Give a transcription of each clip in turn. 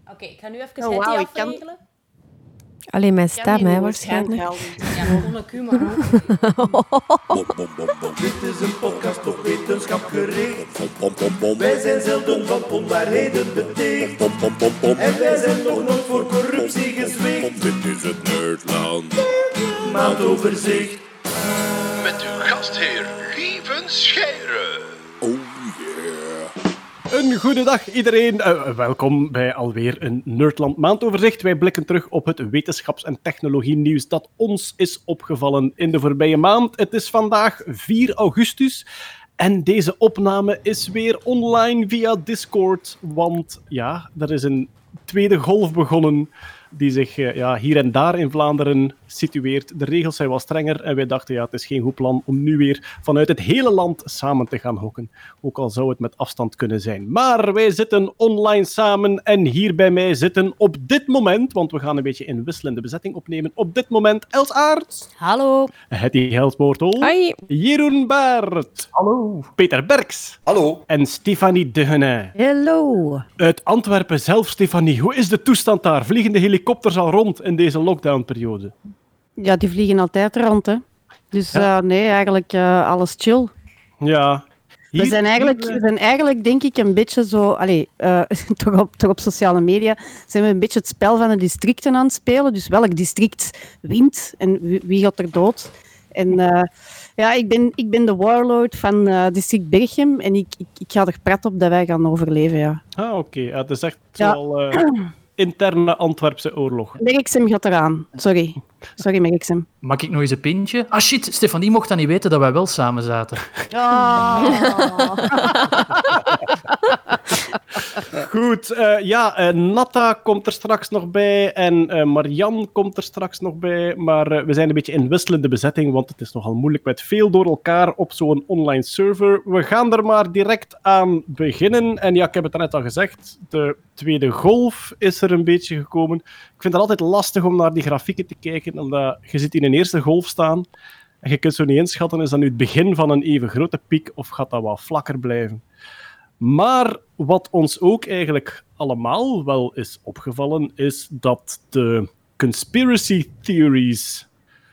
Oké, ik ga nu even het afregelen. Alleen mijn stem, hè, waarschijnlijk. Ja, kon ik u maar Dit is een podcast op wetenschap gericht. Wij zijn zelden van onwaarheden beticht. En wij zijn nog nooit voor corruptie gezwicht. Dit is het Nerdland Maandoverzicht. Met uw gastheer Lieven Scheire. Oh yeah. Een goede dag iedereen. Welkom bij alweer een Nerdland Maandoverzicht. Wij blikken terug op het wetenschaps- en technologienieuws dat ons is opgevallen in de voorbije maand. Het is vandaag 4 augustus en deze opname is weer online via Discord. Want ja, er is een tweede golf begonnen die zich hier en daar in Vlaanderen situeert. De regels zijn wat strenger en wij dachten, het is geen goed plan om nu weer vanuit het hele land samen te gaan hokken. Ook al zou het met afstand kunnen zijn. Maar wij zitten online samen en hier bij mij zitten op dit moment, want we gaan een beetje in wisselende bezetting opnemen, op dit moment Els Aert. Hallo. Hetty Heltmoortel. Hoi. Jeroen Baert. Hallo. Peter Berks. Hallo. En Stefanie Degenay. Hallo. Uit Antwerpen zelf, Stefanie. Hoe is de toestand daar? Vliegen de helikopters al rond in deze lockdownperiode? Ja, die vliegen altijd rond, hè. Dus nee, eigenlijk alles chill. Ja. We zijn eigenlijk, denk ik, een beetje zo... toch op sociale media zijn we een beetje het spel van de districten aan het spelen. Dus welk district wint en wie gaat er dood? En ik ben de warlord van district Berchem en ik ga er prat op dat wij gaan overleven, ja. Ah, oké. Ja, het is echt zoal interne Antwerpse oorlog. Merksem gaat eraan. Sorry, Merksem. Mag ik nog eens een pintje? Ah shit, Stefanie mocht dan niet weten dat wij wel samen zaten. Goed, Natta komt er straks nog bij en Marianne komt er straks nog bij, maar we zijn een beetje in wisselende bezetting, want het is nogal moeilijk met veel door elkaar op zo'n online server. We gaan er maar direct aan beginnen. En ja, ik heb het net al gezegd, de tweede golf is er een beetje gekomen. Ik vind het altijd lastig om naar die grafieken te kijken, omdat je zit in een eerste golf staan en je kunt zo niet inschatten, is dat nu het begin van een even grote piek of gaat dat wat vlakker blijven? Maar wat ons ook eigenlijk allemaal wel is opgevallen, is dat de conspiracy theories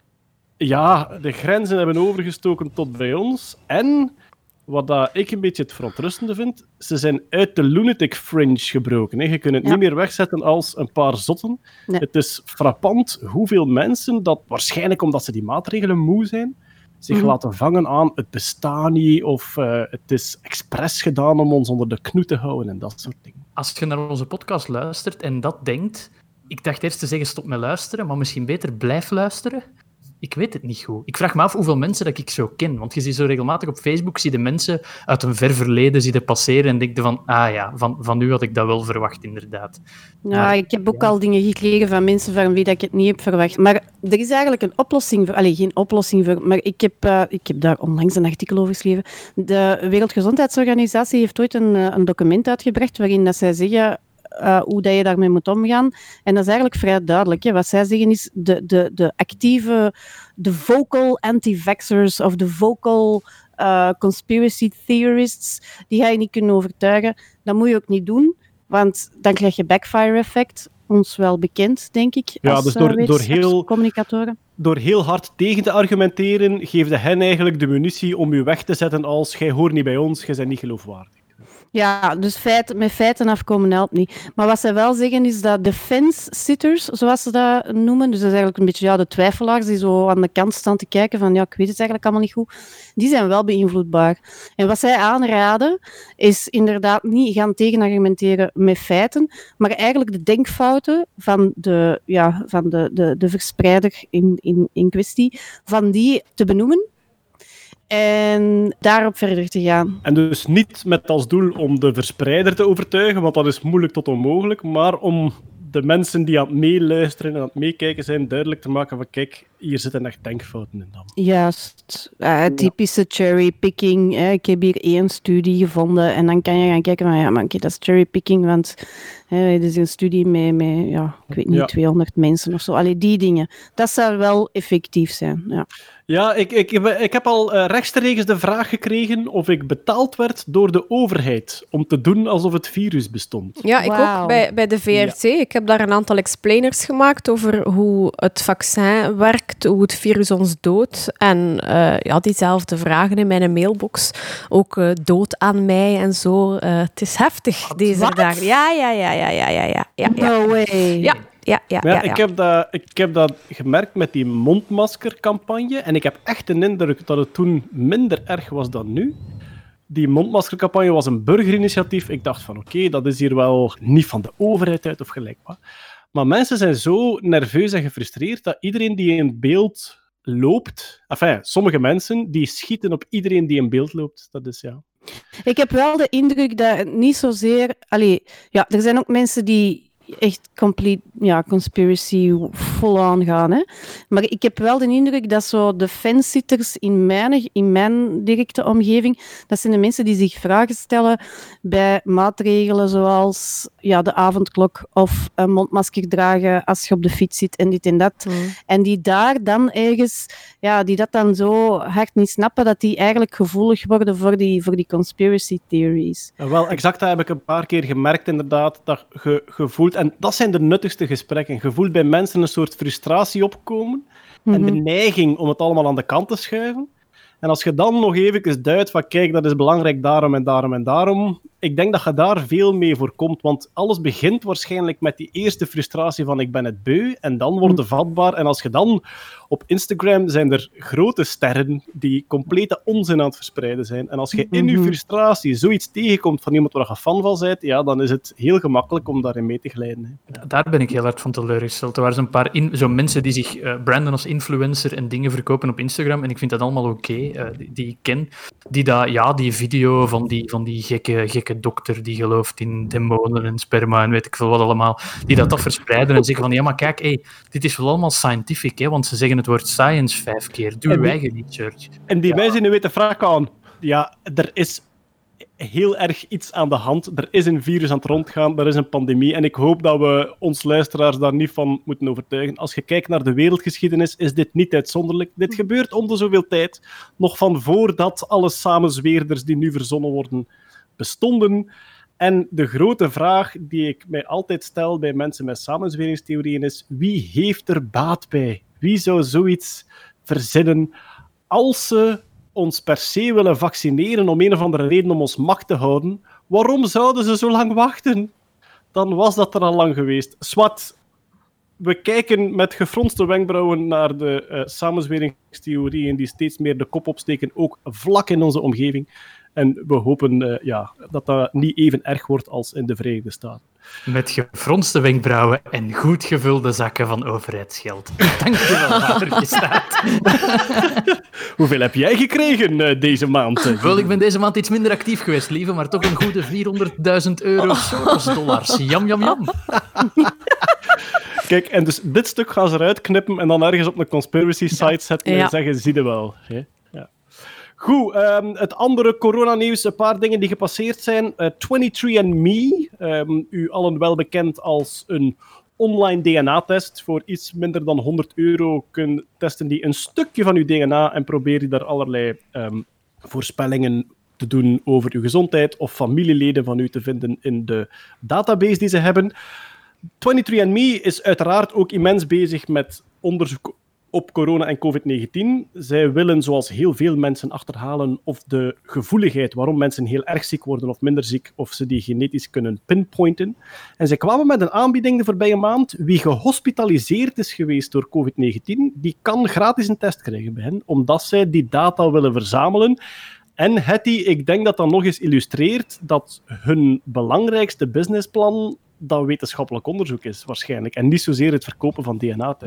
de grenzen hebben overgestoken tot bij ons. En, wat dat ik een beetje het verontrustende vind, ze zijn uit de lunatic fringe gebroken. Hè. Je kunt het niet meer wegzetten als een paar zotten. Nee. Het is frappant hoeveel mensen, dat waarschijnlijk omdat ze die maatregelen moe zijn, zich laten vangen aan het bestaat niet, of het is expres gedaan om ons onder de knoe te houden en dat soort dingen. Als je naar onze podcast luistert en dat denkt, ik dacht eerst te zeggen stop met luisteren, maar misschien beter blijf luisteren. Ik weet het niet goed. Ik vraag me af hoeveel mensen dat ik zo ken, want je ziet zo regelmatig op Facebook, zie de mensen uit een ver verleden passeren en denk je van u had ik dat wel verwacht, inderdaad. Ja, ik heb ook al dingen gekregen van mensen van wie dat ik het niet heb verwacht. Maar er is eigenlijk een oplossing voor... geen oplossing voor... Maar ik heb daar onlangs een artikel over geschreven. De Wereldgezondheidsorganisatie heeft ooit een document uitgebracht waarin dat zij zeggen... hoe dat je daarmee moet omgaan. En dat is eigenlijk vrij duidelijk. Hè. Wat zij zeggen is de actieve, de vocal anti-vaxxers of de vocal conspiracy theorists, die ga je niet kunnen overtuigen. Dat moet je ook niet doen, want dan krijg je backfire effect. Ons wel bekend, denk ik, als dus communicatoren. Door heel hard tegen te argumenteren, geef je hen eigenlijk de munitie om je weg te zetten als jij hoort niet bij ons, jij bent niet geloofwaardig. Ja, dus met feiten afkomen helpt niet. Maar wat zij wel zeggen is dat de fence-sitters, zoals ze dat noemen, dus dat is eigenlijk een beetje de twijfelaars die zo aan de kant staan te kijken van ik weet het eigenlijk allemaal niet goed, die zijn wel beïnvloedbaar. En wat zij aanraden is inderdaad niet gaan tegenargumenteren met feiten, maar eigenlijk de denkfouten van de verspreider in kwestie, van die te benoemen. En daarop verder te gaan. En dus niet met als doel om de verspreider te overtuigen, want dat is moeilijk tot onmogelijk, maar om de mensen die aan het meeluisteren en aan het meekijken zijn duidelijk te maken van kijk, hier zitten echt denkfouten in dan. Juist. Typische cherrypicking. Ik heb hier 1 studie gevonden en dan kan je gaan kijken van, ja, maar oké, dat is cherrypicking, want het is een studie met ik weet niet, 200 mensen of zo. Allee, die dingen. Dat zou wel effectief zijn, ja. Ja, ik heb al rechtstreeks de vraag gekregen of ik betaald werd door de overheid om te doen alsof het virus bestond. Ja, ik ook bij de VRT. Ja. Ik heb daar een aantal explainers gemaakt over hoe het vaccin werkt, hoe het virus ons doodt. En diezelfde vragen in mijn mailbox. Ook dood aan mij en zo. Het is heftig deze dagen. Ja. No way. Ja. Ik heb dat gemerkt met die mondmaskercampagne en ik heb echt de indruk dat het toen minder erg was dan nu. Die mondmaskercampagne was een burgerinitiatief. Ik dacht van oké, dat is hier wel niet van de overheid uit of gelijk wat. Maar mensen zijn zo nerveus en gefrustreerd dat iedereen die in beeld loopt... sommige mensen die schieten op iedereen die in beeld loopt. Dat is Ik heb wel de indruk dat niet zozeer... er zijn ook mensen die echt conspiracy full-on gaan. Hè. Maar ik heb wel de indruk dat zo de fansitters in mijn directe omgeving, dat zijn de mensen die zich vragen stellen bij maatregelen zoals de avondklok of een mondmasker dragen als je op de fiets zit en dit en dat. En die daar dan ergens, die dat dan zo hard niet snappen, dat die eigenlijk gevoelig worden voor die conspiracy theories. Wel, exact dat heb ik een paar keer gemerkt, inderdaad, dat je voelt. En dat zijn de nuttigste gesprekken. Je voelt bij mensen een soort frustratie opkomen en de neiging om het allemaal aan de kant te schuiven. En als je dan nog even duidt van kijk, dat is belangrijk daarom en daarom en daarom, ik denk dat je daar veel mee voorkomt, want alles begint waarschijnlijk met die eerste frustratie van ik ben het beu en dan wordt het vatbaar. En als je dan op Instagram zijn er grote sterren die complete onzin aan het verspreiden zijn. En als je in je frustratie zoiets tegenkomt van iemand waar je fan van bent, dan is het heel gemakkelijk om daarin mee te glijden. Hè. Daar ben ik heel hard van teleurgesteld. Er waren zo'n paar zo mensen die zich branden als influencer en dingen verkopen op Instagram en ik vind dat allemaal oké. Die ik ken, die video van die gekke dokter die gelooft in demonen en sperma en weet ik veel wat allemaal, die dat verspreiden en zeggen van, ja, maar kijk, dit is wel allemaal scientific, hè, want ze zeggen het woord science 5 keer. Doe uw eigen research. En die mensen die weten vaak aan, er is heel erg iets aan de hand. Er is een virus aan het rondgaan, er is een pandemie en ik hoop dat we ons luisteraars daar niet van moeten overtuigen. Als je kijkt naar de wereldgeschiedenis, is dit niet uitzonderlijk. Dit gebeurt om de zoveel tijd, nog van voordat alle samenzweerders die nu verzonnen worden bestonden. En de grote vraag die ik mij altijd stel bij mensen met samenzweringstheorieën is, wie heeft er baat bij? Wie zou zoiets verzinnen als ze ons per se willen vaccineren om een of andere reden om ons macht te houden? Waarom zouden ze zo lang wachten? Dan was dat er al lang geweest. Swat, we kijken met gefronste wenkbrauwen naar de samenzweringstheorieën die steeds meer de kop opsteken, ook vlak in onze omgeving. En we hopen dat dat niet even erg wordt als in de Verenigde Staten. Met gefronste wenkbrauwen en goed gevulde zakken van overheidsgeld. Dank je wel, Watergestaat. Hoeveel heb jij gekregen deze maand? Wel, ik ben deze maand iets minder actief geweest, lieve, maar toch een goede €400.000 Soros-dollars. Jam, jam, jam. Kijk, en dus dit stuk gaan ze eruit knippen en dan ergens op een conspiracy site zetten en zeggen, zie je wel. Hè? Goed, het andere coronanieuws, een paar dingen die gepasseerd zijn. 23andMe, u allen wel bekend als een online DNA-test. Voor iets minder dan €100 testen die een stukje van uw DNA en probeer je daar allerlei voorspellingen te doen over uw gezondheid of familieleden van u te vinden in de database die ze hebben. 23andMe is uiteraard ook immens bezig met onderzoek op corona en COVID-19. Zij willen, zoals heel veel mensen, achterhalen of de gevoeligheid, waarom mensen heel erg ziek worden of minder ziek, of ze die genetisch kunnen pinpointen. En zij kwamen met een aanbieding de voorbije maand. Wie gehospitaliseerd is geweest door COVID-19, die kan gratis een test krijgen bij hen, omdat zij die data willen verzamelen. En Hetty, ik denk dat dat nog eens illustreert dat hun belangrijkste businessplan dat wetenschappelijk onderzoek is, waarschijnlijk. En niet zozeer het verkopen van DNA-tests.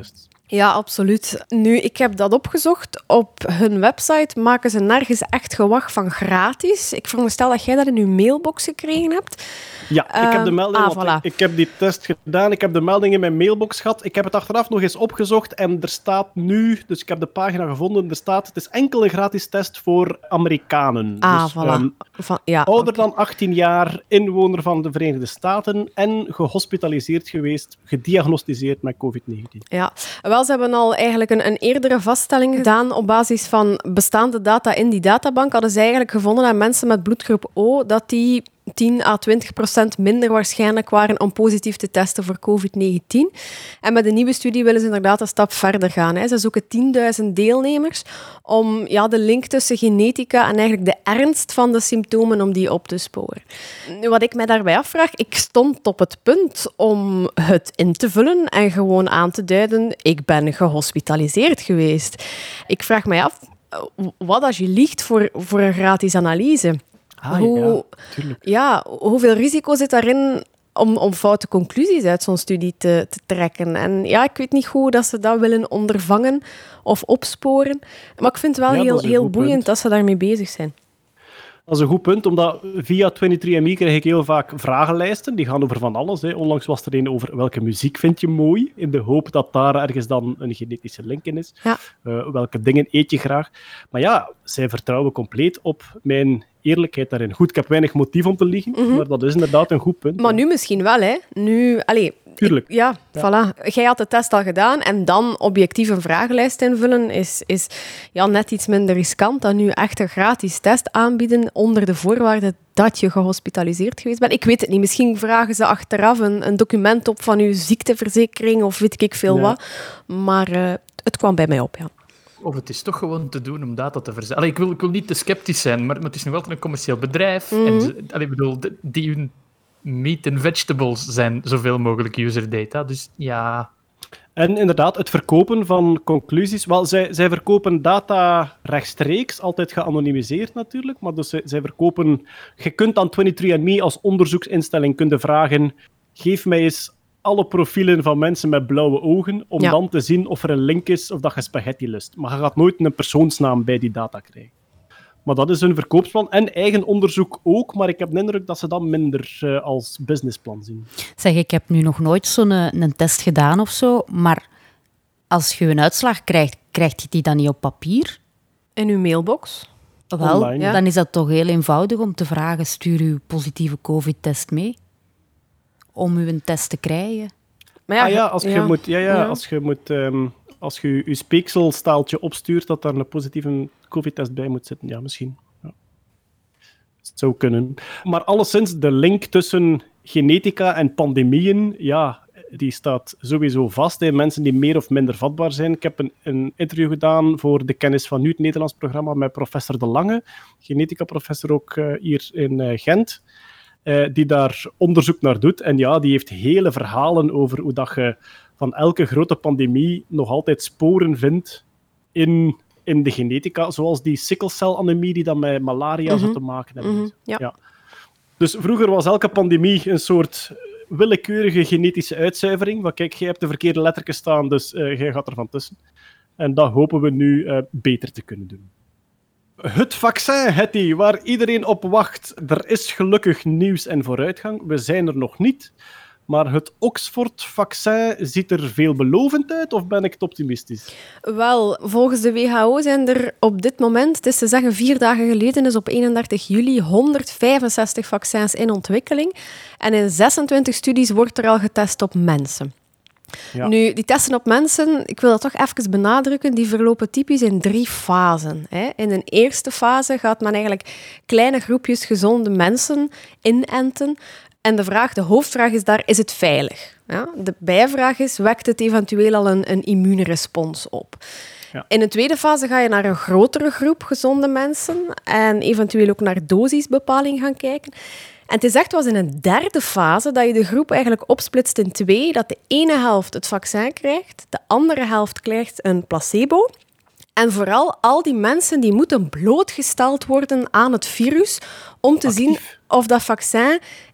Ja, absoluut. Nu, ik heb dat opgezocht. Op hun website maken ze nergens echt gewag van gratis. Ik veronderstel dat jij dat in je mailbox gekregen hebt. Ja, ik heb de melding, voilà. ik heb die test gedaan, ik heb de melding in mijn mailbox gehad. Ik heb het achteraf nog eens opgezocht en er staat nu, dus ik heb de pagina gevonden, er staat, het is enkel een gratis test voor Amerikanen. Dus, ja, ouder dan 18 jaar, inwoner van de Verenigde Staten en gehospitaliseerd geweest, gediagnosticeerd met COVID-19. Ja, wel, ze hebben al eigenlijk een eerdere vaststelling gedaan op basis van bestaande data in die databank. Hadden ze eigenlijk gevonden dat mensen met bloedgroep O, dat die 10 à 20% minder waarschijnlijk waren om positief te testen voor COVID-19. En met de nieuwe studie willen ze inderdaad een stap verder gaan. Hè. Ze zoeken 10.000 deelnemers om de link tussen genetica en eigenlijk de ernst van de symptomen om die op te sporen. Nu, wat ik mij daarbij afvraag, ik stond op het punt om het in te vullen en gewoon aan te duiden, ik ben gehospitaliseerd geweest. Ik vraag mij af, wat als je liegt voor een gratis analyse? Hoeveel risico zit daarin om foute conclusies uit zo'n studie te trekken? En ja, ik weet niet hoe dat ze dat willen ondervangen of opsporen. Maar ik vind het wel heel boeiend dat ze daarmee bezig zijn. Dat is een goed punt, omdat via 23andMe krijg ik heel vaak vragenlijsten. Die gaan over van alles. Hè. Onlangs was er een over welke muziek vind je mooi, in de hoop dat daar ergens dan een genetische link in is. Ja. Welke dingen eet je graag. Maar ja, zij vertrouwen compleet op mijn eerlijkheid daarin. Goed, ik heb weinig motief om te liegen, maar dat is inderdaad een goed punt. Maar nu misschien wel, hè. Tuurlijk. Voilà. Jij had de test al gedaan en dan objectief een vragenlijst invullen is net iets minder riskant dan nu echt een gratis test aanbieden onder de voorwaarde dat je gehospitaliseerd geweest bent. Ik weet het niet. Misschien vragen ze achteraf een document op van uw ziekteverzekering of weet ik veel wat. Maar het kwam bij mij op, ja. Of het is toch gewoon te doen om data te verzamelen. Ik wil niet te sceptisch zijn, maar het is nog altijd een commercieel bedrijf. En die hun meat en vegetables zijn zoveel mogelijk user data. Dus ja. En inderdaad, het verkopen van conclusies. Wel, zij verkopen data rechtstreeks, altijd geanonimiseerd natuurlijk. Maar dus zij verkopen. Je kunt aan 23andMe als onderzoeksinstelling kunnen vragen: geef mij eens alle profielen van mensen met blauwe ogen, om dan te zien of er een link is of dat je spaghetti lust. Maar je gaat nooit een persoonsnaam bij die data krijgen. Maar dat is hun verkoopsplan. En eigen onderzoek ook, maar ik heb de indruk dat ze dat minder als businessplan zien. Zeg, ik heb nu nog nooit zo'n een test gedaan of zo, maar als je een uitslag krijgt, krijg je die dan niet op papier? In uw mailbox? Wel, dan is dat toch heel eenvoudig om te vragen, stuur uw positieve COVID-test mee? Om u een test te krijgen. Maar als je je speekselstaaltje opstuurt, dat daar een positieve COVID-test bij moet zitten. Ja, misschien. Ja. Het zou kunnen. Maar alleszins, de link tussen genetica en pandemieën, die staat sowieso vast. Hè. Mensen die meer of minder vatbaar zijn. Ik heb een interview gedaan voor de Kennis van Nu, het Nederlands programma, met professor De Lange, genetica-professor ook hier in Gent. Die daar onderzoek naar doet. En ja, die heeft hele verhalen over hoe dat je van elke grote pandemie nog altijd sporen vindt in de genetica, zoals die sikkelcelanemie die dan met malaria zou te maken hebben. Ja. Dus vroeger was elke pandemie een soort willekeurige genetische uitzuivering. Van kijk, jij hebt de verkeerde lettertjes staan, dus jij gaat er van tussen. En dat hopen we nu beter te kunnen doen. Het vaccin, Hetty, waar iedereen op wacht. Er is gelukkig nieuws en vooruitgang. We zijn er nog niet. Maar het Oxford-vaccin ziet er veelbelovend uit, of ben ik te optimistisch? Wel, volgens de WHO zijn er op dit moment, het is te zeggen 4 dagen geleden, dus op 31 juli, 165 vaccins in ontwikkeling. En in 26 studies wordt er al getest op mensen. Ja. Nu, die testen op mensen, ik wil dat toch even benadrukken, die verlopen typisch in 3 fasen. In een eerste fase gaat men eigenlijk kleine groepjes gezonde mensen inenten. En de hoofdvraag is daar, is het veilig? Ja? De bijvraag is, wekt het eventueel al een immuunrespons op? Ja. In een tweede fase ga je naar een grotere groep gezonde mensen en eventueel ook naar dosisbepaling gaan kijken. En het is echt pas in een derde fase dat je de groep eigenlijk opsplitst in 2, dat de ene helft het vaccin krijgt, de andere helft krijgt een placebo. En vooral al die mensen die moeten blootgesteld worden aan het virus om te zien of dat vaccin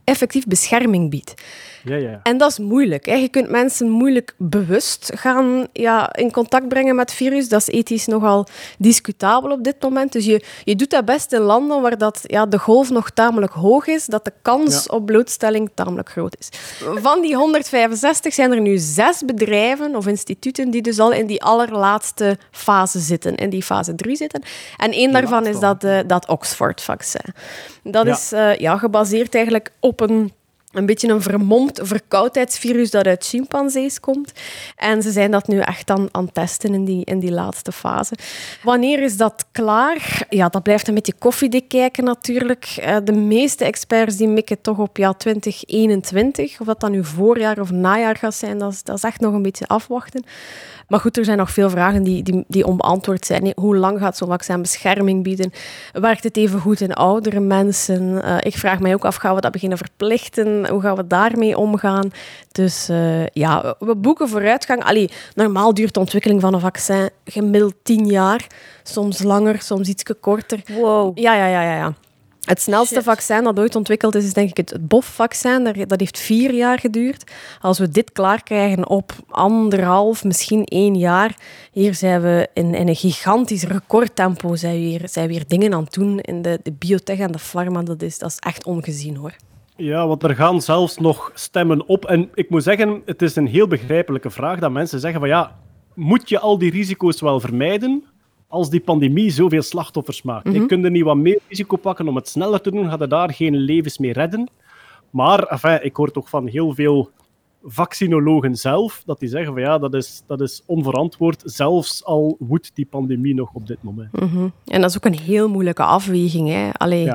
effectief bescherming biedt. Ja. En dat is moeilijk. Hè. Je kunt mensen moeilijk bewust gaan in contact brengen met het virus. Dat is ethisch nogal discutabel op dit moment. Dus je doet dat best in landen waar de golf nog tamelijk hoog is, dat de kans op blootstelling tamelijk groot is. Van die 165 zijn er nu 6 bedrijven of instituten die dus al in die allerlaatste fase zitten, in die fase 3 zitten. En één daarvan is dat Oxford-vaccin. Dat is gebaseerd eigenlijk op een beetje een vermomd verkoudheidsvirus dat uit chimpansees komt. En ze zijn dat nu echt aan het testen in die laatste fase. Wanneer is dat klaar? Ja, dat blijft een beetje koffiedik kijken natuurlijk. De meeste experts die mikken toch op 2021. Of dat dan nu voorjaar of najaar gaat zijn, dat is echt nog een beetje afwachten. Maar goed, er zijn nog veel vragen die onbeantwoord zijn. Hoe lang gaat zo'n vaccin bescherming bieden? Werkt het even goed in oudere mensen? Ik vraag mij ook af, gaan we dat beginnen verplichten? Hoe gaan we daarmee omgaan? Dus we boeken vooruitgang. Normaal duurt de ontwikkeling van een vaccin gemiddeld 10 jaar. Soms langer, soms iets korter. Wow. Ja. Het snelste vaccin dat ooit ontwikkeld is denk ik het BOF-vaccin. Dat heeft 4 jaar geduurd. Als we dit klaar krijgen op 1,5, misschien 1 jaar, hier zijn we in een gigantisch recordtempo zijn weer dingen aan het doen in de biotech en de pharma. Dat is echt ongezien, hoor. Ja, want er gaan zelfs nog stemmen op. En ik moet zeggen, het is een heel begrijpelijke vraag dat mensen zeggen van moet je al die risico's wel vermijden als die pandemie zoveel slachtoffers maakt? Je kunt er niet wat meer risico pakken om het sneller te doen, gaat er daar geen levens mee redden. Maar ik hoor toch van heel veel vaccinologen zelf, dat die zeggen van dat is onverantwoord, zelfs al woedt die pandemie nog op dit moment. Mm-hmm. En dat is ook een heel moeilijke afweging. Hè.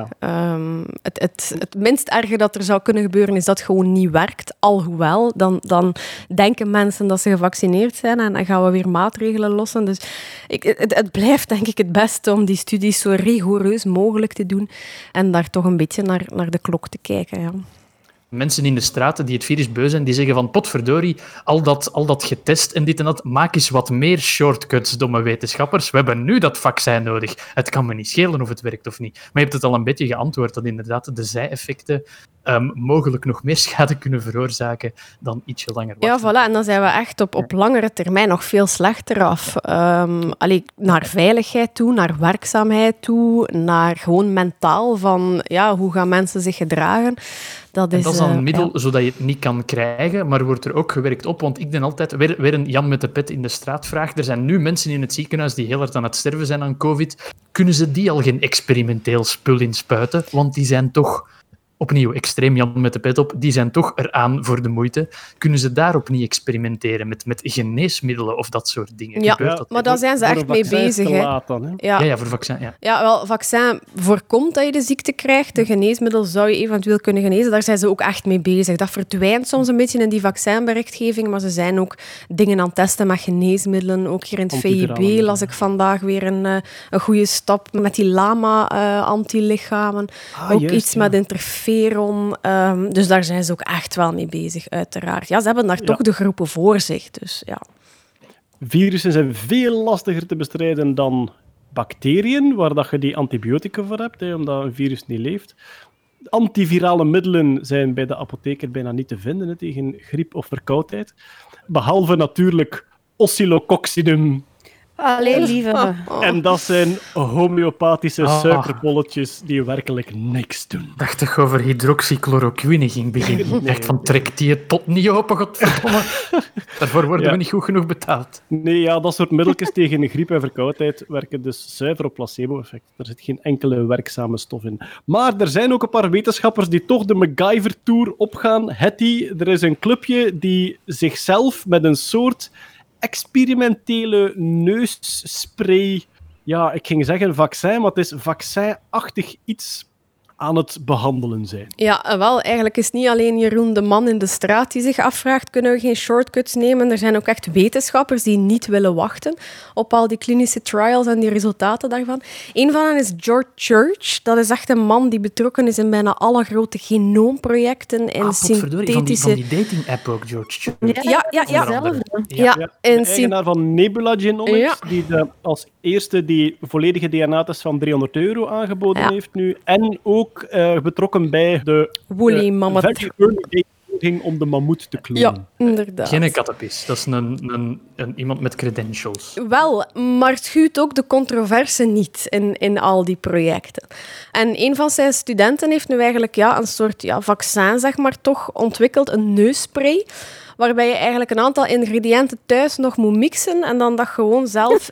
Het minst erge dat er zou kunnen gebeuren is dat het gewoon niet werkt. Alhoewel, dan denken mensen dat ze gevaccineerd zijn en dan gaan we weer maatregelen lossen. Dus het blijft denk ik het beste om die studies zo rigoureus mogelijk te doen en daar toch een beetje naar de klok te kijken. Ja. Mensen in de straten die het virus beu zijn, die zeggen van potverdorie, al dat getest en dit en dat, maak eens wat meer shortcuts, domme wetenschappers. We hebben nu dat vaccin nodig. Het kan me niet schelen of het werkt of niet. Maar je hebt het al een beetje geantwoord, dat inderdaad de zijeffecten mogelijk nog meer schade kunnen veroorzaken dan ietsje langer wachten. Ja, voilà. En dan zijn we echt op langere termijn nog veel slechter af. Naar veiligheid toe, naar werkzaamheid toe, naar gewoon mentaal van hoe gaan mensen zich gedragen. Dat is dan een middel zodat je het niet kan krijgen, maar wordt er ook gewerkt op. Want ik denk altijd, weer een Jan met de pet in de straat vraag. Er zijn nu mensen in het ziekenhuis die heel hard aan het sterven zijn aan COVID. Kunnen ze die al geen experimenteel spul inspuiten? Want die zijn toch, opnieuw, extreem Jan met de pet op, die zijn toch eraan voor de moeite. Kunnen ze daarop niet experimenteren met geneesmiddelen of dat soort dingen? Ja, maar daar zijn ze echt mee bezig. Ja, voor vaccin. Ja, wel, vaccin voorkomt dat je de ziekte krijgt. De geneesmiddel zou je eventueel kunnen genezen. Daar zijn ze ook echt mee bezig. Dat verdwijnt soms een beetje in die vaccinberichtgeving, maar ze zijn ook dingen aan het testen met geneesmiddelen. Ook hier in het VIB las ik vandaag weer een goede stap met die lama-antilichamen. Ook juist, iets met interferon. Dus daar zijn ze ook echt wel mee bezig, uiteraard. Ja, ze hebben daar toch de groepen voor zich. Dus, ja. Virussen zijn veel lastiger te bestrijden dan bacteriën, waar dat je die antibiotica voor hebt, omdat een virus niet leeft. Antivirale middelen zijn bij de apotheker bijna niet te vinden tegen griep of verkoudheid. Behalve natuurlijk Oscillococcinum. Allee, lieve. En dat zijn homeopathische suikerbolletjes die werkelijk niks doen. Ik dacht toch over hydroxychloroquine ging beginnen. Ik dacht van, trekt die het pot niet open, godverdomme. Daarvoor worden we niet goed genoeg betaald. Nee, dat soort middeltjes tegen griep en verkoudheid werken dus zuiver op placebo-effect. Er zit geen enkele werkzame stof in. Maar er zijn ook een paar wetenschappers die toch de MacGyver-tour opgaan. Er is een clubje die zichzelf met een soort experimentele neusspray, ik ging zeggen vaccin, maar het is vaccinachtig iets aan het behandelen zijn. Ja, wel, eigenlijk is niet alleen Jeroen de man in de straat die zich afvraagt, kunnen we geen shortcuts nemen? Er zijn ook echt wetenschappers die niet willen wachten op al die klinische trials en die resultaten daarvan. Een van hen is George Church. Dat is echt een man die betrokken is in bijna alle grote genoomprojecten en synthetische... Van die dating-app ook, George Church. Ja. De eigenaar van Nebula Genomics, die als eerste die volledige DNA-test van €300 aangeboden heeft nu. En ook ook betrokken bij de Woolly mammoth. very early day poging om de mammoet te klonen. Ja, inderdaad. Geen kattenpis, dat is een iemand met credentials. Wel, maar het schuwt ook de controverse niet in al die projecten. En een van zijn studenten heeft nu eigenlijk een soort vaccin, zeg maar, toch ontwikkeld, een neusspray, waarbij je eigenlijk een aantal ingrediënten thuis nog moet mixen en dan dat gewoon zelf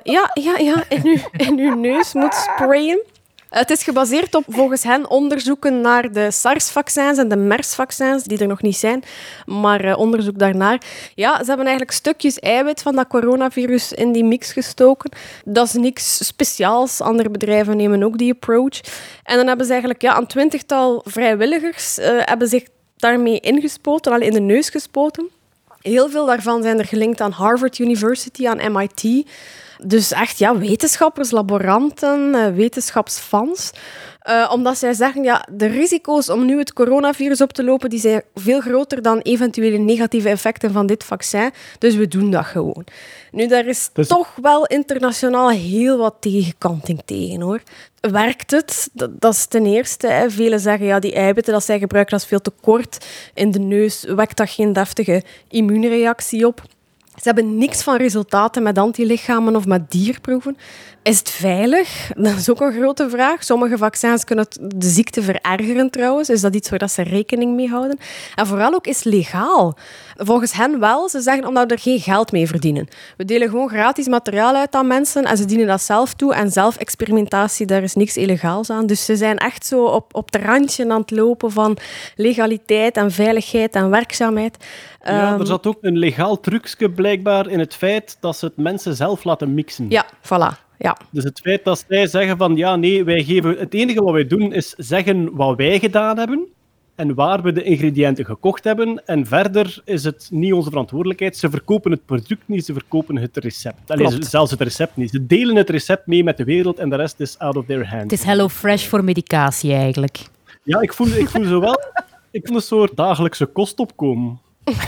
in je neus moet sprayen. Het is gebaseerd op, volgens hen, onderzoeken naar de SARS-vaccins en de MERS-vaccins, die er nog niet zijn, maar onderzoek daarnaar. Ja, ze hebben eigenlijk stukjes eiwit van dat coronavirus in die mix gestoken. Dat is niks speciaals. Andere bedrijven nemen ook die approach. En dan hebben ze eigenlijk een 20-tal vrijwilligers hebben zich daarmee ingespoten, in de neus gespoten. Heel veel daarvan zijn er gelinkt aan Harvard University, aan MIT. Dus echt, wetenschappers, laboranten, wetenschapsfans. Omdat zij zeggen, de risico's om nu het coronavirus op te lopen, die zijn veel groter dan eventuele negatieve effecten van dit vaccin. Dus we doen dat gewoon. Nu, daar is toch wel internationaal heel wat tegenkanting tegen, hoor. Werkt het? Dat is ten eerste. Hè. Velen zeggen, die eiwitten dat zij gebruiken, dat is veel te kort. In de neus wekt dat geen deftige immuunreactie op. Ze hebben niks van resultaten met antilichamen of met dierproeven. Is het veilig? Dat is ook een grote vraag. Sommige vaccins kunnen de ziekte verergeren trouwens. Is dat iets waar ze rekening mee houden? En vooral ook, is het legaal? Volgens hen wel. Ze zeggen omdat we er geen geld mee verdienen. We delen gewoon gratis materiaal uit aan mensen en ze dienen dat zelf toe. En zelfexperimentatie, daar is niks illegaals aan. Dus ze zijn echt zo op het randje aan het lopen van legaliteit en veiligheid en werkzaamheid. Ja, er zat ook een legaal trucje blijkbaar in het feit dat ze het mensen zelf laten mixen. Ja, voilà. Ja. Dus het feit dat zij zeggen van wij geven... Het enige wat wij doen is zeggen wat wij gedaan hebben en waar we de ingrediënten gekocht hebben. En verder is het niet onze verantwoordelijkheid. Ze verkopen het product niet, ze verkopen het recept. Zelfs het recept niet. Ze delen het recept mee met de wereld en de rest is out of their hands. Het is HelloFresh voor medicatie eigenlijk. Ja, ik voel zo wel... Ik voel een soort dagelijkse kostopkomen.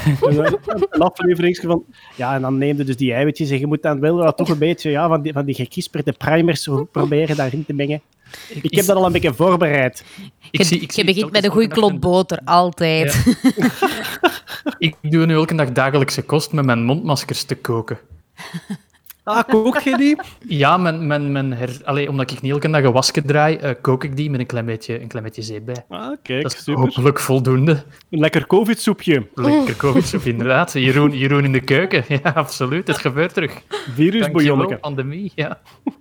Een aflevering van... Ja, en dan neem je dus die eiwitjes en je moet dan wel toch een beetje van die gekiesperde primers proberen daarin te mengen. Ik heb dat al een beetje voorbereid. Je begint met een goede klont boter, altijd. Ja. Ik doe nu elke dag dagelijkse kost met mijn mondmaskers te koken. Ah, kook je die? Ja, omdat ik niet elke dag een wasje draai, kook ik die met een klein beetje zeep bij. Ah, kijk, dat is super. Hopelijk voldoende. Een lekker COVID-soepje. Lekker COVID-soepje, inderdaad. Jeroen in de keuken. Ja, absoluut. Het gebeurt terug. Virusbouillonneke. Pandemie, ja.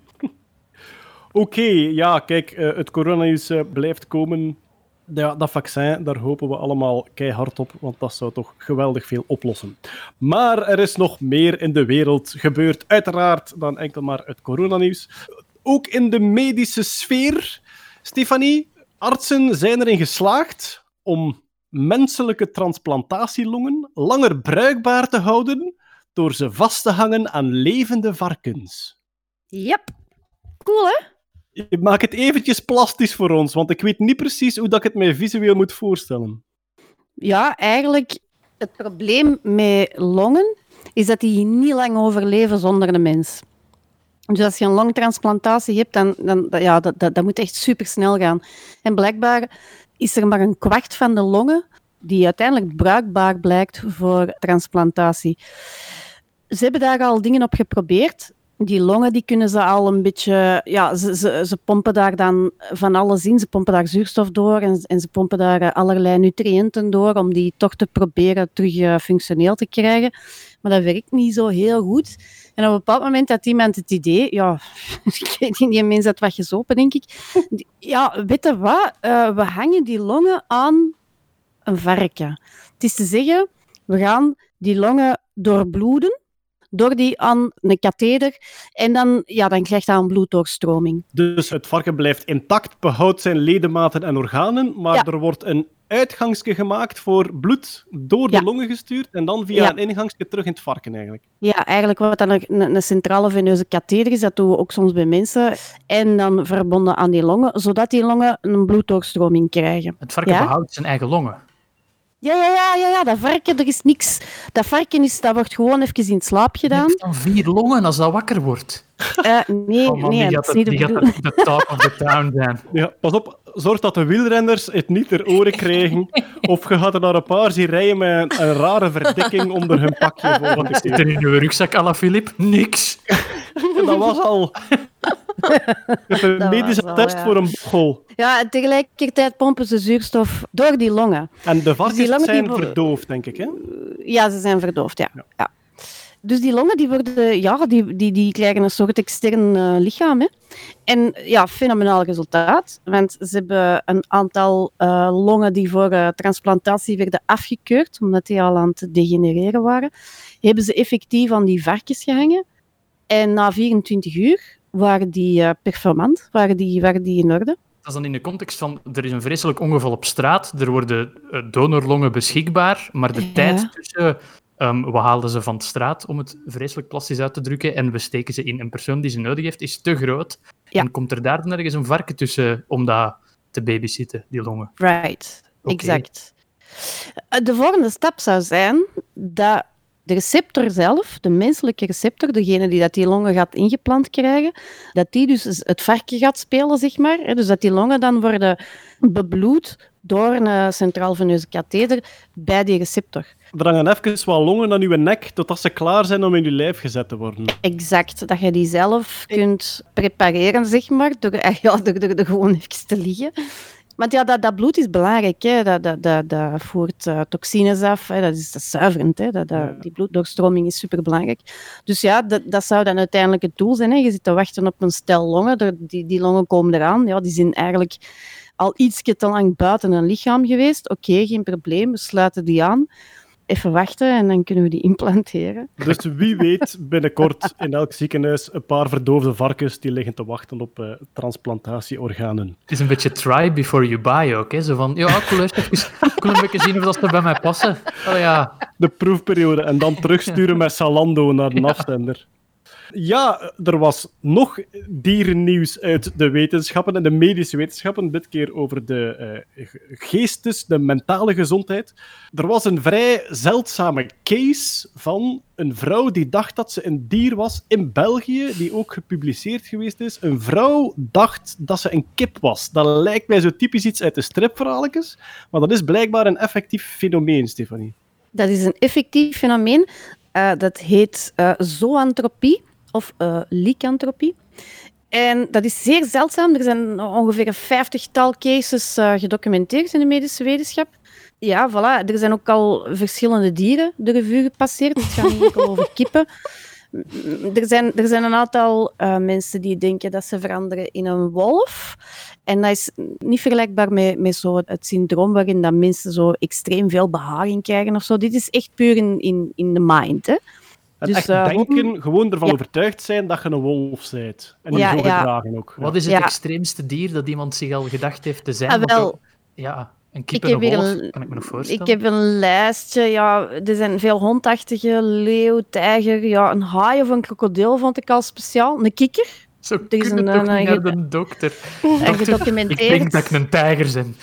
Oké, kijk, het coronavirus blijft komen. Ja, dat vaccin, daar hopen we allemaal keihard op, want dat zou toch geweldig veel oplossen. Maar er is nog meer in de wereld gebeurd, uiteraard, dan enkel maar het coronanieuws. Ook in de medische sfeer. Stefanie, artsen zijn erin geslaagd om menselijke transplantatielongen langer bruikbaar te houden door ze vast te hangen aan levende varkens. Yep. Cool, hè? Maak het eventjes plastisch voor ons, want ik weet niet precies hoe dat ik het mij visueel moet voorstellen. Ja, eigenlijk, het probleem met longen is dat die niet lang overleven zonder de mens. Dus als je een longtransplantatie hebt, dan moet echt supersnel gaan. En blijkbaar is er maar een kwart van de longen die uiteindelijk bruikbaar blijkt voor transplantatie. Ze hebben daar al dingen op geprobeerd. Die longen die kunnen ze al een beetje... Ja, ze pompen daar dan van alles in. Ze pompen daar zuurstof door en ze pompen daar allerlei nutriënten door om die toch te proberen terug functioneel te krijgen. Maar dat werkt niet zo heel goed. En op een bepaald moment had iemand het idee... Ja, ik weet niet, die mens had wat gezopen, denk ik. Ja, weet je wat? We hangen die longen aan een varken. Het is te zeggen, we gaan die longen doorbloeden door die aan een katheder en dan krijg je een bloeddoorstroming. Dus het varken blijft intact, behoudt zijn ledematen en organen, maar er wordt een uitgangsje gemaakt voor bloed door de longen gestuurd en dan via een ingangsje terug in het varken eigenlijk. Ja, eigenlijk wat dan een centrale veneuze katheder is, dat doen we ook soms bij mensen, en dan verbonden aan die longen, zodat die longen een bloeddoorstroming krijgen. Het varken behoudt zijn eigen longen. Ja, dat varken, er is niks. Dat varken dat wordt gewoon even in slaap gedaan. Het heeft dan 4 longen als dat wakker wordt. Nee, Oh man, nee, die dat is gaat niet de de bedoeling. talk of the town zijn. Ja, pas op, zorg dat de wielrenners het niet ter oren krijgen. Of je gaat er naar een paar zien rijden met een rare verdikking onder hun pakje. Wat is er in uw rugzak, à la Philippe? Niks. En dat was al... Met een Dat medische was al, test ja. voor een bochel. Ja, en tegelijkertijd pompen ze zuurstof door die longen. En de varkens die longen die zijn worden- verdoofd, denk ik. Hè? Ja, ze zijn verdoofd, ja. Dus die longen die worden, die krijgen een soort extern lichaam. Hè. En ja, fenomenaal resultaat. Want ze hebben een aantal longen die voor transplantatie werden afgekeurd, omdat die al aan het degenereren waren. Hebben ze effectief aan die varkens gehangen. En na 24 uur waren die performant, waren die in orde. Dat is dan in de context van, er is een vreselijk ongeval op straat, er worden donorlongen beschikbaar, maar de tijd tussen, we halen ze van de straat, om het vreselijk plastisch uit te drukken, en we steken ze in een persoon die ze nodig heeft, is te groot. Ja. En komt er daar dan ergens een varken tussen om dat te babysitten, die longen? Right, Oké. exact. De volgende stap zou zijn dat de receptor zelf, de menselijke receptor, degene die die longen gaat ingeplant krijgen, dat die dus het varken gaat spelen, zeg maar. Hè, dus dat die longen dan worden bebloed door een centraal veneuze katheder bij die receptor. Er hangen even wat longen aan uw nek, totdat ze klaar zijn om in uw lijf gezet te worden. Exact, dat je die zelf kunt prepareren, zeg maar, door er gewoon even te liggen. Want ja, dat bloed is belangrijk, hè. Dat voert toxines af, hè. Dat is zuiverend. Hè. Die bloeddoorstroming is superbelangrijk. Dus ja, dat zou dan uiteindelijk het doel zijn. Hè. Je zit te wachten op een stel longen, die longen komen eraan. Ja, die zijn eigenlijk al ietsje te lang buiten een lichaam geweest. Oké, geen probleem, we sluiten die aan. Even wachten en dan kunnen we die implanteren. Dus wie weet binnenkort in elk ziekenhuis een paar verdoofde varkens die liggen te wachten op transplantatieorganen. Het is een beetje try before you buy ook. Hè? Zo van, ja, ik wil een beetje zien of dat ze bij mij passen. Oh ja. De proefperiode en dan terugsturen met Zalando naar de afzender. Ja, er was nog dierennieuws uit de wetenschappen en de medische wetenschappen, dit keer over de de mentale gezondheid. Er was een vrij zeldzame case van een vrouw die dacht dat ze een dier was in België, die ook gepubliceerd geweest is. Een vrouw dacht dat ze een kip was. Dat lijkt mij zo typisch iets uit de stripverhaaltjes, maar dat is blijkbaar een effectief fenomeen, Stefanie. Dat is een effectief fenomeen. Dat heet zoantropie of lycanthropie. En dat is zeer zeldzaam. Er zijn ongeveer een 50-tal cases gedocumenteerd in de medische wetenschap. Ja, voilà. Er zijn ook al verschillende dieren de revue gepasseerd. Het gaat niet enkel over kippen. Er zijn een aantal mensen die denken dat ze veranderen in een wolf. En dat is niet vergelijkbaar met zo het syndroom waarin dat mensen zo extreem veel beharing krijgen of zo. Dit is echt puur in de mind, hè. En Dus, echt denken, gewoon ervan overtuigd zijn dat je een wolf bent. En je zo gedragen ook. Wat is het extreemste dier dat iemand zich al gedacht heeft te zijn? Een kip en een wolf, kan ik me nog voorstellen. Ik heb een lijstje. Ja, er zijn veel hondachtige, leeuw, tijger. Ja, een haai of een krokodil vond ik al speciaal. Een kikker. Zo kunnen toch niet naar de dokter. Gedocumenteerd. Ik denk dat ik een tijger ben.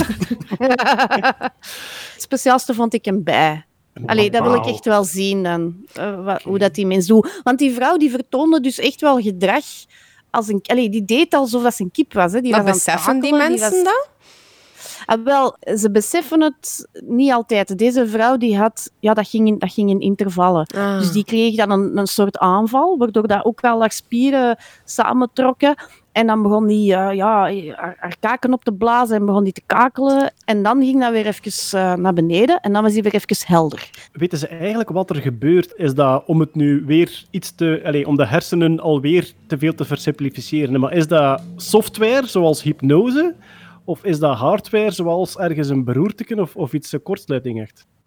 Het speciaalste vond ik een bij. Allee, dat wil ik echt wel zien dan, hoe dat die mens doet. Want die vrouw die vertoonde dus echt wel gedrag als een... Allee, die deed alsof dat ze een kip was. Hè. Maar beseffen die mensen dat? Wel, ze beseffen het niet altijd. Deze vrouw die had... Ja, dat ging in intervallen. Dus die kreeg dan een soort aanval, waardoor dat ook wel haar spieren samentrokken. En dan begon die haar kaken op te blazen en begon die te kakelen. En dan ging dat weer even naar beneden en dan was die weer even helder. Weten ze eigenlijk wat er gebeurt? Is dat om het nu weer om de hersenen alweer te veel te versimplificeren? Maar is dat software, zoals hypnose? Of is dat hardware, zoals ergens een beroerte of iets kortsluiting echt?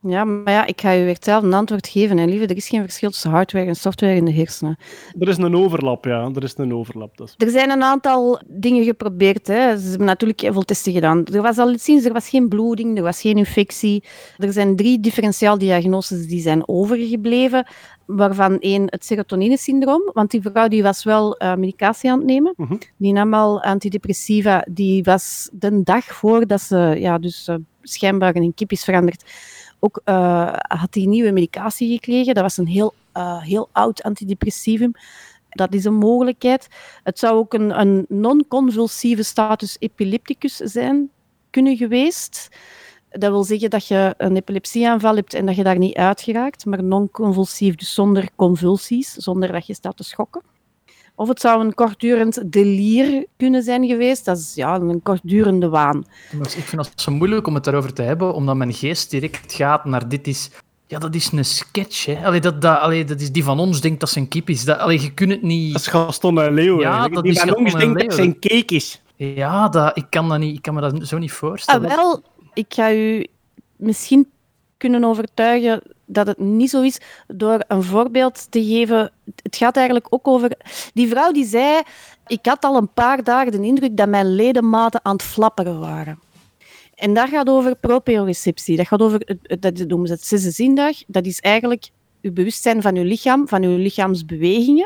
Ja, maar ja, ik ga u weer hetzelfde een antwoord geven. En lieve, er is geen verschil tussen hardware en software in de hersenen. Er is een overlap, ja. Er is een overlap. Dus. Er zijn een aantal dingen geprobeerd. Hè. Ze hebben natuurlijk heel veel testen gedaan. Er was al sinds er was geen bloeding, er was geen infectie. Er zijn 3 differentiaaldiagnoses die zijn overgebleven, waarvan 1 het serotoninesyndroom. Want die vrouw die was wel medicatie aan het nemen. Mhm. Die nam al antidepressiva. Die was de dag voordat ze schijnbaar in een kip is veranderd, ook had hij nieuwe medicatie gekregen. Dat was een heel oud antidepressivum. Dat is een mogelijkheid. Het zou ook een non-convulsieve status epilepticus kunnen geweest. Dat wil zeggen dat je een epilepsieaanval hebt en dat je daar niet uit geraakt, maar non-convulsief, dus zonder convulsies, zonder dat je staat te schokken. Of het zou een kortdurend delier kunnen zijn geweest. Dat is een kortdurende waan. Ik vind het zo moeilijk om het daarover te hebben, omdat mijn geest direct gaat naar dit is... Ja, dat is een sketch, hè. Dat is die van ons denkt dat zijn kip is. Je kunt het niet... Dat is Gaston en Leo. Ja, eigenlijk. dat Die is van ons Gaston en denkt dat Leo. zijn cake is. Ja, ik kan me dat zo niet voorstellen. Wel, ik ga u misschien kunnen overtuigen dat het niet zo is door een voorbeeld te geven. Het gaat eigenlijk ook over... Die vrouw die zei, ik had al een paar dagen de indruk dat mijn ledematen aan het flapperen waren. En dat gaat over proprioceptie. Dat gaat over, dat noemen ze het 6e zintuig. Dat is eigenlijk uw bewustzijn van uw lichaam, van uw lichaamsbewegingen,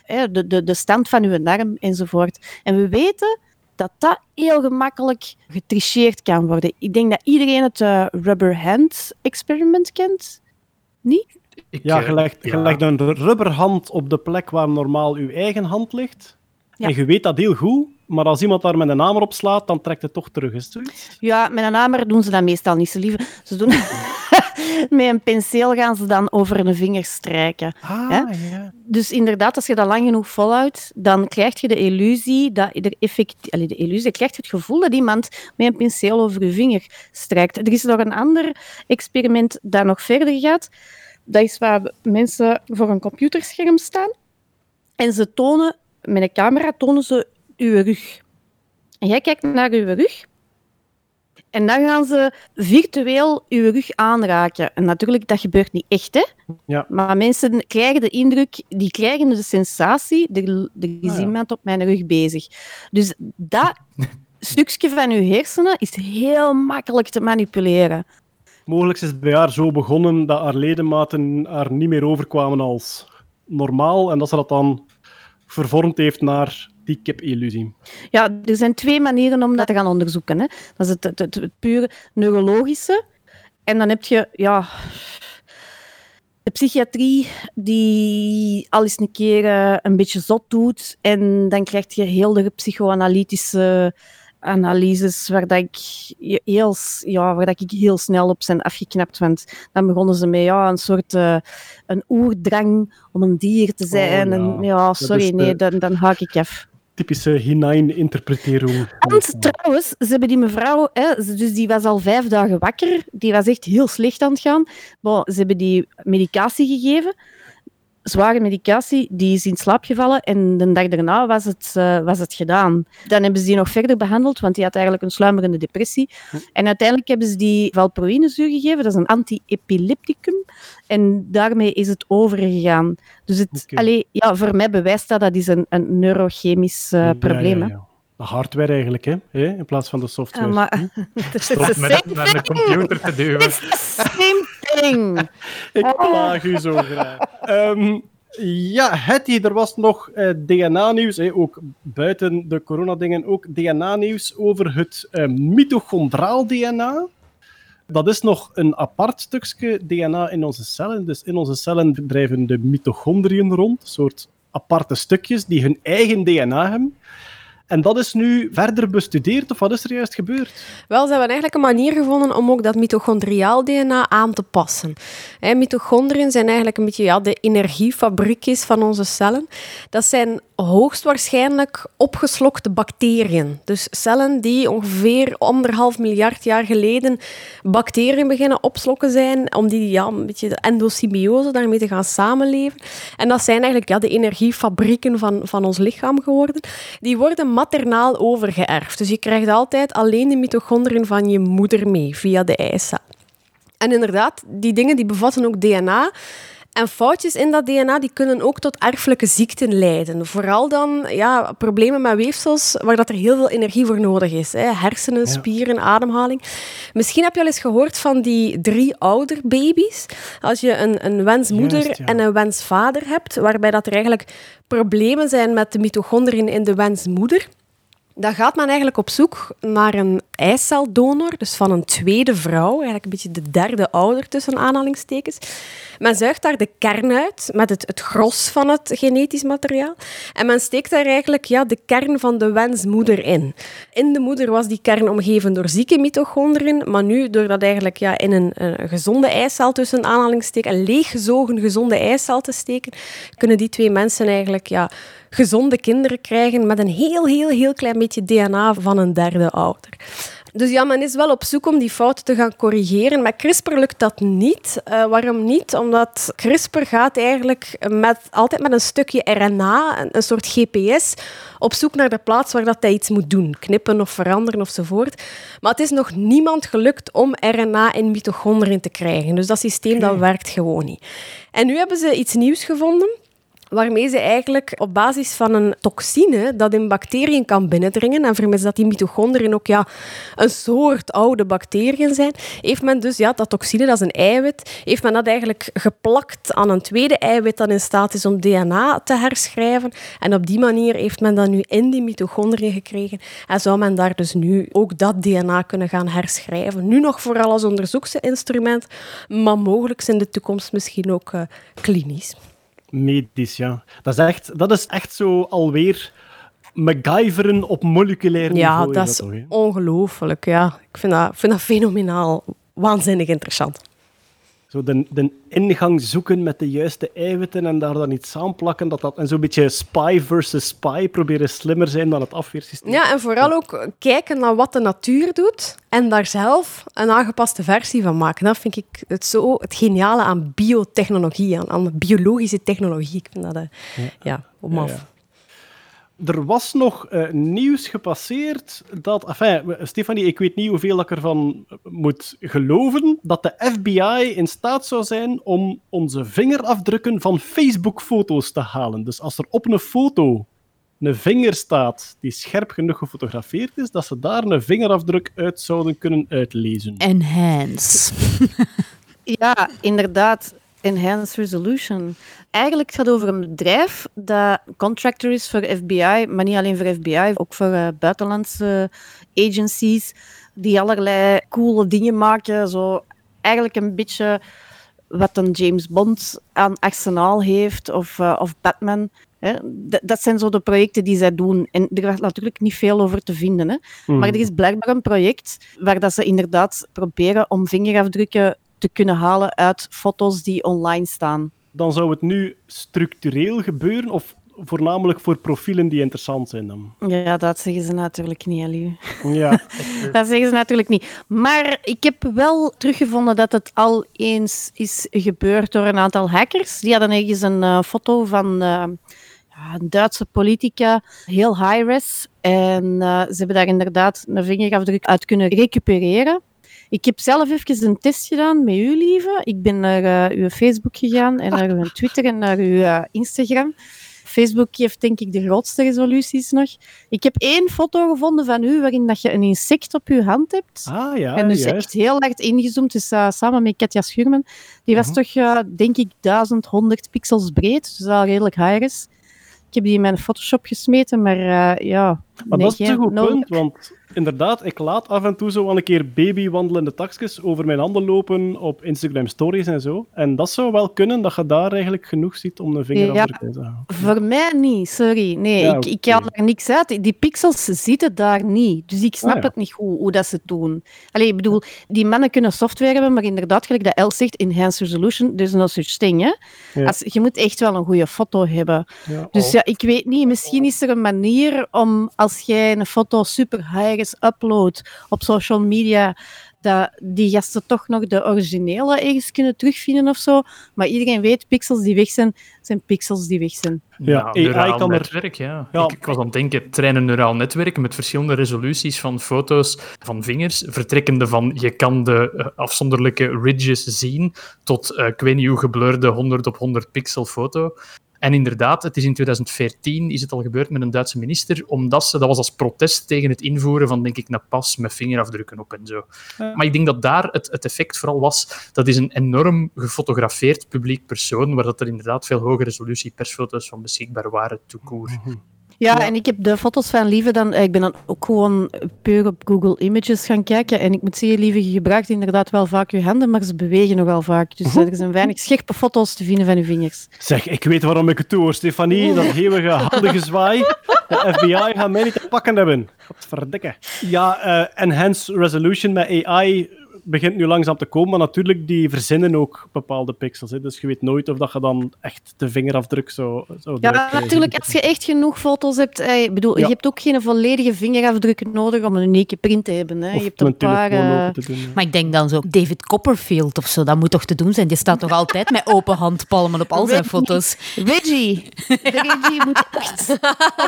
de stand van uw arm enzovoort. En we weten dat heel gemakkelijk getricheerd kan worden. Ik denk dat iedereen het rubber hand experiment kent. Niet? Je legt een rubberhand op de plek waar normaal uw eigen hand ligt. Ja. En je weet dat heel goed, maar als iemand daar met een hamer op slaat, dan trekt het toch terug. Is het zoiets? Ja, met een hamer doen ze dat meestal niet zo lief. Ze doen... met een penseel gaan ze dan over een vinger strijken. Ja. Dus inderdaad, als je dat lang genoeg volhoudt, dan krijg je de illusie dat je krijgt het gevoel dat iemand met een penseel over je vinger strijkt. Er is nog een ander experiment dat nog verder gaat. Dat is waar mensen voor een computerscherm staan en ze tonen, met een camera tonen ze uw rug. En jij kijkt naar uw rug en dan gaan ze virtueel uw rug aanraken. En natuurlijk, dat gebeurt niet echt, hè? Ja. Maar mensen krijgen de indruk, die krijgen de sensatie, er is iemand op mijn rug bezig. Dus dat stukje van uw hersenen is heel makkelijk te manipuleren. Mogelijk is het bij haar zo begonnen dat haar ledematen haar niet meer overkwamen als normaal en dat ze dat dan vervormd heeft naar die kip-illusie. Ja, er zijn 2 manieren om dat te gaan onderzoeken. Hè. Dat is het pure neurologische. En dan heb je de psychiatrie die al eens een keer een beetje zot doet. En dan krijg je heel de psychoanalytische analyses waar dat ik heel snel op zijn afgeknapt. Want dan begonnen ze met een soort een oerdrang om een dier te zijn. Dan haak ik af. Typische hinein-interpretering. En trouwens, ze hebben die mevrouw, dus die was al 5 dagen wakker, die was echt heel slecht aan het gaan. Ze hebben die medicatie gegeven, zware medicatie, die is in slaap gevallen en de dag daarna was het gedaan. Dan hebben ze die nog verder behandeld, want die had eigenlijk een sluimerende depressie. En uiteindelijk hebben ze die valproïnezuur gegeven, dat is een anti-epilepticum. En daarmee is het overgegaan. Dus voor mij bewijst dat is een neurochemisch probleem. Ja. De hardware eigenlijk, hè? In plaats van de software. Stop met mijn computer te duwen. Same thing. Ik plaag u zo graag. Hetty, er was nog DNA-nieuws, ook buiten de coronadingen, ook DNA-nieuws over het mitochondraal DNA. Dat is nog een apart stukje DNA in onze cellen. Dus in onze cellen drijven de mitochondriën rond, een soort aparte stukjes die hun eigen DNA hebben. En dat is nu verder bestudeerd, of wat is er juist gebeurd? Wel, ze hebben eigenlijk een manier gevonden om ook dat mitochondriaal DNA aan te passen. Mitochondriën zijn eigenlijk een beetje de energiefabriekjes van onze cellen. Dat zijn hoogstwaarschijnlijk opgeslokte bacteriën. Dus cellen die ongeveer 1,5 miljard jaar geleden bacteriën beginnen opslokken zijn, om die een beetje de endosymbiose daarmee te gaan samenleven. En dat zijn eigenlijk de energiefabrieken van ons lichaam geworden. Die worden maternaal overgeërfd. Dus je krijgt altijd alleen de mitochondriën van je moeder mee, via de eicel. En inderdaad, die dingen die bevatten ook DNA. En foutjes in dat DNA die kunnen ook tot erfelijke ziekten leiden. Vooral dan problemen met weefsels waar dat er heel veel energie voor nodig is. Hè. Hersenen, spieren, ademhaling. Misschien heb je al eens gehoord van die 3 ouderbaby's. Als je een wensmoeder en een wensvader hebt, waarbij dat er eigenlijk problemen zijn met de mitochondriën in de wensmoeder, dan gaat men eigenlijk op zoek naar een eiceldonor, dus van een tweede vrouw, eigenlijk een beetje de derde ouder tussen aanhalingstekens. Men zuigt daar de kern uit met het gros van het genetisch materiaal en men steekt daar eigenlijk de kern van de wensmoeder in. In de moeder was die kern omgeven door zieke mitochondriën, maar nu, door dat eigenlijk in een gezonde eicel tussen aanhalingstekens, een leeggezogen gezonde eicel te steken, kunnen die 2 mensen eigenlijk gezonde kinderen krijgen met een heel klein beetje DNA van een derde ouder. Dus men is wel op zoek om die fouten te gaan corrigeren. Met CRISPR lukt dat niet. Waarom niet? Omdat CRISPR gaat eigenlijk altijd met een stukje RNA, een soort GPS, op zoek naar de plaats waar dat hij iets moet doen. Knippen of veranderen ofzovoort. Maar het is nog niemand gelukt om RNA in mitochondriën te krijgen. Dus dat systeem dat werkt gewoon niet. En nu hebben ze iets nieuws gevonden, waarmee ze eigenlijk op basis van een toxine dat in bacteriën kan binnendringen, en vermits dat die mitochondriën ook een soort oude bacteriën zijn, heeft men dus dat toxine, dat is een eiwit, heeft men dat eigenlijk geplakt aan een tweede eiwit dat in staat is om DNA te herschrijven. En op die manier heeft men dat nu in die mitochondriën gekregen en zou men daar dus nu ook dat DNA kunnen gaan herschrijven. Nu nog vooral als onderzoeksinstrument, maar mogelijk in de toekomst misschien ook klinisch. Medisch, ja. Dat is echt zo alweer MacGyveren op moleculair niveau. Ja, dat is ongelooflijk. Ja. Ik vind dat fenomenaal, waanzinnig interessant. Zo de ingang zoeken met de juiste eiwitten en daar dan iets aanplakken. En zo'n beetje spy versus spy, proberen slimmer zijn dan het afweersysteem. Ja, en vooral ook kijken naar wat de natuur doet en daar zelf een aangepaste versie van maken. Dat vind ik het geniale aan biotechnologie, aan biologische technologie. Ik vind dat omaf. Ja. Er was nog nieuws gepasseerd dat... Stefanie, ik weet niet hoeveel ik ervan moet geloven, dat de FBI in staat zou zijn om onze vingerafdrukken van Facebook-foto's te halen. Dus als er op een foto een vinger staat die scherp genoeg gefotografeerd is, dat ze daar een vingerafdruk uit zouden kunnen uitlezen. Enhance. Ja, inderdaad. Enhanced Resolution. Eigenlijk gaat het over een bedrijf dat contractor is voor FBI, maar niet alleen voor FBI, ook voor buitenlandse agencies die allerlei coole dingen maken. Zo eigenlijk een beetje wat een James Bond aan arsenaal heeft of Batman. Hè. Dat zijn zo de projecten die zij doen. En er is natuurlijk niet veel over te vinden. Hè. Maar er is blijkbaar een project waar dat ze inderdaad proberen om vingerafdrukken te kunnen halen uit foto's die online staan. Dan zou het nu structureel gebeuren of voornamelijk voor profielen die interessant zijn dan? Ja, dat zeggen ze natuurlijk niet, Alieu. Ja. Dat zeggen ze natuurlijk niet. Maar ik heb wel teruggevonden dat het al eens is gebeurd door een aantal hackers. Die hadden ergens een foto van een Duitse politica, heel high-res. En ze hebben daar inderdaad een vingerafdruk uit kunnen recupereren. Ik heb zelf even een test gedaan met u, lieve. Ik ben naar uw Facebook gegaan en naar uw Twitter en naar uw Instagram. Facebook heeft denk ik de grootste resoluties nog. Ik heb 1 foto gevonden van u waarin dat je een insect op je hand hebt. Ah ja, en dus juist. echt heel hard ingezoomd. Dus samen met Katja Schuurman. Die was toch, denk ik, 1100 pixels breed. Dus dat is redelijk high-res. Ik heb die in mijn Photoshop gesmeten, maar Maar dat is een goed punt, want inderdaad, ik laat af en toe zo wel een keer babywandelende takjes over mijn handen lopen op Instagram Stories en zo. En dat zou wel kunnen, dat je daar eigenlijk genoeg ziet om een vingerafdruk te zetten. Voor mij niet, sorry. Nee, Ja, ik haal daar niks uit. Die pixels zitten daar niet. Dus ik snap het niet goed hoe dat ze het doen. Allee, ik bedoel, die mannen kunnen software hebben, maar inderdaad, gelijk dat El zegt, enhanced resolution, there's no such thing. Hè? Ja. Je moet echt wel een goede foto hebben. Ja, Dus ja, ik weet niet, misschien is er een manier om, als jij een foto super high-res uploadt op social media, dat die gasten toch nog de originele ergens kunnen terugvinden of zo. Maar iedereen weet, pixels die weg zijn pixels die weg zijn. Ja, AI neuraal kan er... netwerk, ja. Ja. Ik was aan het denken, trainen neuraal netwerken met verschillende resoluties van foto's van vingers, vertrekkende van je kan de afzonderlijke ridges zien tot ik weet niet hoe geblurde 100 op 100 pixel foto. En inderdaad, het is in 2014 is het al gebeurd met een Duitse minister, omdat dat was als protest tegen het invoeren van, denk ik, een pas met vingerafdrukken op en zo. Maar ik denk dat daar het effect vooral was, dat is een enorm gefotografeerd publiek persoon, waar dat er inderdaad veel hoge resolutie persfoto's van beschikbaar waren, tout court. Ja, en ik heb de foto's van Lieve dan... Ik ben dan ook gewoon puur op Google Images gaan kijken. En ik moet zeggen, Lieve, je gebruikt inderdaad wel vaak je handen, maar ze bewegen nogal vaak. Dus er zijn weinig scherpe foto's te vinden van je vingers. Zeg, ik weet waarom ik het doe, Stefanie. Dat eeuwige handige zwaai. De FBI gaat mij niet te pakken hebben. Wat verdikke. Ja, enhanced resolution met AI begint nu langzaam te komen, maar natuurlijk, die verzinnen ook bepaalde pixels. Hè. Dus je weet nooit of dat je dan echt de vingerafdruk zou Ja, natuurlijk, als je echt genoeg foto's hebt... Ik bedoel, je hebt ook geen volledige vingerafdruk nodig om een unieke print te hebben. Hè. Je hebt een paar... Maar ik denk dan zo, David Copperfield of zo, dat moet toch te doen zijn? Die staat toch altijd met open handpalmen op al zijn foto's? Reggie! Reggie moet echt...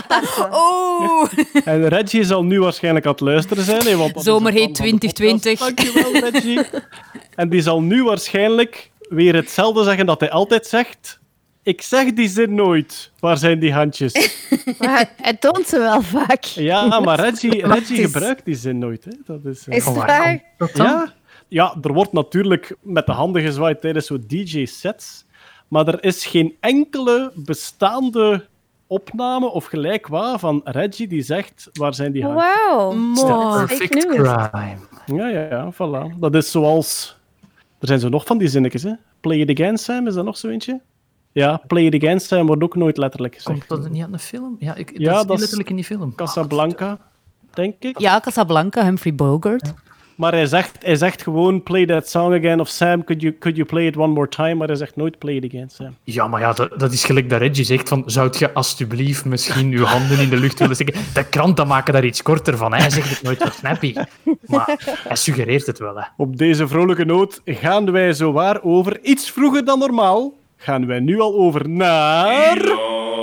Oh! En Reggie zal nu waarschijnlijk aan het luisteren zijn. Hè, want dat Zomerheet 2020. Dankjewel, Reggie. En die zal nu waarschijnlijk weer hetzelfde zeggen dat hij altijd zegt. Ik zeg die zin nooit. Waar zijn die handjes? Maar hij toont ze wel vaak. Ja, maar Reggie gebruikt die zin nooit. Hè. Dat is het waar? Ja, er wordt natuurlijk met de handen gezwaaid tijdens zo'n DJ-sets. Maar er is geen enkele bestaande opname of gelijk wat van Reggie die zegt, waar zijn die handjes? Wauw, mooi. Perfect crime. Ja, voilà. Dat is zoals... Er zijn zo nog van die zinnetjes, hè. Play it again, Sam, is dat nog zo eentje? Ja, Play it again, Sam wordt ook nooit letterlijk gezegd. Komt dat niet uit een film? Ja, dat is dat niet is letterlijk in die film. Casablanca, denk ik. Ja, Casablanca, Humphrey Bogart. Maar hij zegt gewoon, play that song again, of Sam, could you play it one more time? Maar hij zegt nooit, play it again, Sam. Ja, maar ja, dat is gelijk dat Reggie zegt van, zou je alsjeblieft misschien uw handen in de lucht willen steken? De kranten maken daar iets korter van. Hij zegt het nooit zo snappy. Maar hij suggereert het wel. Hè. Op deze vrolijke noot gaan wij zowaar over, iets vroeger dan normaal, gaan wij nu al over naar...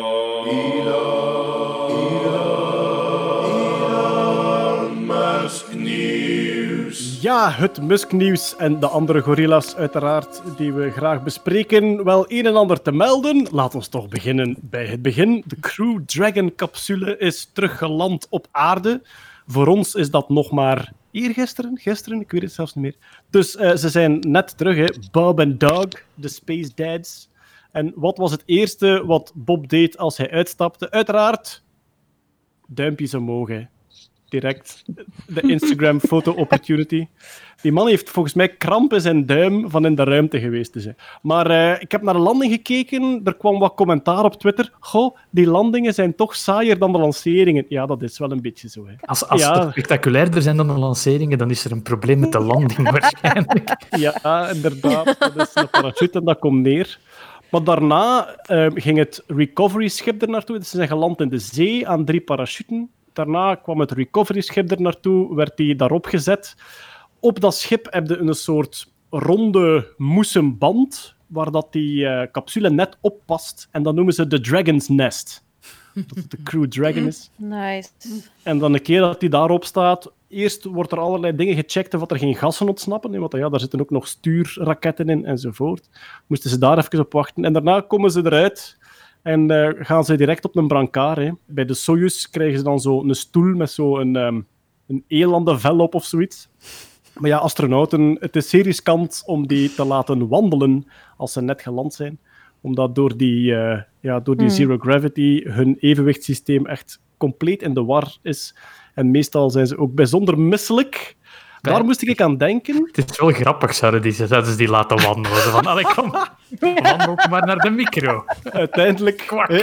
Ja, het Musk-nieuws en de andere gorilla's uiteraard die we graag bespreken. Wel een en ander te melden. Laat ons toch beginnen bij het begin. De Crew Dragon-capsule is teruggeland op aarde. Voor ons is dat nog maar gisteren, ik weet het zelfs niet meer. Dus ze zijn net terug, hè. Bob en Doug, de Space Dads. En wat was het eerste wat Bob deed als hij uitstapte? Uiteraard, duimpjes omhoog, hè. Direct de Instagram photo opportunity. Die man heeft volgens mij kramp in zijn duim van in de ruimte geweest te zijn. Maar ik heb naar de landing gekeken. Er kwam wat commentaar op Twitter. Goh, die landingen zijn toch saaier dan de lanceringen. Ja, dat is wel een beetje zo. Hè. Als ze spectaculairder zijn dan de lanceringen, dan is er een probleem met de landing waarschijnlijk. Ja, inderdaad. Dat is een parachute en dat komt neer. Maar daarna ging het recovery-schip er naartoe. Dus ze zijn geland in de zee aan 3 parachuten. Daarna kwam het recovery-schip er naartoe, werd die daarop gezet. Op dat schip heb je een soort ronde moesen band, waar dat die capsule net op past. En dat noemen ze de Dragon's Nest. Dat het de Crew Dragon is. Nice. En dan een keer dat die daarop staat, eerst wordt er allerlei dingen gecheckt of er geen gassen ontsnappen. Want ja, daar zitten ook nog stuurraketten in enzovoort. Moesten ze daar even op wachten. En daarna komen ze eruit... En gaan ze direct op een brancard. Hè. Bij de Soyuz krijgen ze dan zo een stoel met zo'n elandenvel op of zoiets. Maar ja, astronauten, het is zeer riskant om die te laten wandelen als ze net geland zijn. Omdat door die zero gravity hun evenwichtssysteem echt compleet in de war is. En meestal zijn ze ook bijzonder misselijk. Daar moest ik aan denken. Het is wel grappig, zouden ze die laten wandelen. Van, allee, kom, wandel maar naar de micro. Uiteindelijk,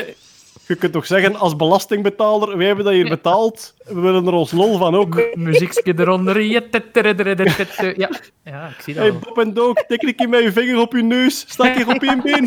je kunt toch zeggen, als belastingbetaler, wij hebben dat hier betaald, we willen er ons lol van ook. Muziekje eronder. Ja, ik zie dat hey, Bob en Doug, tik een keer met je vinger op je neus, sta ik op één been.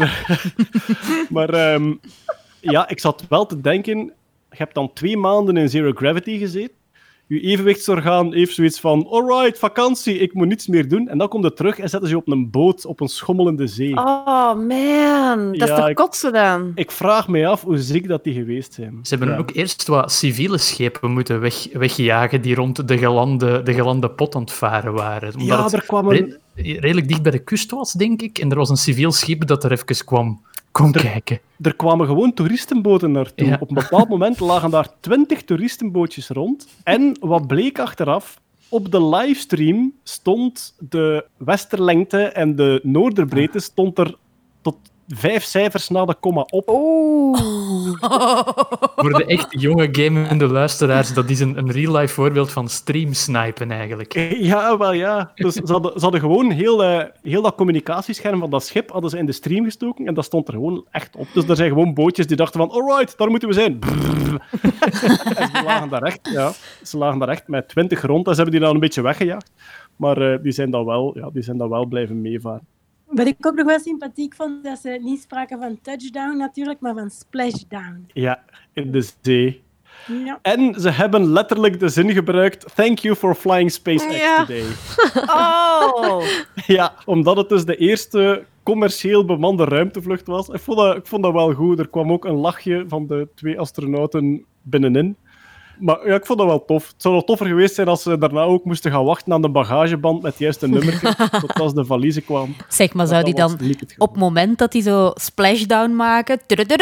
Maar ik zat wel te denken, je hebt dan 2 maanden in Zero Gravity gezeten. je evenwichtsorgaan heeft zoiets van alright, vakantie, ik moet niets meer doen. En dan komt het terug en zetten ze je op een boot op een schommelende zee. Oh man, dat is toch kotsen dan? Ik vraag me af hoe ziek dat die geweest zijn. Ze hebben ook eerst wat civiele schepen moeten wegjagen die rond de gelande pot aan het varen waren. Omdat het er kwam een... redelijk dicht bij de kust was, denk ik. En er was een civiel schip dat er even kwam kijken. Er kwamen gewoon toeristenboten naartoe. Ja. Op een bepaald moment lagen daar 20 toeristenbootjes rond. En wat bleek achteraf? Op de livestream stond de westerlengte en de noorderbreedte stond er tot 5 cijfers na de komma op. Voor de echt jonge gamende luisteraars, dat is een real-life voorbeeld van streamsnipen eigenlijk. Ja, wel ja. Dus ze hadden gewoon heel dat communicatiescherm van dat schip hadden ze in de stream gestoken en dat stond er gewoon echt op. Dus er zijn gewoon bootjes die dachten van alright, daar moeten we zijn. En ze lagen daar echt met 20 rond en ze hebben die dan een beetje weggejaagd. Maar die zijn dan wel blijven meevaren. Wat ik ook nog wel sympathiek vond, dat ze niet spraken van touchdown natuurlijk, maar van splashdown. Ja, in de zee. Ja. En ze hebben letterlijk de zin gebruikt, thank you for flying SpaceX today. Oh! Ja, omdat het dus de eerste commercieel bemande ruimtevlucht was. Ik vond dat wel goed. Er kwam ook een lachje van de 2 astronauten binnenin. Maar ja, ik vond dat wel tof. Het zou wel toffer geweest zijn als ze daarna ook moesten gaan wachten aan de bagageband met het juiste nummer, tot als de valiezen kwamen. Zeg maar, zou die dan op het moment dat die zo splashdown maken...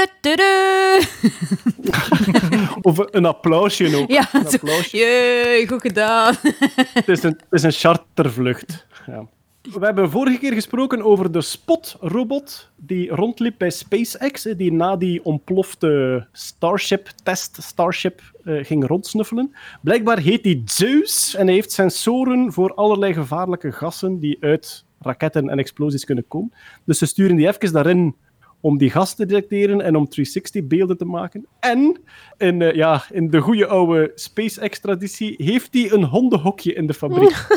Of een applausje ook. Ja, een applausje. Jee, goed gedaan. Het is een chartervlucht. Ja. We hebben vorige keer gesproken over de Spot-robot die rondliep bij SpaceX, die na die ontplofte Starship ging rondsnuffelen. Blijkbaar heet die Zeus en hij heeft sensoren voor allerlei gevaarlijke gassen die uit raketten en explosies kunnen komen. Dus ze sturen die even daarin om die gas te detecteren en om 360-beelden te maken. En in de goede oude SpaceX-traditie heeft hij een hondenhokje in de fabriek.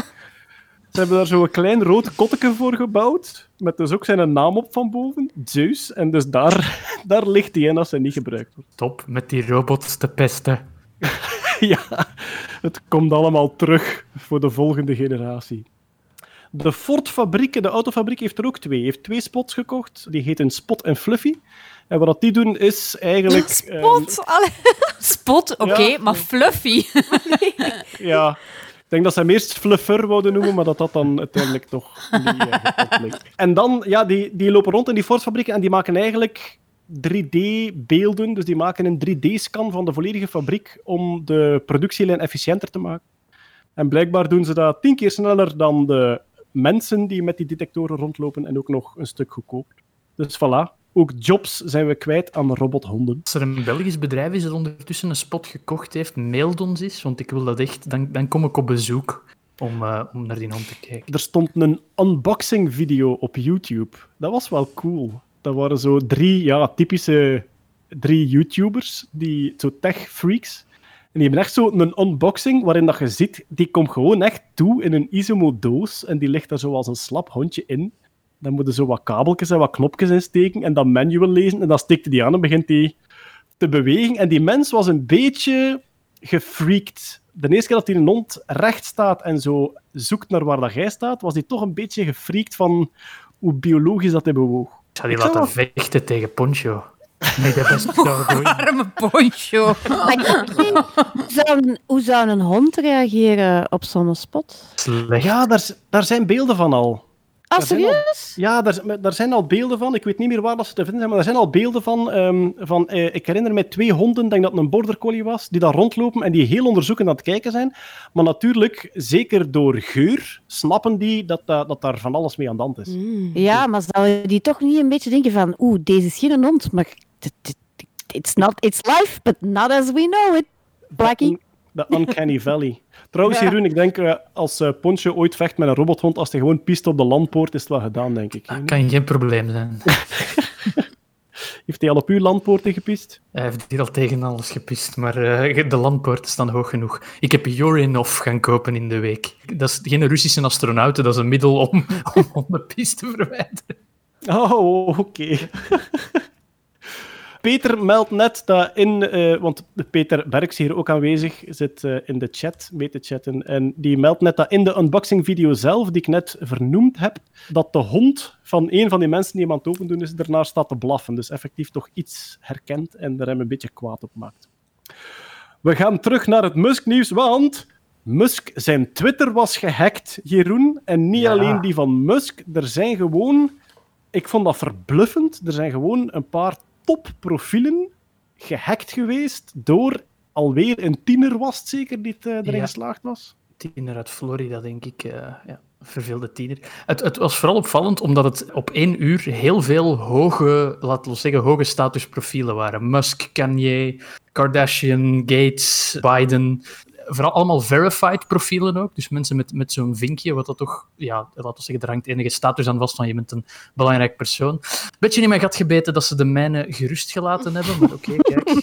Ze hebben daar zo'n klein rood kotteke voor gebouwd, met dus ook zijn naam op van boven, Zeus. En dus daar ligt hij in als hij niet gebruikt wordt. Stop met die robots te pesten. Ja, het komt allemaal terug voor de volgende generatie. De Ford-fabriek, de autofabriek, heeft er ook 2. Heeft 2 spots gekocht. Die heten Spot en Fluffy. En wat die doen is eigenlijk... Spot? Spot, oké, maar Fluffy. Ja... Ik denk dat ze hem eerst Fluffer wouden noemen, maar dat dan uiteindelijk toch niet bleek. En dan, ja, die lopen rond in die Ford-fabrieken en die maken eigenlijk 3D-beelden. Dus die maken een 3D-scan van de volledige fabriek om de productielijn efficiënter te maken. En blijkbaar doen ze dat 10 keer sneller dan de mensen die met die detectoren rondlopen en ook nog een stuk goedkoper. Dus voilà. Ook jobs zijn we kwijt aan robothonden. Als er een Belgisch bedrijf is dat ondertussen een Spot gekocht heeft, mailt ons eens, want ik wil dat echt... Dan kom ik op bezoek om naar die hond te kijken. Er stond een unboxing-video op YouTube. Dat was wel cool. Dat waren zo 3 typische 3 YouTubers, zo tech-freaks. En die hebben echt zo een unboxing waarin dat je ziet, die komt gewoon echt toe in een Isomo-doos en die ligt daar zo als een slap hondje in. Dan moeten zo wat kabeltjes en wat knopjes insteken en dan manual lezen. En dan steekt hij die aan en begint hij te bewegen. En die mens was een beetje gefreakt. De eerste keer dat die een hond recht staat en zo zoekt naar waar dat jij staat, was hij toch een beetje gefreakt van hoe biologisch dat hij bewoog. Ik zou die laten vechten tegen Poncho. Nee, dat is toch goed. Arme Poncho. Hoe zou een hond reageren op zo'n spot? Slecht. Ja, daar zijn beelden van al. Ah, serieus? Ja, daar zijn al beelden van. Ik weet niet meer waar dat ze te vinden zijn, maar er zijn al beelden van ik herinner me 2 honden, ik denk dat het een border collie was, die daar rondlopen en die heel onderzoekend aan het kijken zijn. Maar natuurlijk, zeker door geur, snappen die dat daar van alles mee aan de hand is. Ja, maar zou je die toch niet een beetje denken van deze is geen hond, maar it's life, but not as we know it, Blackie. De Uncanny Valley. Trouwens, Jeroen, ik denk als Poncho ooit vecht met een robothond, als hij gewoon piest op de landpoort, is het wel gedaan, denk ik. Dat kan geen probleem zijn. Heeft hij al op uw landpoorten gepist? Hij heeft hier al tegen alles gepist, maar de landpoorten staan hoog genoeg. Ik heb Urinov gaan kopen in de week. Dat is geen Russische astronauten, dat is een middel om de pis te verwijderen. Oh, oké. Peter meldt net dat want Peter Berks hier ook aanwezig, zit in de chat mee te chatten. En die meldt net dat in de unboxing-video zelf, die ik net vernoemd heb, dat de hond van een van die mensen die hem aan het open doen is, ernaar staat te blaffen. Dus effectief toch iets herkent en er hem een beetje kwaad op maakt. We gaan terug naar het Musk-nieuws, want Musk zijn Twitter was gehackt, Jeroen. En niet alleen die van Musk. Er zijn gewoon... Ik vond dat verbluffend. Er zijn gewoon een paar topprofielen gehackt geweest door alweer een tiener, was het zeker, die erin geslaagd was? Tiener uit Florida, denk ik. Verveelde tiener. Het was vooral opvallend omdat het op 1 uur heel veel hoge statusprofielen waren. Musk, Kanye, Kardashian, Gates, Biden. Vooral allemaal verified profielen ook. Dus mensen met zo'n vinkje, wat dat toch... Ja, laten we zeggen, er hangt enige status aan vast van je bent een belangrijk persoon. Beetje in mijn gat gebeten dat ze de mijne gerust gelaten hebben, maar oké, kijk.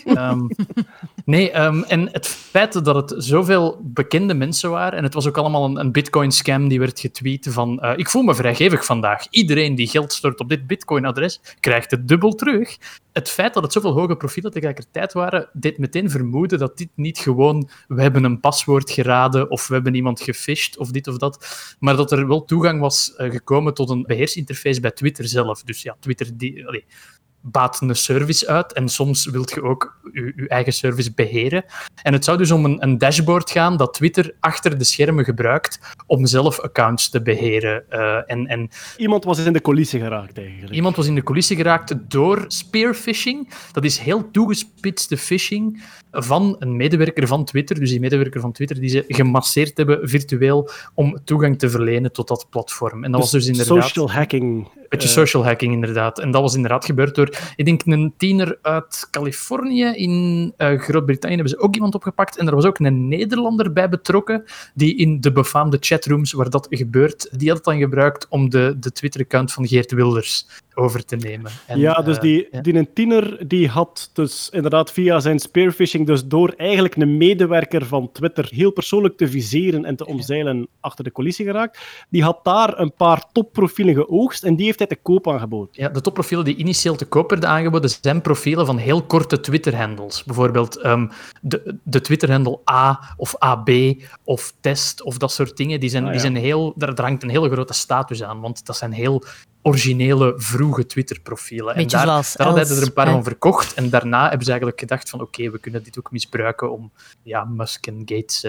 En het feit dat het zoveel bekende mensen waren, en het was ook allemaal een bitcoin-scam die werd getweet van ik voel me vrijgevig vandaag. Iedereen die geld stort op dit bitcoin-adres, krijgt het dubbel terug. Het feit dat het zoveel hoge profielen tegelijkertijd waren, deed meteen vermoeden dat dit niet gewoon we hebben een paswoord geraden of we hebben iemand gefisht of dit of dat, maar dat er wel toegang was gekomen tot een beheersinterface bij Twitter zelf. Dus ja, Twitter baat een service uit en soms wilt je ook je eigen service beheren. En het zou dus om een dashboard gaan dat Twitter achter de schermen gebruikt om zelf accounts te beheren. Iemand was in de coulissen geraakt, eigenlijk. Iemand was in de coulissen geraakt door spearphishing. Dat is heel toegespitste phishing van een medewerker van Twitter. Dus die medewerker van Twitter die ze gemasseerd hebben virtueel om toegang te verlenen tot dat platform. En dat was dus inderdaad... Social hacking. Beetje social hacking, inderdaad. En dat was inderdaad gebeurd door, ik denk, een tiener uit Californië. In Groot-Brittannië hebben ze ook iemand opgepakt. En er was ook een Nederlander bij betrokken, die in de befaamde chatrooms waar dat gebeurt, die had het dan gebruikt om de Twitter-account van Geert Wilders over te nemen. En, dus die een tiener die had dus inderdaad via zijn spearphishing, dus door eigenlijk een medewerker van Twitter heel persoonlijk te viseren en te omzeilen achter de coulissen geraakt. Die had daar een paar topprofielen geoogst en die heeft hij te koop aangeboden. Ja, de topprofielen die initieel te koop werden aangeboden zijn profielen van heel korte Twitter-handles. Bijvoorbeeld de Twitter-handle A of AB of test of dat soort dingen. Die zijn heel, daar hangt een hele grote status aan, want dat zijn heel originele, vroege Twitter-profielen. En daar hadden ze er een paar van verkocht. En daarna hebben ze eigenlijk gedacht van oké, we kunnen dit ook misbruiken om Musk en Gates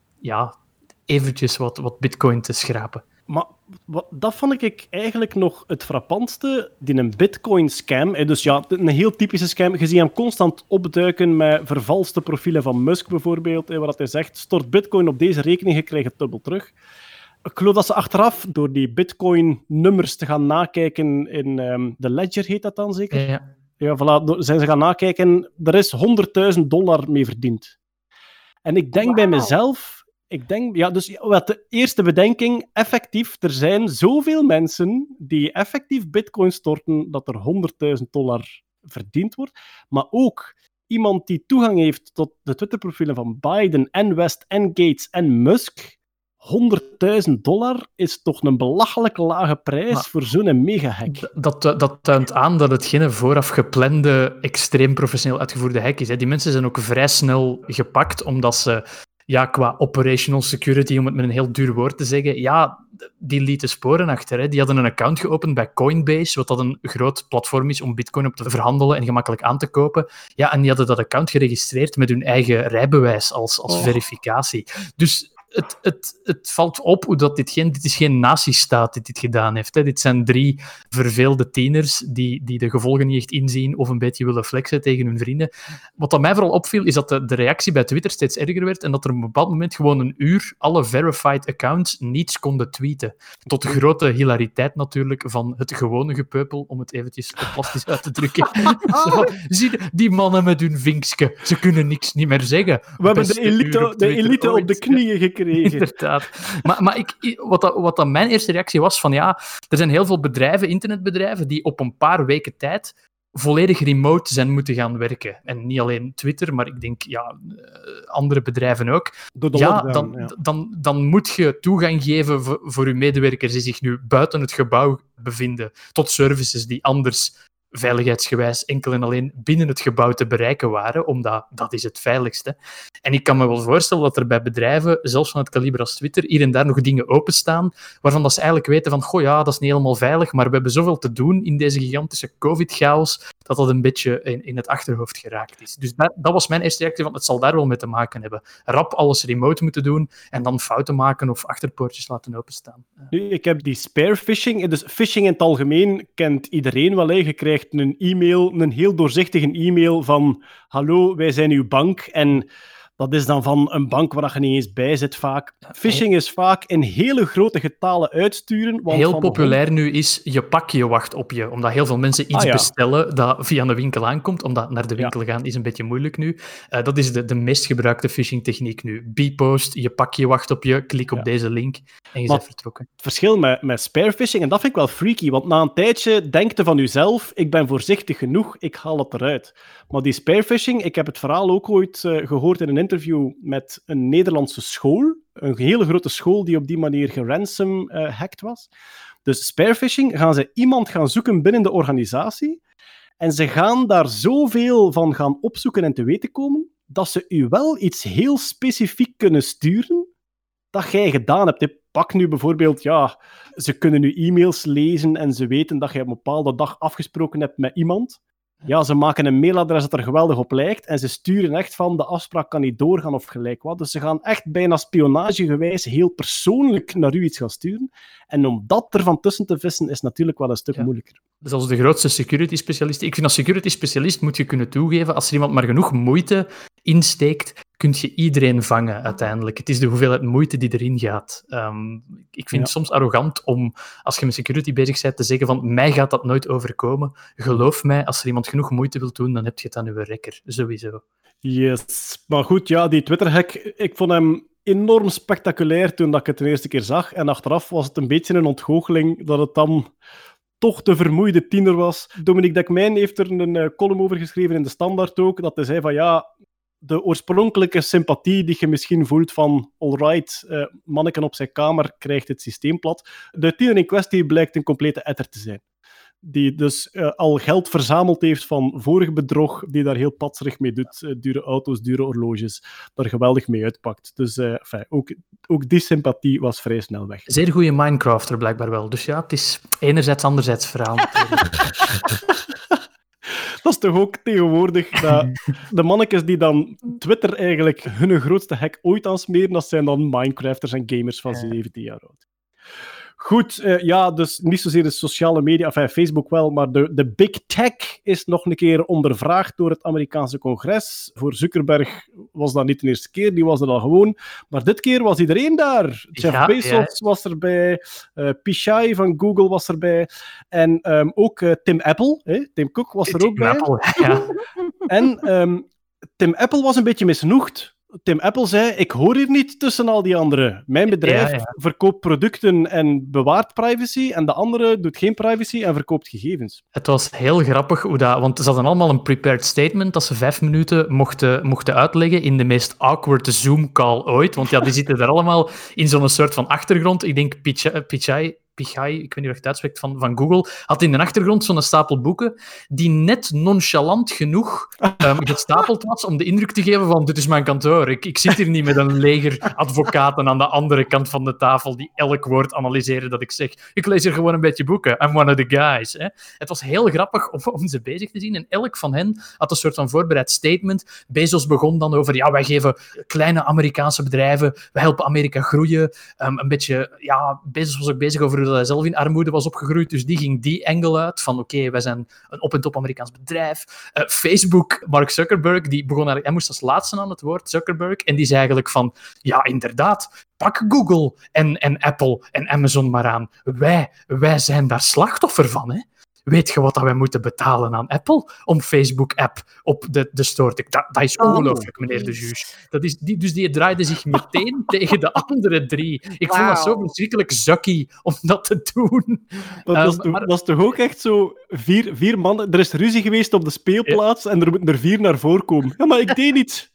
eventjes wat bitcoin te schrapen. Maar dat vond ik eigenlijk nog het frappantste, die een bitcoin-scam. Dus ja, een heel typische scam. Je ziet hem constant opduiken met vervalste profielen van Musk bijvoorbeeld, waar hij zegt, stort bitcoin op deze rekening, je krijgt het dubbel terug. Ik geloof dat ze achteraf, door die bitcoin-nummers te gaan nakijken in de Ledger, heet dat dan zeker? Ja, voilà, zijn ze gaan nakijken. Er is $100.000 mee verdiend. En ik denk bij mezelf... Dus de eerste bedenking, effectief, er zijn zoveel mensen die effectief bitcoin storten dat er $100.000 verdiend wordt. Maar ook iemand die toegang heeft tot de Twitter-profielen van Biden en West en Gates en Musk... $100.000 is toch een belachelijk lage prijs voor zo'n mega-hack. Dat toont aan dat het geen vooraf geplande, extreem professioneel uitgevoerde hack is. Hè. Die mensen zijn ook vrij snel gepakt, omdat ze qua operational security, om het met een heel duur woord te zeggen, die lieten sporen achter. Hè. Die hadden een account geopend bij Coinbase, wat dat een groot platform is om bitcoin op te verhandelen en gemakkelijk aan te kopen. Ja, en die hadden dat account geregistreerd met hun eigen rijbewijs als verificatie. Dus het valt op hoe dat dit is geen nazistaat die dit gedaan heeft. Hè. Dit zijn 3 verveelde tieners die de gevolgen niet echt inzien of een beetje willen flexen tegen hun vrienden. Wat dat mij vooral opviel, is dat de reactie bij Twitter steeds erger werd en dat er op een bepaald moment gewoon een uur alle verified accounts niets konden tweeten. Tot de grote hilariteit natuurlijk van het gewone gepeupel, om het eventjes plastisch uit te drukken. Zie die mannen met hun vinkske, ze kunnen niks niet meer zeggen. We hebben de elite op de knieën gekregen. Inderdaad. Maar wat dan mijn eerste reactie was van er zijn heel veel bedrijven, internetbedrijven, die op een paar weken tijd volledig remote zijn moeten gaan werken. En niet alleen Twitter, maar ik denk andere bedrijven ook. Dan moet je toegang geven voor je medewerkers die zich nu buiten het gebouw bevinden tot services die anders veiligheidsgewijs enkel en alleen binnen het gebouw te bereiken waren, omdat dat is het veiligste. En ik kan me wel voorstellen dat er bij bedrijven, zelfs van het kaliber als Twitter, hier en daar nog dingen openstaan, waarvan dat ze eigenlijk weten van, goh ja, dat is niet helemaal veilig, maar we hebben zoveel te doen in deze gigantische COVID-chaos, dat een beetje in het achterhoofd geraakt is. Dus dat was mijn eerste reactie, want het zal daar wel mee te maken hebben. Rap alles remote moeten doen en dan fouten maken of achterpoortjes laten openstaan. Nu, ik heb die spare phishing. Dus phishing in het algemeen kent iedereen wel. Hè. Je krijgt een e-mail, een heel doorzichtige e-mail van hallo, wij zijn uw bank. En dat is dan van een bank waar je niet eens bij zit vaak. Phishing is vaak in hele grote getalen uitsturen. Want heel populair nu is je pakje wacht op je. Omdat heel veel mensen iets bestellen dat via een winkel aankomt. Omdat naar de winkel gaan is een beetje moeilijk nu. Dat is de meest gebruikte phishing techniek nu. Bpost, je pakje wacht op je, klik op deze link en je bent vertrokken. Het verschil met spare phishing, en dat vind ik wel freaky, want na een tijdje denkt je van jezelf, ik ben voorzichtig genoeg, ik haal het eruit. Maar die spare phishing, ik heb het verhaal ook ooit gehoord in een interview met een Nederlandse school, een hele grote school die op die manier geransomhacked was. Dus spare phishing gaan ze iemand gaan zoeken binnen de organisatie en ze gaan daar zoveel van gaan opzoeken en te weten komen, dat ze u wel iets heel specifiek kunnen sturen dat jij gedaan hebt. Pak nu bijvoorbeeld, ze kunnen nu e-mails lezen en ze weten dat je op een bepaalde dag afgesproken hebt met iemand. Ja, ze maken een mailadres dat er geweldig op lijkt en ze sturen echt van de afspraak kan niet doorgaan of gelijk wat. Dus ze gaan echt bijna spionagegewijs heel persoonlijk naar u iets gaan sturen. En om dat ervan tussen te vissen is natuurlijk wel een stuk moeilijker. Dus als de grootste security specialist... Ik vind als security specialist moet je kunnen toegeven, als er iemand maar genoeg moeite insteekt, kun je iedereen vangen uiteindelijk. Het is de hoeveelheid moeite die erin gaat. Ik vind het soms arrogant om, als je met security bezig bent, te zeggen van mij gaat dat nooit overkomen. Geloof mij, als er iemand genoeg moeite wil doen, dan heb je het aan uw rekker. Sowieso. Yes. Maar goed, die Twitter-hack, ik vond hem enorm spectaculair toen ik het de eerste keer zag. En achteraf was het een beetje een ontgoocheling dat het dan toch de vermoeide tiener was. Dominique Dekmijn heeft er een column over geschreven in de Standaard ook, dat hij zei van de oorspronkelijke sympathie die je misschien voelt van alright, manneken op zijn kamer krijgt het systeem plat. De tiener in kwestie blijkt een complete etter te zijn. Die dus al geld verzameld heeft van vorig bedrog, die daar heel patserig mee doet. Dure auto's, dure horloges, daar geweldig mee uitpakt. Dus ook die sympathie was vrij snel weg. Zeer goede Minecrafter blijkbaar wel. Dus het is enerzijds anderzijds verhaal. Dat is toch ook tegenwoordig dat de mannetjes die dan Twitter eigenlijk hun grootste hack ooit aansmeren, dat zijn dan Minecrafters en gamers van 17 jaar oud. Goed, dus niet zozeer de sociale media, Facebook wel, maar de big tech is nog een keer ondervraagd door het Amerikaanse congres. Voor Zuckerberg was dat niet de eerste keer, die was er al gewoon. Maar dit keer was iedereen daar. Jeff Bezos was erbij, Pichai van Google was erbij, en ook Tim Apple, Tim Cook was er ook bij. Apple, ja. En Tim Apple was een beetje misnoegd. Tim Apple zei, ik hoor hier niet tussen al die anderen. Mijn bedrijf verkoopt producten en bewaart privacy, en de andere doet geen privacy en verkoopt gegevens. Het was heel grappig hoe dat... Want ze hadden allemaal een prepared statement dat ze 5 minuten mochten uitleggen in de meest awkward Zoom-call ooit. Want die zitten er allemaal in zo'n soort van achtergrond. Ik denk Pichai, ik weet niet hoe je het uitspreekt, van Google, had in de achtergrond zo'n stapel boeken die net nonchalant genoeg gestapeld was om de indruk te geven van dit is mijn kantoor. Ik zit hier niet met een leger advocaten aan de andere kant van de tafel die elk woord analyseren dat ik zeg. Ik lees hier gewoon een beetje boeken. I'm one of the guys. Hè. Het was heel grappig om ze bezig te zien en elk van hen had een soort van voorbereid statement. Bezos begon dan over, wij geven kleine Amerikaanse bedrijven, we helpen Amerika groeien. Een beetje, Bezos was ook bezig over dat hij zelf in armoede was opgegroeid, dus die ging die angle uit van oké, wij zijn een op-en-top Amerikaans bedrijf. Facebook, Mark Zuckerberg, die begon hij moest als laatste aan het woord, Zuckerberg, en die zei eigenlijk van, ja, inderdaad, pak Google en Apple en Amazon maar aan. Wij zijn daar slachtoffer van, hè. Weet je wat wij moeten betalen aan Apple om Facebook-app op de store te... Dat is ongelooflijk, meneer de juge. Dus die draaide zich meteen tegen de andere 3. Ik vond dat zo verschrikkelijk zukkie om dat te doen. Dat is toch ook echt zo 4 mannen... Er is ruzie geweest op de speelplaats en er moeten er 4 naar voren komen. Ja, maar ik deed niets.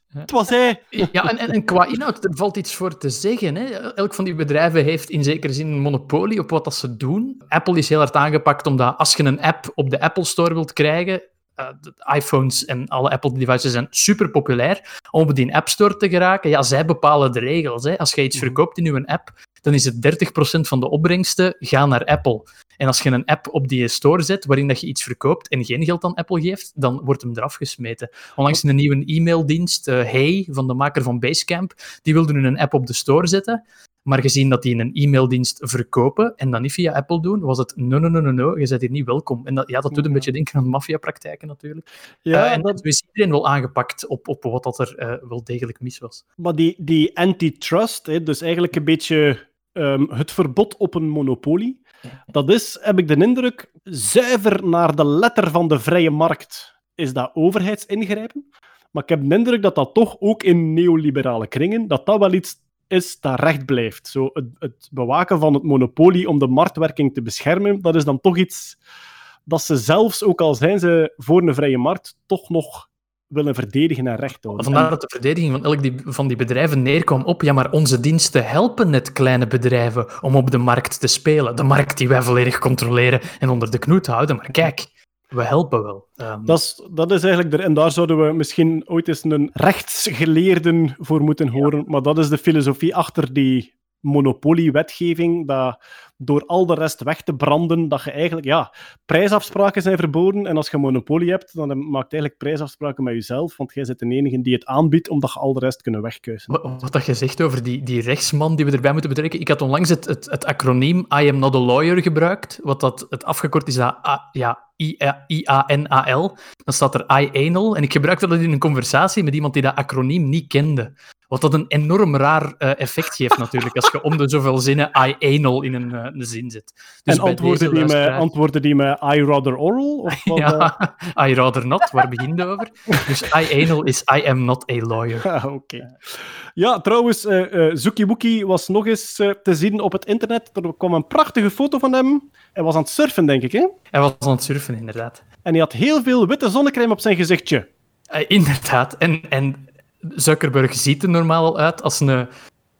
Het was hij. Ja, en qua inhoud, er valt iets voor te zeggen. Hè. Elk van die bedrijven heeft in zekere zin een monopolie op wat dat ze doen. Apple is heel hard aangepakt omdat als je een app op de Apple Store wilt krijgen, de iPhones en alle Apple devices zijn super populair, om op die App Store te geraken, ja, zij bepalen de regels. Hè. Als je iets verkoopt in je app, dan is het 30% van de opbrengsten gaan naar Apple. En als je een app op die store zet waarin dat je iets verkoopt en geen geld aan Apple geeft, dan wordt hem eraf gesmeten. Onlangs een nieuwe e-maildienst, Hey, van de maker van Basecamp, die wilde nu een app op de store zetten, maar gezien dat die een e-maildienst verkopen en dat niet via Apple doen, was het no, je bent hier niet welkom. En dat doet een beetje denken aan maffiapraktijken natuurlijk. Ja, en dat is iedereen wel aangepakt op wat dat er wel degelijk mis was. Maar die antitrust, hè, dus eigenlijk een beetje het verbod op een monopolie, dat is, heb ik de indruk, zuiver naar de letter van de vrije markt is dat overheidsingrijpen. Maar ik heb de indruk dat dat toch ook in neoliberale kringen, dat wel iets is dat recht blijft. Zo, het bewaken van het monopolie om de marktwerking te beschermen, dat is dan toch iets dat ze zelfs, ook al zijn ze voor een vrije markt, toch nog willen verdedigen en recht houden. Vandaar dat de verdediging van elk van die bedrijven neerkwam op, ja, maar onze diensten helpen net kleine bedrijven om op de markt te spelen. De markt die wij volledig controleren en onder de knoet houden. Maar kijk, we helpen wel. Dat is eigenlijk en daar zouden we misschien ooit eens een rechtsgeleerden voor moeten horen, maar dat is de filosofie achter die monopoliewetgeving, dat door al de rest weg te branden, dat je eigenlijk, prijsafspraken zijn verboden, en als je een monopolie hebt, dan maakt eigenlijk prijsafspraken met jezelf, want jij bent de enige die het aanbiedt, omdat je al de rest kunnen wegkuisen. Wat dat je zegt over die rechtsman die we erbij moeten betrekken, ik had onlangs het acroniem I am not a lawyer gebruikt, wat dat het afgekort is dat I-A-N-A-L, dan staat er I-anal, en ik gebruikte dat in een conversatie met iemand die dat acroniem niet kende. Wat dat een enorm raar effect geeft natuurlijk, als je om de zoveel zinnen I-anal in een zin zet. Dus en antwoorden die met I rather oral? Of wat, ja, I rather not, waar begint het over? Dus I-anal is I am not a lawyer. Oké. Ja, trouwens, Zoekie Woekie was nog eens te zien op het internet. Er kwam een prachtige foto van hem. Hij was aan het surfen, denk ik, hè? Hij was aan het surfen, inderdaad. En hij had heel veel witte zonnecrème op zijn gezichtje. Inderdaad. En Zuckerberg ziet er normaal al uit als een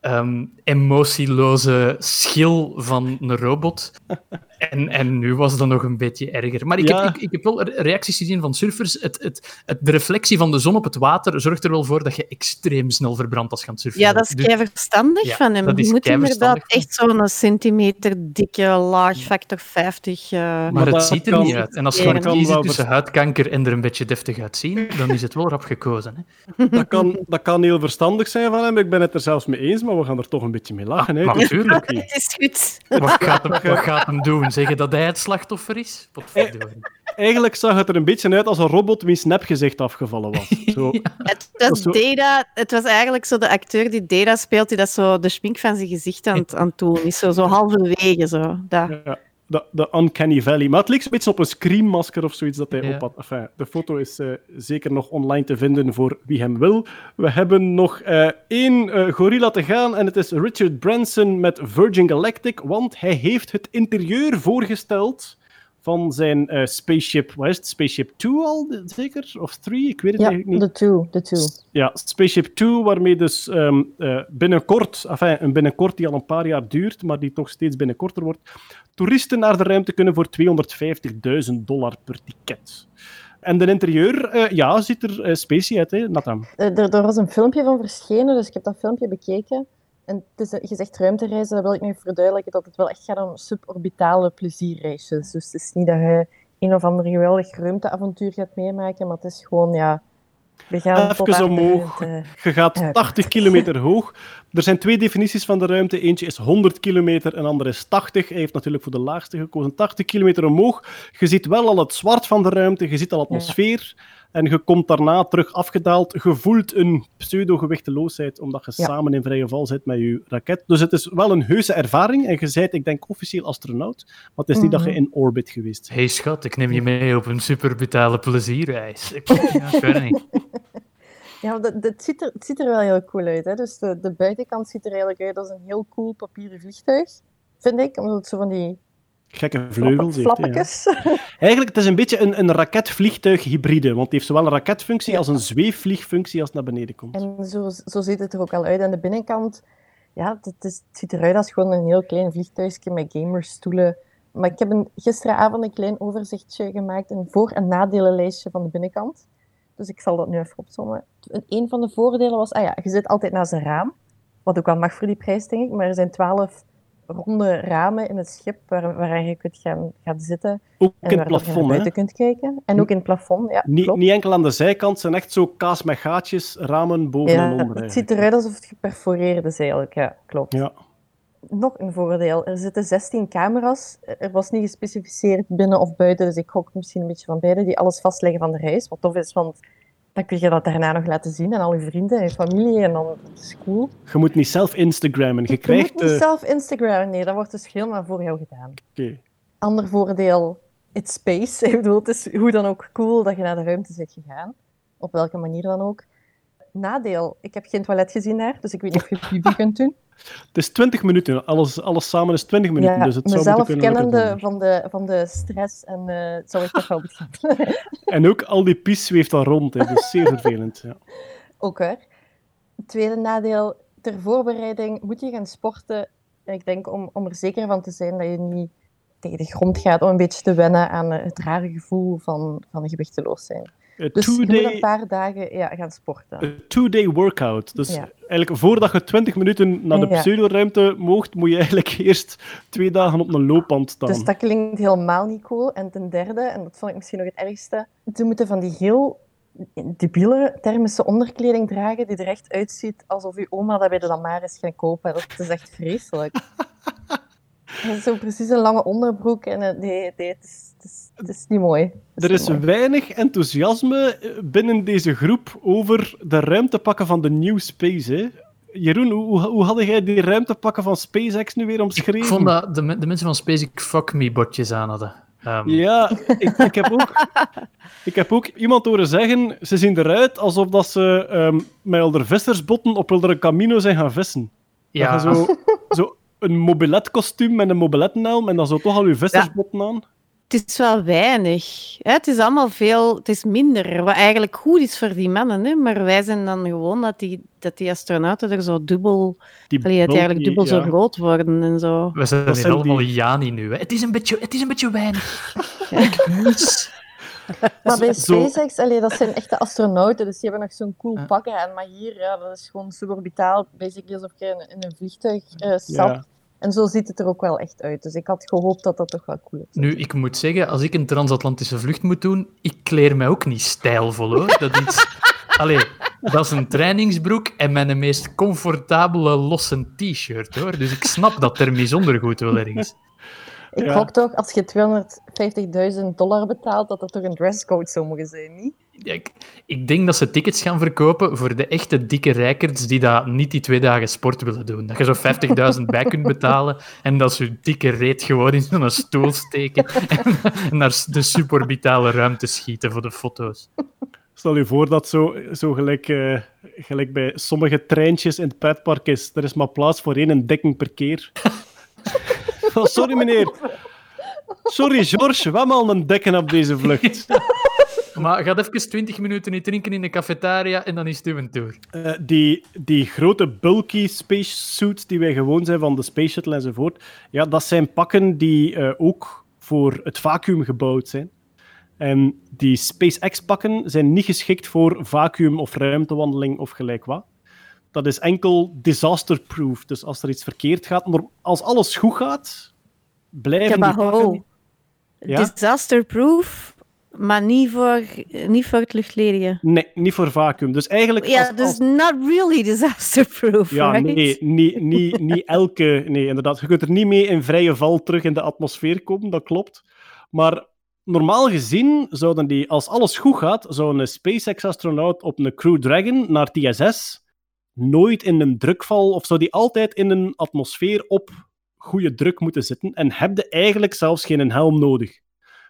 emotieloze schil van een robot. En nu was dat nog een beetje erger. Maar ik heb wel reacties gezien van surfers. De reflectie van de zon op het water zorgt er wel voor dat je extreem snel verbrandt als je aan het surfen bent. Ja, dat is keiverstandig van hem. Je moet inderdaad echt zo'n centimeter dikke laag, factor 50... Maar het ziet er niet uit. En als je moet kiezen tussen huidkanker en er een beetje deftig uitzien, dan is het wel rap gekozen. Hè? Dat kan heel verstandig zijn van hem. Ik ben het er zelfs mee eens, maar we gaan er toch een beetje mee lachen. Hè? Maar natuurlijk. Het is goed. Wat gaat hem doen? Zeggen dat hij het slachtoffer is? Eigenlijk zag het er een beetje uit als een robot wiens nepgezicht afgevallen was. Zo. Het was eigenlijk zo de acteur die Data speelt, die dat zo de schmink van zijn gezicht aan het doen is. Zo halverwege. Zo. Ja, de Uncanny Valley. Maar het leek een beetje op een Scream-masker of zoiets dat hij op had. Enfin, de foto is zeker nog online te vinden voor wie hem wil. We hebben nog één gorilla te gaan en het is Richard Branson met Virgin Galactic, want hij heeft het interieur voorgesteld van zijn Spaceship... Wat is het? Spaceship 2 al, zeker? Of 3? Ik weet het eigenlijk niet. De 2. Ja, Spaceship 2, waarmee dus binnenkort die al een paar jaar duurt, maar die toch steeds binnenkorter wordt, toeristen naar de ruimte kunnen voor $250.000 per ticket. En de interieur, ziet er spacey uit, hè, Nathan? Er was een filmpje van verschenen, dus ik heb dat filmpje bekeken. En het is gezegd ruimtereizen, dat wil ik nu verduidelijken, dat het wel echt gaat om suborbitale plezierreisjes. Dus het is niet dat je een of ander geweldig ruimteavontuur gaat meemaken, maar het is gewoon, we gaan even omhoog. Je gaat 80 kilometer hoog. Er zijn twee definities van de ruimte. Eentje is 100 kilometer, een andere is 80. Hij heeft natuurlijk voor de laagste gekozen. 80 kilometer omhoog. Je ziet wel al het zwart van de ruimte, je ziet al atmosfeer. En je komt daarna terug afgedaald. Je voelt een pseudo-gewichteloosheid, omdat je samen in vrije val zit met je raket. Dus het is wel een heuse ervaring. En je bent, ik denk, officieel astronaut. Maar het is niet dat je in orbit geweest bent. Hey schat, ik neem je mee op een superbrutale plezierreis. Ik weet niet. Ja, het ziet er wel heel cool uit. Hè? Dus de buitenkant ziet er eigenlijk uit als een heel cool papieren vliegtuig, vind ik. Omdat het zo van die Gekke vleugels heeft hij, Flappetjes. Eigenlijk, het is een beetje een raket-vliegtuig-hybride, want het heeft zowel een raketfunctie als een zweefvliegfunctie als het naar beneden komt. En zo ziet het er ook al uit aan de binnenkant. Ja, het ziet eruit als gewoon een heel klein vliegtuigje met gamerstoelen. Maar ik heb gisteravond een klein overzichtje gemaakt, een voor- en nadelenlijstje van de binnenkant. Dus ik zal dat nu even opzommen. Een van de voordelen was, je zit altijd naast een raam. Wat ook wel mag voor die prijs, denk ik. Maar er zijn 12 ronde ramen in het schip waaraan je kunt gaan zitten. Ook en in het plafond, je naar buiten kunt kijken. En ook in het plafond, ja, klopt. Niet enkel aan de zijkant, het zijn echt zo kaas met gaatjes, ramen boven en onder. Het ziet eruit alsof het geperforeerd is eigenlijk, ja, klopt. Ja. Nog een voordeel, er zitten 16 camera's. Er was niet gespecificeerd binnen of buiten, dus ik gok misschien een beetje van beide, die alles vastleggen van de reis. Wat tof is, want dan kun je dat daarna nog laten zien aan al je vrienden en je familie en dan het is cool. Je moet niet zelf Instagrammen. Je moet niet zelf Instagrammen, nee, dat wordt dus helemaal voor jou gedaan. Okay. Ander voordeel, it's space. Ik bedoel, het is hoe dan ook cool dat je naar de ruimte bent gegaan. Op welke manier dan ook. Nadeel, ik heb geen toilet gezien daar, dus ik weet niet of je pipi kunt doen. Het is 20 minuten. Alles samen is 20 minuten. Ja, dus het zou mezelf moeten kennende van de stress en zou ik toch wel begaan. En ook al die pies zweeft al rond. Hè. Dat is zeer vervelend. Ja. Ook hoor. Tweede nadeel, ter voorbereiding moet je gaan sporten. Ik denk om er zeker van te zijn dat je niet tegen de grond gaat, om een beetje te wennen aan het rare gevoel van gewichteloos zijn. Dus je moet een paar dagen gaan sporten. Een 2-day workout. Dus eigenlijk voordat je 20 minuten naar de pseudoruimte moogt, moet je eigenlijk eerst 2 dagen op een loopband staan. Dus dat klinkt helemaal niet cool. En ten derde, en dat vond ik misschien nog het ergste, ze moeten van die heel debiele thermische onderkleding dragen die er echt uitziet alsof je oma dat bij de Damaris gaat kopen. Dat is echt vreselijk. Dat is zo precies een lange onderbroek en het is niet mooi. Er is weinig enthousiasme binnen deze groep over de ruimtepakken van de New Space. Hè? Jeroen, hoe had jij die ruimtepakken van SpaceX nu weer omschreven? Ik vond dat de mensen van SpaceX fuck me bordjes aan hadden. Ja, ik heb ook iemand horen zeggen, ze zien eruit alsof dat ze met al de vissersbotten op een camino zijn gaan vissen. Ja. Dat je zo een mobiletkostuum met een mobilettenhelm en dan zo toch al je vissersbotten aan. Het is wel weinig. Hè? Het is allemaal veel... Het is minder, wat eigenlijk goed is voor die mannen. Hè? Maar wij zijn dan gewoon dat die astronauten er zo dubbel... eigenlijk dubbel zo groot worden en zo. We zijn hier allemaal Jani nu. Hè? Het is een beetje weinig. Maar bij SpaceX, dat zijn echte astronauten, dus die hebben nog zo'n cool pak aan. Maar hier, dat is gewoon suborbitaal, basically alsof je in een vliegtuig stapt. En zo ziet het er ook wel echt uit. Dus ik had gehoopt dat dat toch wel cool is. Nu, ik moet zeggen, als ik een transatlantische vlucht moet doen, ik kleer mij ook niet stijlvol, hoor. Dat is een trainingsbroek en mijn meest comfortabele losse t-shirt, hoor. Dus ik snap dat thermisch ondergoed wel ergens. Ik gok toch, als je $250.000 betaalt, dat er toch een dresscode zou mogen zijn, niet? Ja, ik denk dat ze tickets gaan verkopen voor de echte dikke rijkerts die dat niet die 2 dagen sport willen doen. Dat je zo $50.000 bij kunt betalen en dat ze hun dikke reet gewoon in zo'n stoel steken en naar de suborbitale ruimte schieten voor de foto's. Stel je voor dat zo gelijk bij sommige treintjes in het pretpark is. Er is maar plaats voor 1 dekking per keer. Oh, sorry, meneer. Sorry, George. We hebben al een dekken op deze vlucht. Maar ga even 20 minuten niet drinken in de cafetaria en dan is het uw tour. Die grote bulky spacesuits die wij gewoon zijn van de Space Shuttle enzovoort, ja, dat zijn pakken die ook voor het vacuüm gebouwd zijn. En die SpaceX-pakken zijn niet geschikt voor vacuüm of ruimtewandeling of gelijk wat. Dat is enkel disaster-proof. Dus als er iets verkeerd gaat, maar als alles goed gaat, blijven die pakken... Ja? Disaster-proof, maar niet voor het luchtledige. Nee, niet voor vacuüm. Dus eigenlijk... Ja, dus not really disaster-proof, ja, right? Nee, niet elke... Nee, inderdaad. Je kunt er niet mee in vrije val terug in de atmosfeer komen, dat klopt. Maar normaal gezien zouden die, als alles goed gaat, zou een SpaceX-astronaut op een Crew Dragon naar TSS nooit in een drukval, of zou die altijd in een atmosfeer op goede druk moeten zitten en heb je eigenlijk zelfs geen helm nodig.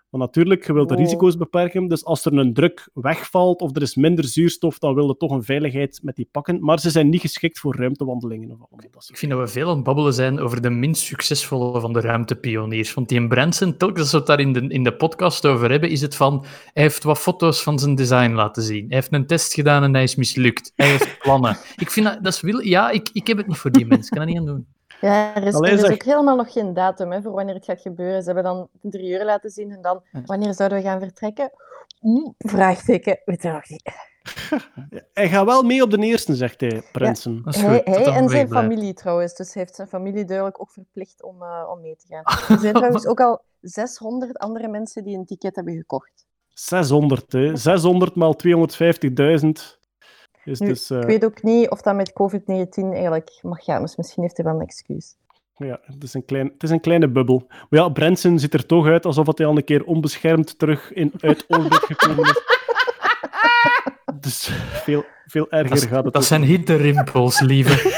Maar natuurlijk, je wilt de Wow. risico's beperken. Dus als er een druk wegvalt of er is minder zuurstof, dan wil je toch een veiligheid met die pakken. Maar ze zijn niet geschikt voor ruimtewandelingen. Of allemaal dat soort. Ik vind dat we veel aan het babbelen zijn over de minst succesvolle van de ruimtepioniers. Want die Branson, telkens als we het daar in de podcast over hebben, is het van, hij heeft wat foto's van zijn design laten zien. Hij heeft een test gedaan en hij is mislukt. Hij heeft plannen. Ik vind dat is wil. Ja, ik heb het niet voor die mensen. Ik kan dat niet aan doen. Ja, er is Allee, zeg. ook helemaal nog geen datum hè, voor wanneer het gaat gebeuren. Ze hebben dan 3 uur laten zien en dan, wanneer zouden we gaan vertrekken? Vraagteken, weet je nog niet. Hij gaat wel mee op de eerste, zegt hij, Branson. Dat is Hij goed. dat dat en zijn wegblijft. familie trouwens, dus hij heeft zijn familie duidelijk ook verplicht om mee te gaan. Er zijn trouwens ook al 600 andere mensen die een ticket hebben gekocht. 600, hè. 600 maal 250.000. Is Nu, dus, ik weet ook niet of dat met COVID-19 eigenlijk mag gaan, dus misschien heeft hij wel een excuus. ja, het is een kleine bubbel. Maar ja, Branson ziet er toch uit alsof hij al een keer onbeschermd terug uit orbit gekomen is. Dus veel erger gaat het Dat ook. zijn hitterimpels, lieve.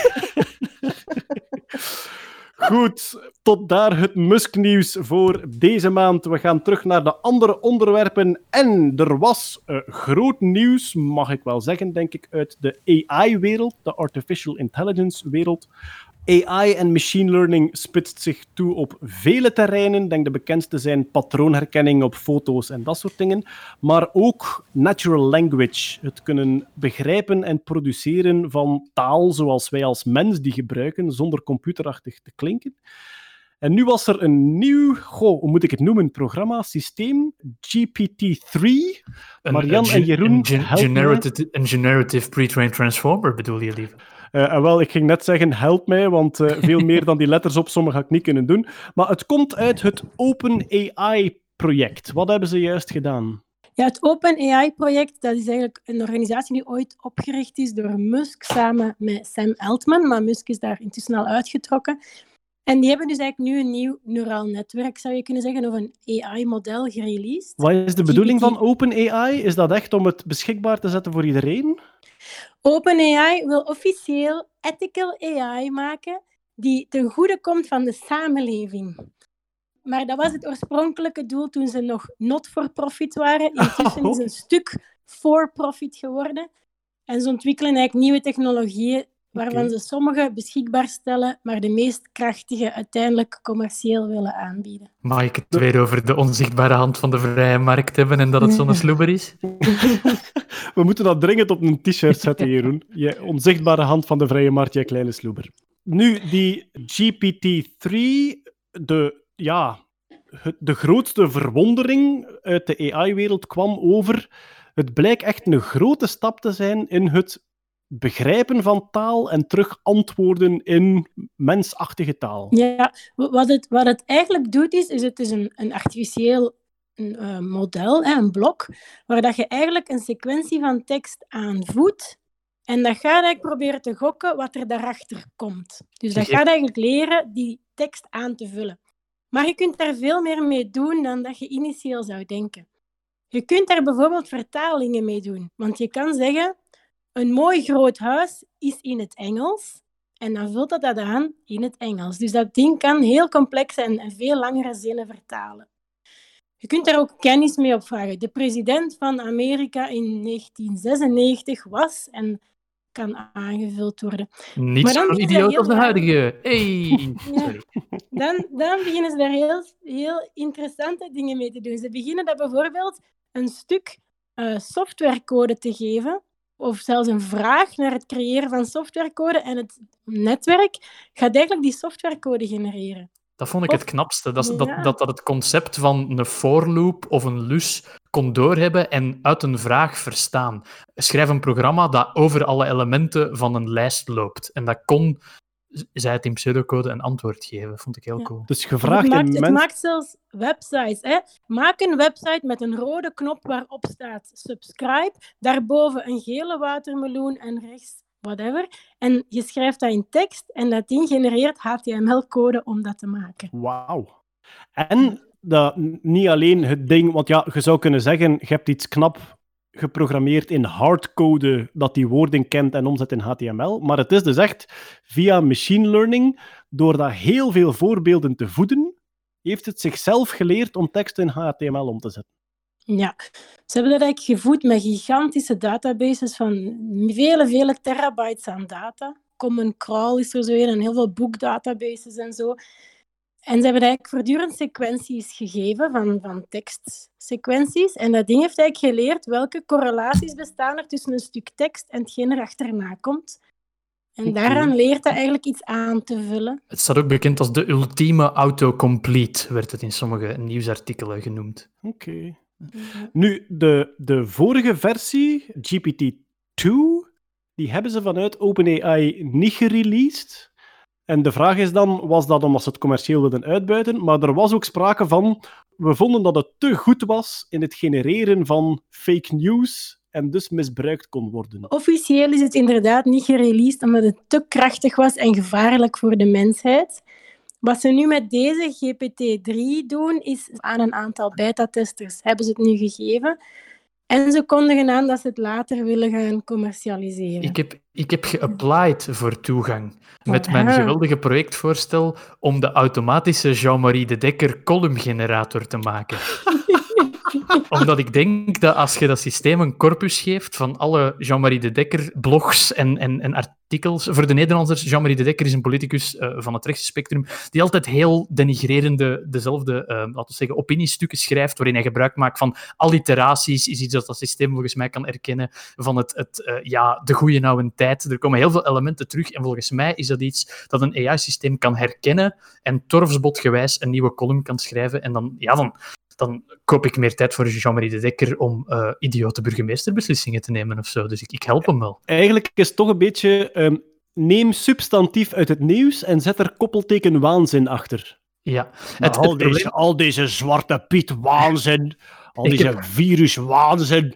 Goed, tot daar het Musk-nieuws voor deze maand. We gaan terug naar de andere onderwerpen. En er was groot nieuws, mag ik wel zeggen, denk ik, uit de AI-wereld, de Artificial Intelligence-wereld. AI en machine learning spitst zich toe op vele terreinen. Ik denk de bekendste zijn patroonherkenning op foto's en dat soort dingen. Maar ook natural language. Het kunnen begrijpen en produceren van taal zoals wij als mens die gebruiken, zonder computerachtig te klinken. En nu was er een nieuw, hoe moet ik het noemen, programma, systeem, GPT-3. Marian en Jeroen, help mij. Een generative pre-trained transformer bedoel je, lieve? Wel, ik ging net zeggen, help mij, want veel meer dan die letters opsommen ga ik niet kunnen doen. Maar het komt uit het OpenAI-project. Wat hebben ze juist gedaan? Ja, het OpenAI-project, dat is eigenlijk een organisatie die ooit opgericht is door Musk samen met Sam Altman, maar Musk is daar intussen al uitgetrokken. En die hebben dus eigenlijk nu een nieuw neuraal netwerk, zou je kunnen zeggen, of een AI-model gereleased. Wat is de bedoeling van OpenAI? Is dat echt om het beschikbaar te zetten voor iedereen? OpenAI wil officieel ethical AI maken die ten goede komt van de samenleving. Maar dat was het oorspronkelijke doel toen ze nog not-for-profit waren. Intussen is een stuk for-profit geworden. En ze ontwikkelen eigenlijk nieuwe technologieën waarvan ze sommige beschikbaar stellen, maar de meest krachtige uiteindelijk commercieel willen aanbieden. Mag ik het weer over de onzichtbare hand van de vrije markt hebben en dat het zo'n sloeber is? We moeten dat dringend op een t-shirt zetten, Jeroen. Je onzichtbare hand van de vrije markt, jij kleine sloeber. Nu, die GPT-3, de grootste verwondering uit de AI-wereld kwam over. Het blijkt echt een grote stap te zijn in het begrijpen van taal en terug antwoorden in mensachtige taal. Ja, wat het eigenlijk doet is het is een artificieel model, een blok, waar dat je eigenlijk een sequentie van tekst aanvoedt en dat gaat eigenlijk proberen te gokken wat er daarachter komt. Dus dat gaat eigenlijk leren die tekst aan te vullen. Maar je kunt daar veel meer mee doen dan dat je initieel zou denken. Je kunt daar bijvoorbeeld vertalingen mee doen, want je kan zeggen, een mooi groot huis is in het Engels en dan vult dat aan in het Engels. Dus dat ding kan heel complex en veel langere zinnen vertalen. Je kunt daar ook kennis mee opvragen. De president van Amerika in 1996 was en kan aangevuld worden. Niet zo'n idioot als de huidige. Hey. Sorry. Dan beginnen ze daar heel interessante dingen mee te doen. Ze beginnen dat bijvoorbeeld een stuk softwarecode te geven, of zelfs een vraag naar het creëren van softwarecode, en het netwerk gaat eigenlijk die softwarecode genereren. Dat vond ik het knapste, dat het concept van een for loop of een lus kon doorhebben en uit een vraag verstaan. Schrijf een programma dat over alle elementen van een lijst loopt. En dat kon, zei het in pseudocode, een antwoord geven. Dat vond ik heel cool. Dus gevraagd het maakt zelfs websites. Hè? Maak een website met een rode knop waarop staat subscribe, daarboven een gele watermeloen en rechts whatever. En je schrijft dat in tekst en dat ding genereert HTML-code om dat te maken. Wauw. En dat niet alleen het ding, want ja, je zou kunnen zeggen, je hebt iets knap geprogrammeerd in hardcode dat die woorden kent en omzet in HTML, maar het is dus echt via machine learning, door daar heel veel voorbeelden te voeden, heeft het zichzelf geleerd om tekst in HTML om te zetten. Ja, ze hebben dat eigenlijk gevoed met gigantische databases van vele terabytes aan data. Common Crawl is er zo een en heel veel boekdatabases en zo. En ze hebben eigenlijk voortdurend sequenties gegeven van tekstsequenties. En dat ding heeft eigenlijk geleerd welke correlaties bestaan er tussen een stuk tekst en hetgeen er achterna komt. En daaraan leert dat eigenlijk iets aan te vullen. Het staat ook bekend als de ultieme autocomplete, werd het in sommige nieuwsartikelen genoemd. Oké. Nu, de vorige versie, GPT-2, die hebben ze vanuit OpenAI niet gereleased. En de vraag is dan, was dat omdat ze het commercieel wilden uitbuiten? Maar er was ook sprake van, we vonden dat het te goed was in het genereren van fake news en dus misbruikt kon worden. Officieel is het inderdaad niet gereleased omdat het te krachtig was en gevaarlijk voor de mensheid. Wat ze nu met deze GPT-3 doen, is aan een aantal beta-testers hebben ze het nu gegeven. En ze kondigen aan dat ze het later willen gaan commercialiseren. Ik heb geapplied voor toegang met mijn geweldige projectvoorstel om de automatische Jean-Marie de Dekker columngenerator te maken. Omdat ik denk dat als je dat systeem een corpus geeft van alle Jean-Marie de Dekker blogs en artikels... Voor de Nederlanders, Jean-Marie de Dekker is een politicus van het rechtse spectrum die altijd heel denigrerende, dezelfde laten we zeggen, opiniestukken schrijft, waarin hij gebruik maakt van alliteraties, is iets dat systeem volgens mij kan erkennen, van de goeie oude tijd. Er komen heel veel elementen terug en volgens mij is dat iets dat een AI-systeem kan herkennen en torfsbotgewijs een nieuwe column kan schrijven en dan koop ik meer tijd voor Jean-Marie de Dekker om idiote burgemeesterbeslissingen te nemen of zo. Dus ik help hem wel. Eigenlijk is het toch een beetje... neem substantief uit het nieuws en zet er koppelteken waanzin achter. Ja. Al deze Zwarte Piet waanzin, deze viruswaanzin.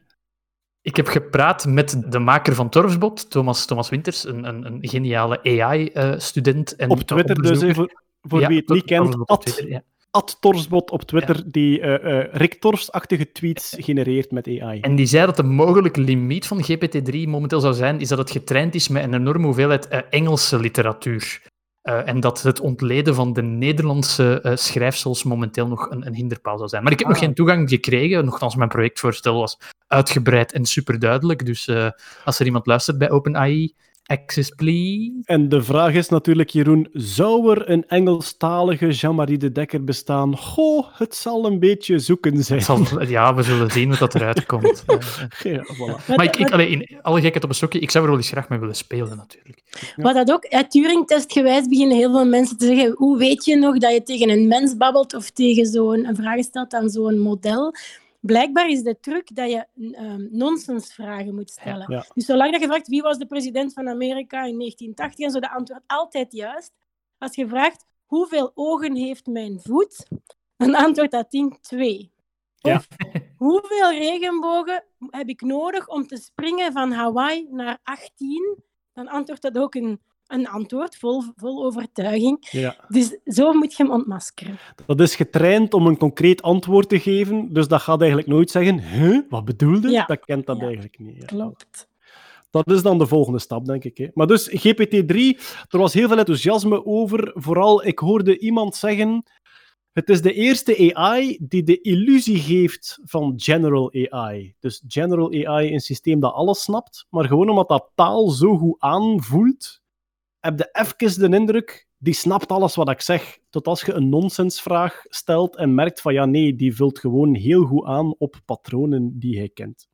Ik heb gepraat met de maker van Torfsbot, Thomas Winters, een geniale AI-student. Op Twitter dus, voor wie het niet kent. @Torfsbot op Twitter, die Rick Torfs-achtige tweets genereert met AI. En die zei dat de mogelijke limiet van GPT-3 momenteel zou zijn, is dat het getraind is met een enorme hoeveelheid Engelse literatuur. En dat het ontleden van de Nederlandse schrijfsels momenteel nog een hinderpaal zou zijn. Maar ik heb nog geen toegang gekregen, nochtans mijn projectvoorstel was uitgebreid en superduidelijk. Dus als er iemand luistert bij OpenAI, access please. En de vraag is natuurlijk, Jeroen, zou er een Engelstalige Jean-Marie de Dekker bestaan? Goh, het zal een beetje zoeken zijn. We zullen zien hoe dat eruit komt. Ja, voilà. Maar in alle gekheid op een stokje, ik zou er wel eens graag mee willen spelen, natuurlijk. Ja. Wat dat ook, Turing-testgewijs beginnen heel veel mensen te zeggen, hoe weet je nog dat je tegen een mens babbelt of tegen een vraag stelt aan zo'n model? Blijkbaar is de truc dat je nonsensvragen moet stellen. Ja. Dus zolang dat je vraagt wie was de president van Amerika in 1980 en zo, de antwoord altijd juist. Als je vraagt hoeveel ogen heeft mijn voet, dan antwoordt dat ding 2. Ja. Of hoeveel regenbogen heb ik nodig om te springen van Hawaii naar 18? Dan antwoordt dat ook een antwoord vol overtuiging. Ja. Dus zo moet je hem ontmaskeren. Dat is getraind om een concreet antwoord te geven, dus dat gaat eigenlijk nooit zeggen, wat bedoelde? Ja. Dat kent dat eigenlijk niet. Ja. Klopt. Dat is dan de volgende stap, denk ik. Hè. Maar dus, GPT-3, er was heel veel enthousiasme over. Vooral, ik hoorde iemand zeggen, het is de eerste AI die de illusie geeft van general AI. Dus general AI, een systeem dat alles snapt, maar gewoon omdat dat taal zo goed aanvoelt, heb je even de indruk, die snapt alles wat ik zeg. Tot als je een nonsensvraag stelt en merkt van ja, nee, die vult gewoon heel goed aan op patronen die hij kent.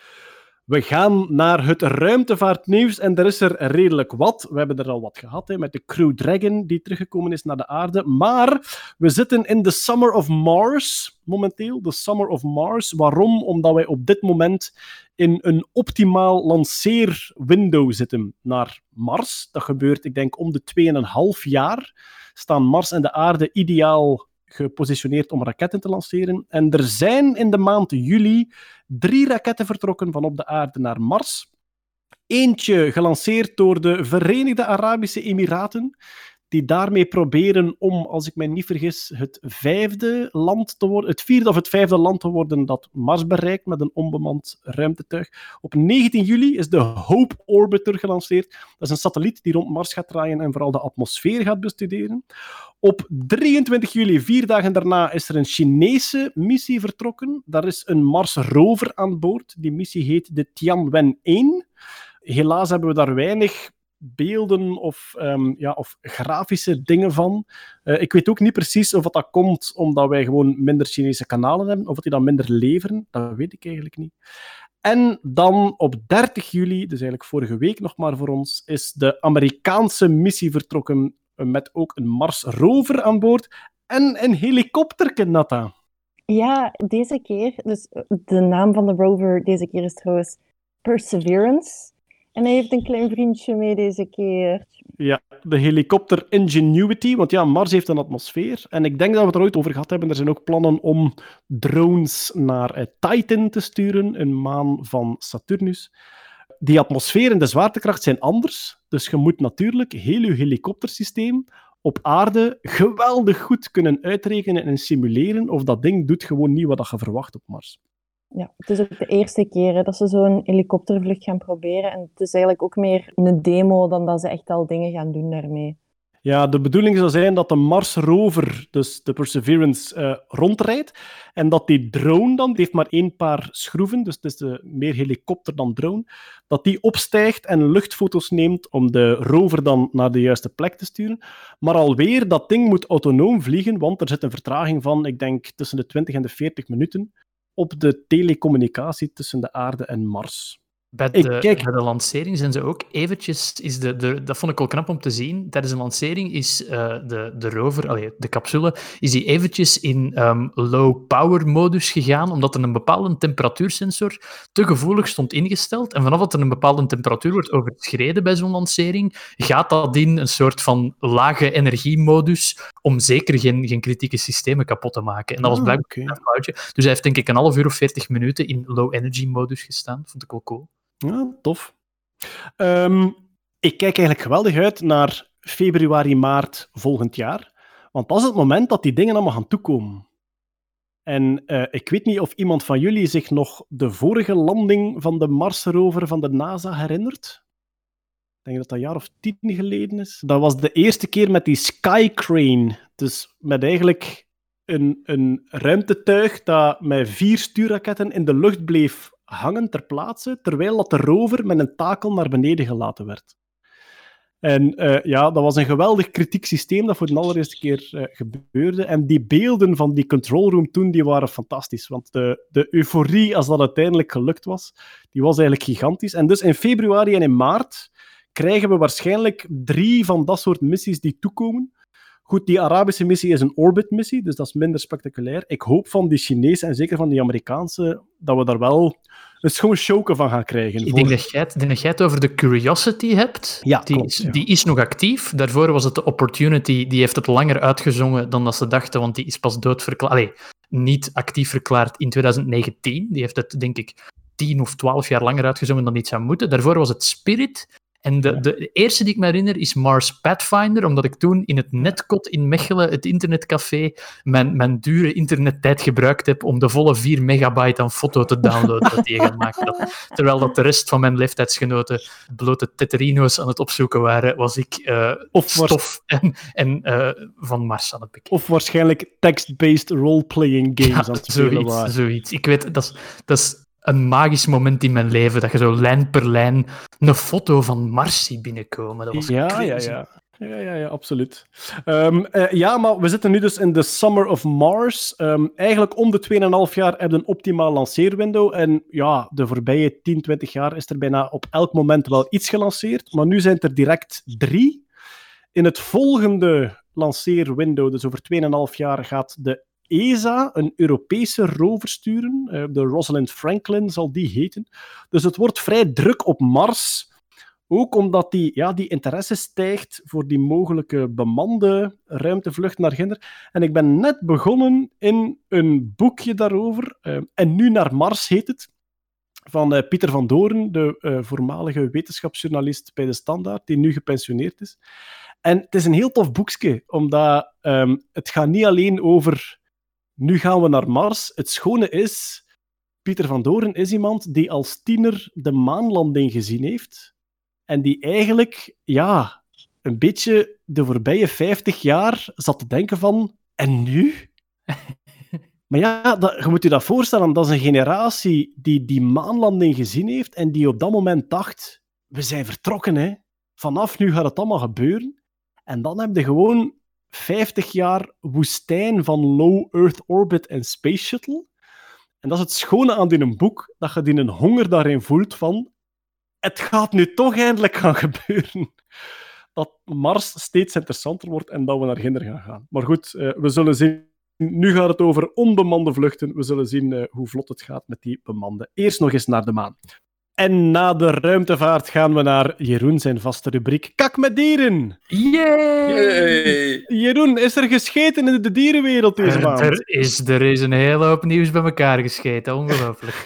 We gaan naar het ruimtevaartnieuws en er is er redelijk wat. We hebben er al wat gehad, met de Crew Dragon die teruggekomen is naar de aarde. Maar we zitten in de Summer of Mars momenteel. De Summer of Mars. Waarom? Omdat wij op dit moment in een optimaal lanceerwindow zitten naar Mars. Dat gebeurt, ik denk, om de 2,5 jaar. Staan Mars en de aarde ideaal gepositioneerd om raketten te lanceren. En er zijn in de maand juli 3 raketten vertrokken van op de aarde naar Mars. Eentje gelanceerd door de Verenigde Arabische Emiraten. die daarmee proberen om, als ik mij niet vergis, het vierde of het vijfde land te worden dat Mars bereikt met een onbemand ruimtetuig. Op 19 juli is de Hope Orbiter gelanceerd. Dat is een satelliet die rond Mars gaat draaien en vooral de atmosfeer gaat bestuderen. Op 23 juli, 4 dagen daarna, is er een Chinese missie vertrokken. Daar is een Mars rover aan boord. Die missie heet de Tianwen-1. Helaas hebben we daar weinig beelden of grafische dingen van. Ik weet ook niet precies of dat komt omdat wij gewoon minder Chinese kanalen hebben, of dat die dan minder leveren. Dat weet ik eigenlijk niet. En dan op 30 juli, dus eigenlijk vorige week nog maar voor ons, is de Amerikaanse missie vertrokken met ook een Mars rover aan boord en een helikopterke, Nata. Ja, deze keer, dus de naam van de rover deze keer is trouwens Perseverance. En hij heeft een klein vriendje mee deze keer. Ja, de helikopter Ingenuity, want ja, Mars heeft een atmosfeer. En ik denk dat we het er ooit over gehad hebben. Er zijn ook plannen om drones naar Titan te sturen, een maan van Saturnus. Die atmosfeer en de zwaartekracht zijn anders. Dus je moet natuurlijk heel je helikoptersysteem op aarde geweldig goed kunnen uitrekenen en simuleren of dat ding doet gewoon niet wat je verwacht op Mars. Ja, het is ook de eerste keer dat ze zo'n helikoptervlucht gaan proberen. En het is eigenlijk ook meer een demo dan dat ze echt al dingen gaan doen daarmee. Ja, de bedoeling zou zijn dat de Mars rover, dus de Perseverance, rondrijdt. En dat die drone dan, die heeft maar 1 paar schroeven, dus het is meer helikopter dan drone, dat die opstijgt en luchtfoto's neemt om de rover dan naar de juiste plek te sturen. Maar alweer, dat ding moet autonoom vliegen, want er zit een vertraging van, ik denk, tussen de 20 en de 40 minuten op de telecommunicatie tussen de aarde en Mars. Bij de lancering zijn ze ook eventjes... dat vond ik wel knap om te zien. Tijdens de lancering is de rover, de capsule, is die eventjes in low-power-modus gegaan, omdat er een bepaalde temperatuursensor te gevoelig stond ingesteld. En vanaf dat er een bepaalde temperatuur wordt overschreden bij zo'n lancering, gaat dat in een soort van lage energiemodus om zeker geen kritieke systemen kapot te maken. En dat was blijkbaar een foutje. Dus hij heeft denk ik een half uur of 40 minuten in low-energy-modus gestaan. Dat vond ik wel cool. Ja, tof. Ik kijk eigenlijk geweldig uit naar februari, maart volgend jaar. Want dat is het moment dat die dingen allemaal gaan toekomen. En ik weet niet of iemand van jullie zich nog de vorige landing van de Mars-rover van de NASA herinnert. Ik denk dat dat een jaar of 10 geleden is. Dat was de eerste keer met die Skycrane. Dus met eigenlijk een ruimtetuig dat met 4 stuurraketten in de lucht bleef hangen ter plaatse, terwijl dat de rover met een takel naar beneden gelaten werd. En dat was een geweldig kritiek systeem dat voor de allereerste keer gebeurde. En die beelden van die control room toen, die waren fantastisch. Want de euforie als dat uiteindelijk gelukt was, die was eigenlijk gigantisch. En dus in februari en in maart krijgen we waarschijnlijk 3 van dat soort missies die toekomen. Goed, die Arabische missie is een orbit-missie, dus dat is minder spectaculair. Ik hoop van die Chinese en zeker van die Amerikaanse dat we daar wel een schoon showke van gaan krijgen. Ik denk dat jij het over de Curiosity hebt. Ja, die is nog actief. Daarvoor was het de Opportunity, die heeft het langer uitgezongen dan dat ze dachten, want die is pas niet actief verklaard in 2019. Die heeft het, denk ik, 10 of 12 jaar langer uitgezongen dan iets zou moeten. Daarvoor was het Spirit. En de eerste die ik me herinner is Mars Pathfinder, omdat ik toen in het Netkot in Mechelen, het internetcafé, mijn dure internettijd gebruikt heb om de volle 4 megabyte aan foto te downloaden dat die gemaakt had. Terwijl dat de rest van mijn leeftijdsgenoten blote tetrino's aan het opzoeken waren, was ik stof en van Mars aan het bekijken. Of waarschijnlijk text-based role-playing games aan het spelen waren. Zoiets. Ik weet, dat is een magisch moment in mijn leven, dat je zo lijn per lijn een foto van Mars ziet binnenkomen. Dat was crazy. Ja, absoluut. Maar we zitten nu dus in de Summer of Mars. Eigenlijk om de 2,5 jaar heb je een optimaal lanceerwindow. En ja, de voorbije 10, 20 jaar is er bijna op elk moment wel iets gelanceerd. Maar nu zijn het er direct 3. In het volgende lanceerwindow, dus over 2,5 jaar, gaat de ESA een Europese rover sturen. De Rosalind Franklin zal die heten. Dus het wordt vrij druk op Mars. Ook omdat die interesse stijgt voor die mogelijke bemande ruimtevlucht naar ginder. En ik ben net begonnen in een boekje daarover. En nu naar Mars heet het. Van Pieter van Doorn, de voormalige wetenschapsjournalist bij De Standaard, die nu gepensioneerd is. En het is een heel tof boekje, omdat het gaat niet alleen over nu gaan we naar Mars. Het schone is, Pieter van Doorn is iemand die als tiener de maanlanding gezien heeft en die eigenlijk, een beetje de voorbije 50 jaar zat te denken van, en nu? Maar je moet je dat voorstellen, dat is een generatie die maanlanding gezien heeft en die op dat moment dacht, we zijn vertrokken, hè. Vanaf nu gaat het allemaal gebeuren. En dan heb je gewoon 50 jaar woestijn van low Earth orbit en space shuttle. En dat is het schone aan een boek, dat je die een honger daarin voelt van, het gaat nu toch eindelijk gaan gebeuren. Dat Mars steeds interessanter wordt en dat we naar Ginder gaan gaan. Maar goed, we zullen zien. Nu gaat het over onbemande vluchten. We zullen zien hoe vlot het gaat met die bemande. Eerst nog eens naar de maan. En na de ruimtevaart gaan we naar Jeroen zijn vaste rubriek Kak met dieren. Yay! Jeroen, is er gescheten in de dierenwereld deze maand? Er is een hele hoop nieuws bij elkaar gescheten. Ongelooflijk.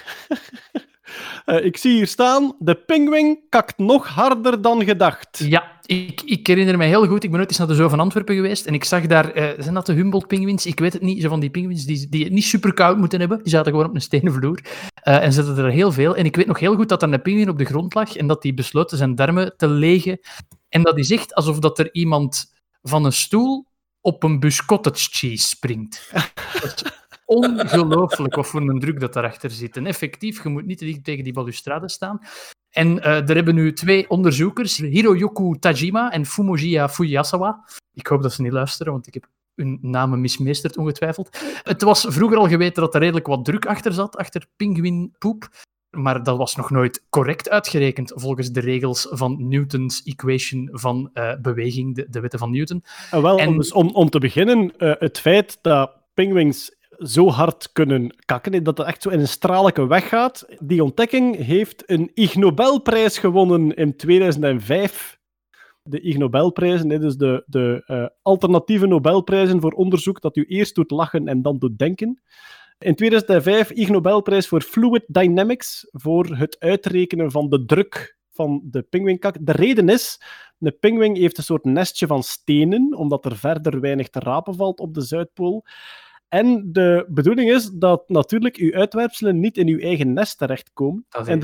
Ik zie hier staan, de pinguïn kakt nog harder dan gedacht. Ja, ik herinner me heel goed, ik ben ooit eens naar de Zoo van Antwerpen geweest en ik zag daar, zijn dat de Humboldt-pinguïns? Ik weet het niet, zo van die pinguïns die het niet super koud moeten hebben. Die zaten gewoon op een stenen vloer en zetten er heel veel. En ik weet nog heel goed dat er een pinguïn op de grond lag en dat die besloten zijn darmen te legen. En dat is echt alsof dat er iemand van een stoel op een bus cottage cheese springt. Dat is ongelooflijk wat voor een druk dat daarachter zit. En effectief, je moet niet te dicht tegen die balustrade staan. En er hebben nu 2 onderzoekers, Hiroyuki Tajima en Fumojiya Fujisawa. Ik hoop dat ze niet luisteren, want ik heb hun namen mismeesterd, ongetwijfeld. Het was vroeger al geweten dat er redelijk wat druk achter zat, achter pinguïnpoep. Maar dat was nog nooit correct uitgerekend volgens de regels van Newton's equation van beweging, de wetten van Newton. Om te beginnen, het feit dat pinguïns zo hard kunnen kakken, dat het echt zo in een straleke weg gaat. Die ontdekking heeft een Ig Nobelprijs gewonnen in 2005. De Ig Nobelprijzen, dus de alternatieve Nobelprijzen voor onderzoek dat u eerst doet lachen en dan doet denken. In 2005 Ig Nobelprijs voor Fluid Dynamics, voor het uitrekenen van de druk van de pinguïnkak. De reden is, de pinguïn heeft een soort nestje van stenen, omdat er verder weinig te rapen valt op de Zuidpool. En de bedoeling is dat natuurlijk uw uitwerpselen niet in uw eigen nest terechtkomen. En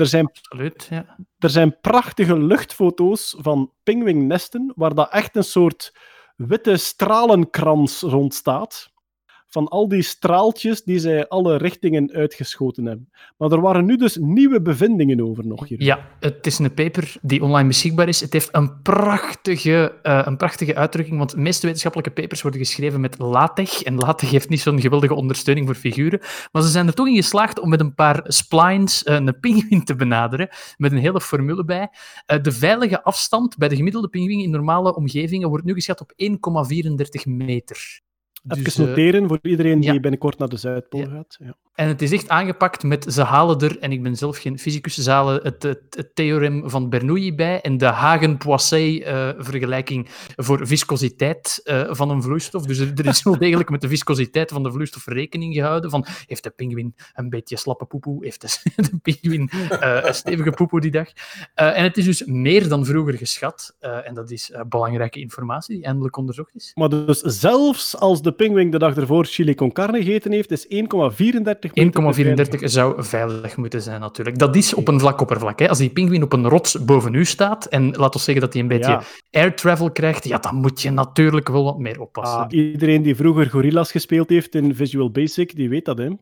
er zijn prachtige luchtfoto's van pinguïnnesten, waar dat echt een soort witte stralenkrans rond staat. Van al die straaltjes die zij alle richtingen uitgeschoten hebben. Maar er waren nu dus nieuwe bevindingen over nog. Jeroen. Ja, het is een paper die online beschikbaar is. Het heeft een prachtige uitdrukking, want de meeste wetenschappelijke papers worden geschreven met LaTeX. En LaTeX heeft niet zo'n geweldige ondersteuning voor figuren. Maar ze zijn er toch in geslaagd om met een paar splines een pinguïn te benaderen, met een hele formule bij. De veilige afstand bij de gemiddelde pinguïn in normale omgevingen wordt nu geschat op 1,34 meter. Even noteren voor iedereen die binnenkort naar de Zuidpool gaat. Ja. En het is echt aangepakt met, ze halen er, en ik ben zelf geen fysicus, ze halen het theorem van Bernoulli bij en de Hagen-Poiseuille-vergelijking voor viscositeit van een vloeistof. Dus er is wel degelijk met de viscositeit van de vloeistof rekening gehouden. Van, heeft de pinguïn een beetje slappe poepoe? Heeft de pinguïn een stevige poepoe die dag? En het is dus meer dan vroeger geschat. En dat is belangrijke informatie die eindelijk onderzocht is. Maar dus zelfs als de pinguïn de dag ervoor chili con carne gegeten heeft, is 1,34 zou veilig moeten zijn, natuurlijk. Dat is op een vlak oppervlak. Hè. Als die pinguïn op een rots boven u staat, en laat ons zeggen dat hij een beetje air travel krijgt, ja, dan moet je natuurlijk wel wat meer oppassen. Iedereen die vroeger Gorillas gespeeld heeft in Visual Basic, die weet dat, hè.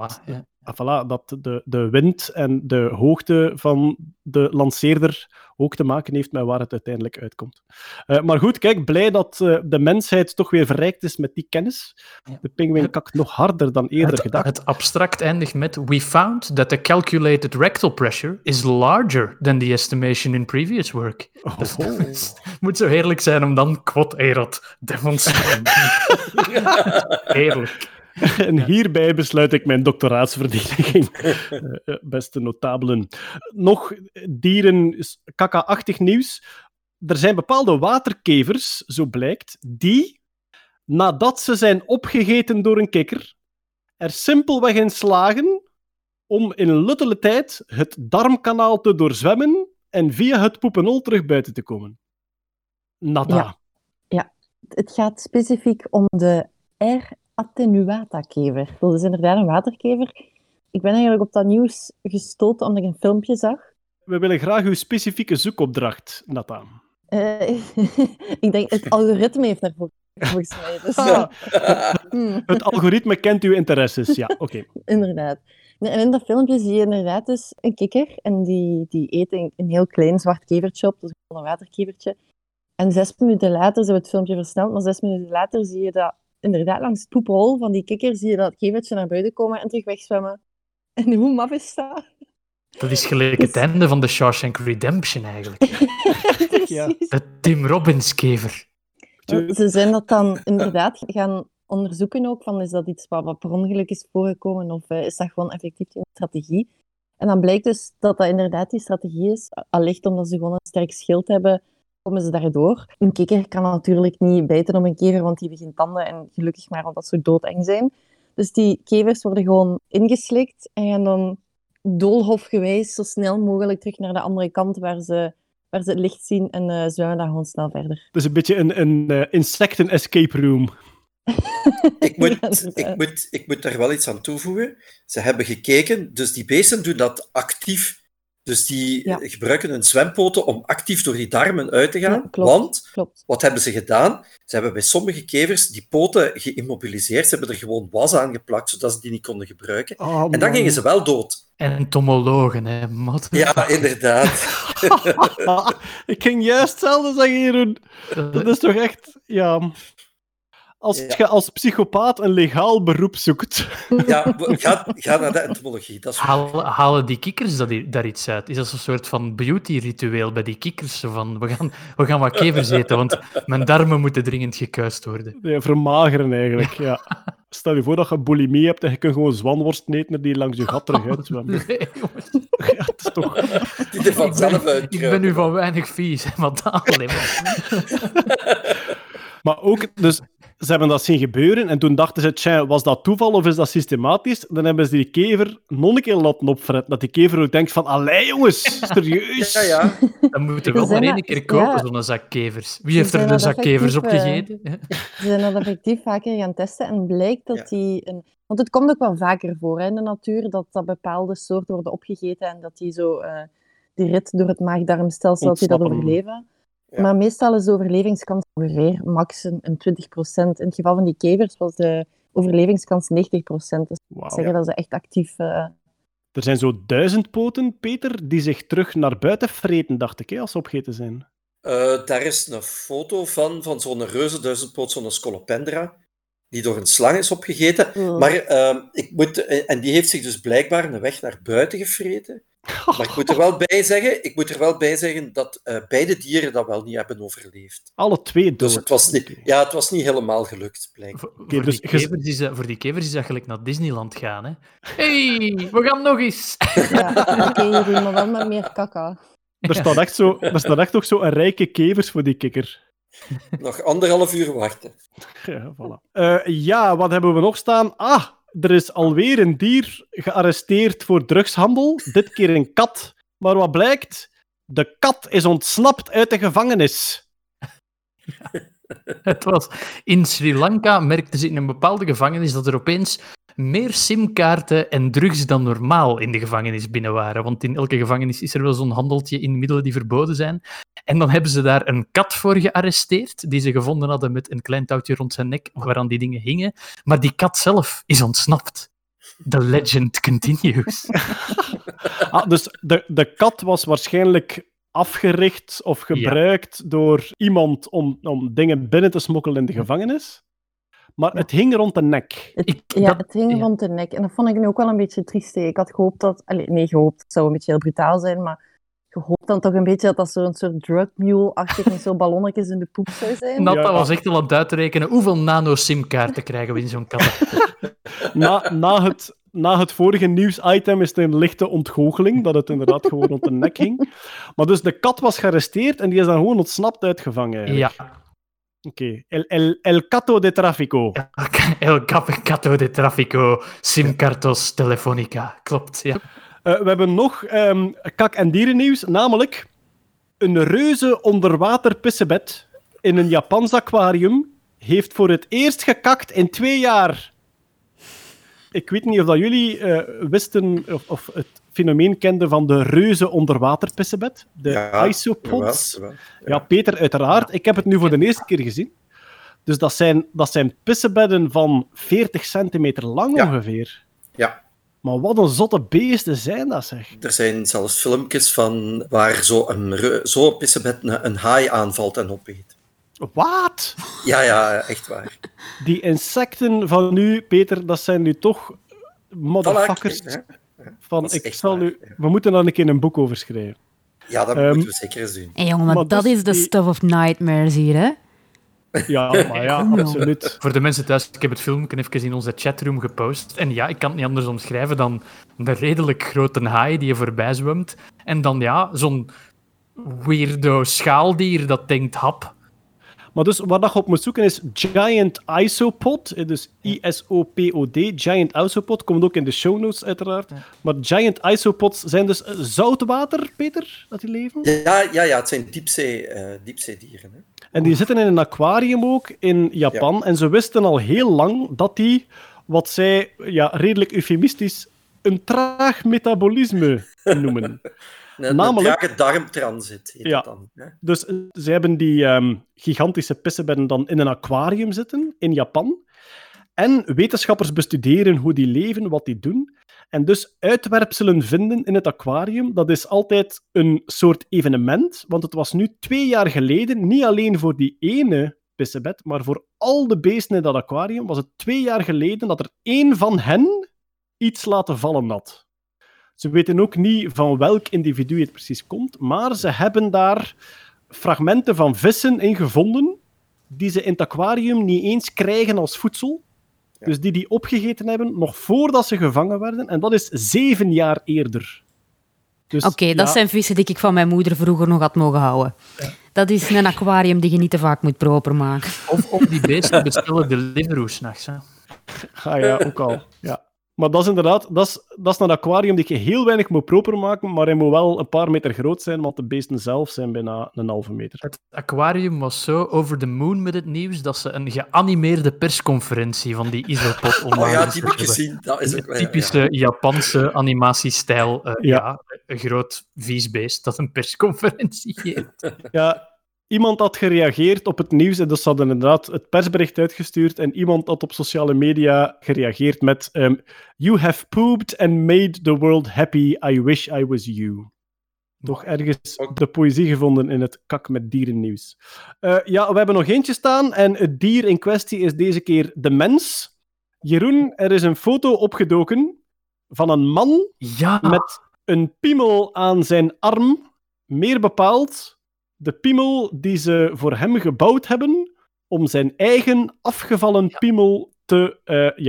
Dat de wind en de hoogte van de lanceerder ook te maken heeft met waar het uiteindelijk uitkomt. Maar goed, kijk, blij dat de mensheid toch weer verrijkt is met die kennis. De pinguïn kakt nog harder dan eerder gedacht. Het abstract eindigt met: We found that the calculated rectal pressure is larger than the estimation in previous work. Dus, het moet zo heerlijk zijn om dan quod erat demonstreren. Heerlijk. En hierbij besluit ik mijn doctoraatsverdediging. Beste notabelen. Nog dieren, kaka-achtig nieuws. Er zijn bepaalde waterkevers, zo blijkt, die, nadat ze zijn opgegeten door een kikker, er simpelweg in slagen om in een luttele tijd het darmkanaal te doorzwemmen en via het poepenhol terug buiten te komen. Nada. Ja. Het gaat specifiek om de R. attenuata-kever. Dat is inderdaad een waterkever. Ik ben eigenlijk op dat nieuws gestoten omdat ik een filmpje zag. We willen graag uw specifieke zoekopdracht, Nata. Ik denk, het algoritme heeft daarvoor volgens mij. Dus, Het algoritme kent uw interesses, ja, oké. Inderdaad. Nee, en in dat filmpje zie je inderdaad dus een kikker en die eet een heel klein zwart kevertje op, dus een waterkevertje. En 6 minuten later, ze hebben het filmpje versneld, maar 6 minuten later zie je dat inderdaad langs het poeprol van die kikker zie je dat kevertje naar buiten komen en terug wegzwemmen. En hoe maf is dat? Dat is gelijk het einde van de Shawshank Redemption, eigenlijk. Ja. De Tim Robbins-kever. Ze zijn dat dan inderdaad gaan onderzoeken ook, van is dat iets wat per ongeluk is voorgekomen of is dat gewoon effectief een strategie? En dan blijkt dus dat dat inderdaad die strategie is, allicht omdat ze gewoon een sterk schild hebben, komen ze daardoor. Een kikker kan natuurlijk niet bijten op een kever, want die hebben geen tanden en gelukkig maar omdat ze doodeng zijn. Dus die kevers worden gewoon ingeslikt en gaan dan doolhofgewijs zo snel mogelijk terug naar de andere kant waar ze het licht zien en zwemmen dan gewoon snel verder. Dus een beetje een insecten-escape room. Ik moet daar wel iets aan toevoegen. Ze hebben gekeken, dus die beesten doen dat actief. Dus die gebruiken hun zwempoten om actief door die darmen uit te gaan. Ja, klopt. Wat hebben ze gedaan? Ze hebben bij sommige kevers die poten geïmmobiliseerd. Ze hebben er gewoon was aan geplakt, zodat ze die niet konden gebruiken. En dan gingen ze wel dood. Entomologen, hè, mat. Ja, inderdaad. Ik ging juist hetzelfde zeggen, Jeroen. Dat is toch echt... Ja... Als je als psychopaat een legaal beroep zoekt... Ja, ga naar de entomologie. Dat is Halen die kikkers daar iets uit? Is dat een soort van beauty-ritueel bij die kikkers? Van, we gaan wat kevers eten, want mijn darmen moeten dringend gekuist worden. Nee, vermageren eigenlijk, ja. Stel je voor dat je bulimie hebt en je kunt gewoon zwanworst eten die langs je gat terug uitzwemmen. Nee, jongens. Ja, het is toch... Die er vanzelf uit. Ik ben nu van weinig vies, maar dat alleen maar. Maar ook, dus... Ze hebben dat zien gebeuren en toen dachten ze, tja, was dat toeval of is dat systematisch? Dan hebben ze die kever nog een keer laten opfretten. Dat die kever ook denkt van, allee jongens, serieus? Ja. Dan moeten we wel maar één keer kopen, zo'n zak kevers. Wie heeft er een zak kevers op gegeten? Ze zijn dat effectief vaker gaan testen en blijkt dat die... Want het komt ook wel vaker voor hè, in de natuur, dat bepaalde soorten worden opgegeten en dat die zo die rit door het maag-darmstelsel, dat die dat overleven. Ja. Maar meestal is de overlevingskans ongeveer max een 20%. In het geval van die kevers was de overlevingskans 90%. Dus zeggen dat ze echt actief... Er zijn zo 1000 poten, Peter, die zich terug naar buiten vreten, dacht ik, hè, als ze opgegeten zijn. Daar is een foto van zo'n reuze duizendpoot, zo'n Scolopendra, die door een slang is opgegeten. Maar en die heeft zich dus blijkbaar een weg naar buiten gevreten. Maar ik moet er wel bij zeggen dat beide dieren dat wel niet hebben overleefd. Alle twee dood. Dus het was niet helemaal gelukt, blijkbaar. Voor die kevers is dat gelijk naar Disneyland gaan, hè. Hey, we gaan nog eens! Ja, maar wel met meer kaka. Er staat echt nog zo een rijke kevers voor die kikker. Nog 1,5 uur wachten. Ja, voilà. Ja, wat hebben we nog staan? Er is alweer een dier gearresteerd voor drugshandel. Dit keer een kat. Maar wat blijkt? De kat is ontsnapt uit de gevangenis. Het was in Sri Lanka, merkten ze in een bepaalde gevangenis dat er opeens meer simkaarten en drugs dan normaal in de gevangenis binnen waren. Want in elke gevangenis is er wel zo'n handeltje in middelen die verboden zijn. En dan hebben ze daar een kat voor gearresteerd, die ze gevonden hadden met een klein touwtje rond zijn nek, waaraan die dingen hingen. Maar die kat zelf is ontsnapt. The legend continues. Dus de kat was waarschijnlijk afgericht of gebruikt door iemand om dingen binnen te smokkelen in de gevangenis. Maar het hing rond de nek. Het hing rond de nek. En dat vond ik nu ook wel een beetje triest. Ik had gehoopt dat... gehoopt. Het zou een beetje heel brutaal zijn, maar gehoopt dan toch een beetje dat zo'n soort drugmule-achtig met zo'n ballonnetjes in de poep zou zijn. Dat was echt al aan het uitrekenen. Hoeveel nano-simkaarten krijgen we in zo'n kat? Na het vorige nieuwsitem is het een lichte ontgoocheling, dat het inderdaad gewoon rond de nek hing. Maar dus de kat was gearresteerd en die is dan gewoon ontsnapt uitgevangen. Eigenlijk. Ja. Oké. El Cato de Trafico. El Cato de Trafico, Simcartos Telefonica. Klopt, ja. We hebben nog kak- en dierennieuws, namelijk een reuze onderwater pissebed in een Japans aquarium heeft voor het eerst gekakt in 2 jaar. Ik weet niet of dat jullie wisten of het fenomeen kenden van de reuze onderwaterpissebed. De isopods. Jawel. Ja, Peter, uiteraard. Ik heb het nu voor de eerste keer gezien. Dus dat zijn pissebedden van 40 centimeter lang ongeveer. Ja. Maar wat een zotte beesten zijn dat, zeg. Er zijn zelfs filmpjes van waar zo'n pissebed een haai aanvalt en opeet. Wat? Ja, echt waar. Die insecten van nu, Peter, dat zijn nu toch motherfuckers. We moeten daar een keer een boek over schrijven. Ja, dat moeten we zeker eens doen. En jongen, maar dat is de stuff of nightmares hier, hè? Ja, maar ja, absoluut. Voor de mensen thuis, ik heb het filmpje even in onze chatroom gepost. En ja, ik kan het niet anders omschrijven dan een redelijk grote haai die je voorbij zwemt. En dan zo'n weirdo schaaldier dat denkt hap. Maar dus wat je op moet zoeken is Giant Isopod, dus ISOPOD, Giant Isopod, komt ook in de show notes uiteraard. Maar Giant Isopods zijn dus zoutwater, Peter, dat die leven? Ja, het zijn diepzeedieren. Hè. En die zitten in een aquarium ook in Japan. En ze wisten al heel lang dat die, wat zij redelijk eufemistisch, een traag metabolisme noemen. Namelijk trage darmtransit heet dat dan. Hè? Dus ze hebben die gigantische pissebedden dan in een aquarium zitten in Japan. En wetenschappers bestuderen hoe die leven, wat die doen. En dus uitwerpselen vinden in het aquarium, dat is altijd een soort evenement. Want het was nu 2 jaar geleden, niet alleen voor die ene pissebed, maar voor al de beesten in dat aquarium, was het 2 jaar geleden dat er 1 van hen iets laten vallen had. Ze weten ook niet van welk individu het precies komt, maar ze hebben daar fragmenten van vissen in gevonden die ze in het aquarium niet eens krijgen als voedsel. Ja. Dus die opgegeten hebben, nog voordat ze gevangen werden. En dat is 7 jaar eerder. Dus, Oké, dat zijn vissen die ik van mijn moeder vroeger nog had mogen houden. Ja. Dat is een aquarium die je niet te vaak moet proper maken. Of die beesten bestellen Deliveroo 's nachts. Ah ja, ook al. Ja. Maar dat is inderdaad, dat is een aquarium die je heel weinig moet proper maken, maar hij moet wel een paar meter groot zijn, want de beesten zelf zijn bijna 1,5 meter. Het aquarium was zo over the moon met het nieuws dat ze een geanimeerde persconferentie van die Isopod online die heb ik gezien. Dat is ook typische Japanse animatiestijl. Een groot vies beest dat een persconferentie geeft. Ja. Iemand had gereageerd op het nieuws en dus ze hadden inderdaad het persbericht uitgestuurd en iemand had op sociale media gereageerd met You have pooped and made the world happy. I wish I was you. Nog ergens de poëzie gevonden in het kak met dierennieuws. We hebben nog eentje staan en het dier in kwestie is deze keer de mens. Jeroen, er is een foto opgedoken van een man met een piemel aan zijn arm. Meer bepaald... de piemel die ze voor hem gebouwd hebben om zijn eigen afgevallen piemel te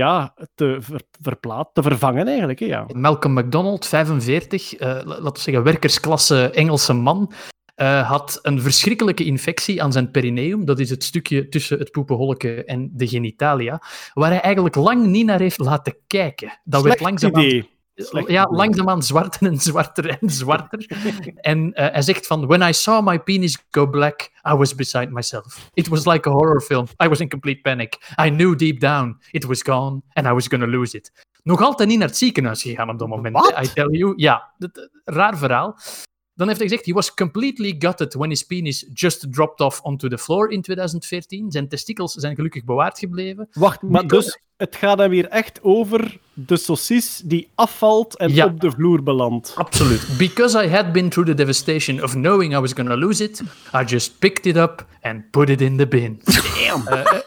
vervangen eigenlijk. Hè, ja. Malcolm McDonald, 45, laten we zeggen werkersklasse Engelse man, had een verschrikkelijke infectie aan zijn perineum. Dat is het stukje tussen het poepenholke en de genitalia, waar hij eigenlijk lang niet naar heeft laten kijken. Dat werd langzaamaan... langzaamaan zwarter en zwarter en zwarter. En hij zegt van... When I saw my penis go black, I was beside myself. It was like a horror film. I was in complete panic. I knew deep down it was gone and I was gonna lose it. Nog altijd niet naar het ziekenhuis gegaan op dat moment. What? I tell you. Ja, raar verhaal. Dan heeft hij gezegd, he was completely gutted when his penis just dropped off onto the floor in 2014. Zijn testikels zijn gelukkig bewaard gebleven. Wacht, maar dus het gaat dan weer echt over de saucis die afvalt en op de vloer belandt. Absoluut. Because I had been through the devastation of knowing I was going to lose it, I just picked it up and put it in the bin. Damn!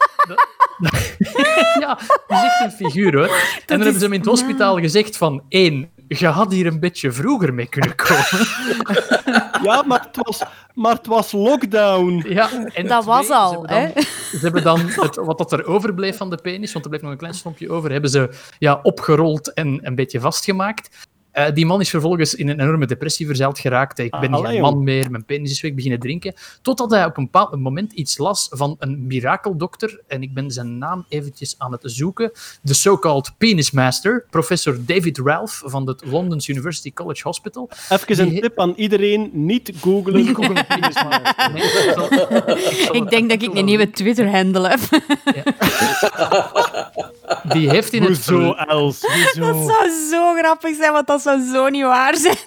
Ja, dat is echt een figuur, hoor. En dan hebben ze hem in het hospitaal gezegd van... 1, je had hier een beetje vroeger mee kunnen komen. Ja, maar het was lockdown. Ja, en dat was al, hè? Ze hebben dan wat dat er overbleef van de penis, want er bleef nog een klein stompje over, hebben ze opgerold en een beetje vastgemaakt. Die man is vervolgens in een enorme depressie verzeild geraakt. Ik ben geen man meer, mijn penis is weg, beginnen drinken. Totdat hij op een bepaald moment iets las van een mirakeldokter. En ik ben zijn naam eventjes aan het zoeken. De so-called penis master, professor David Ralph van het London's University College Hospital. Even een tip aan iedereen, niet googlen. Niet googlen penis master. Nee, ik denk dat ik een nieuwe Twitter-handle heb. Die heeft in het... Hoezo, Els? Hoezo? Dat zou zo grappig zijn, want dat zou zo niet waar zijn.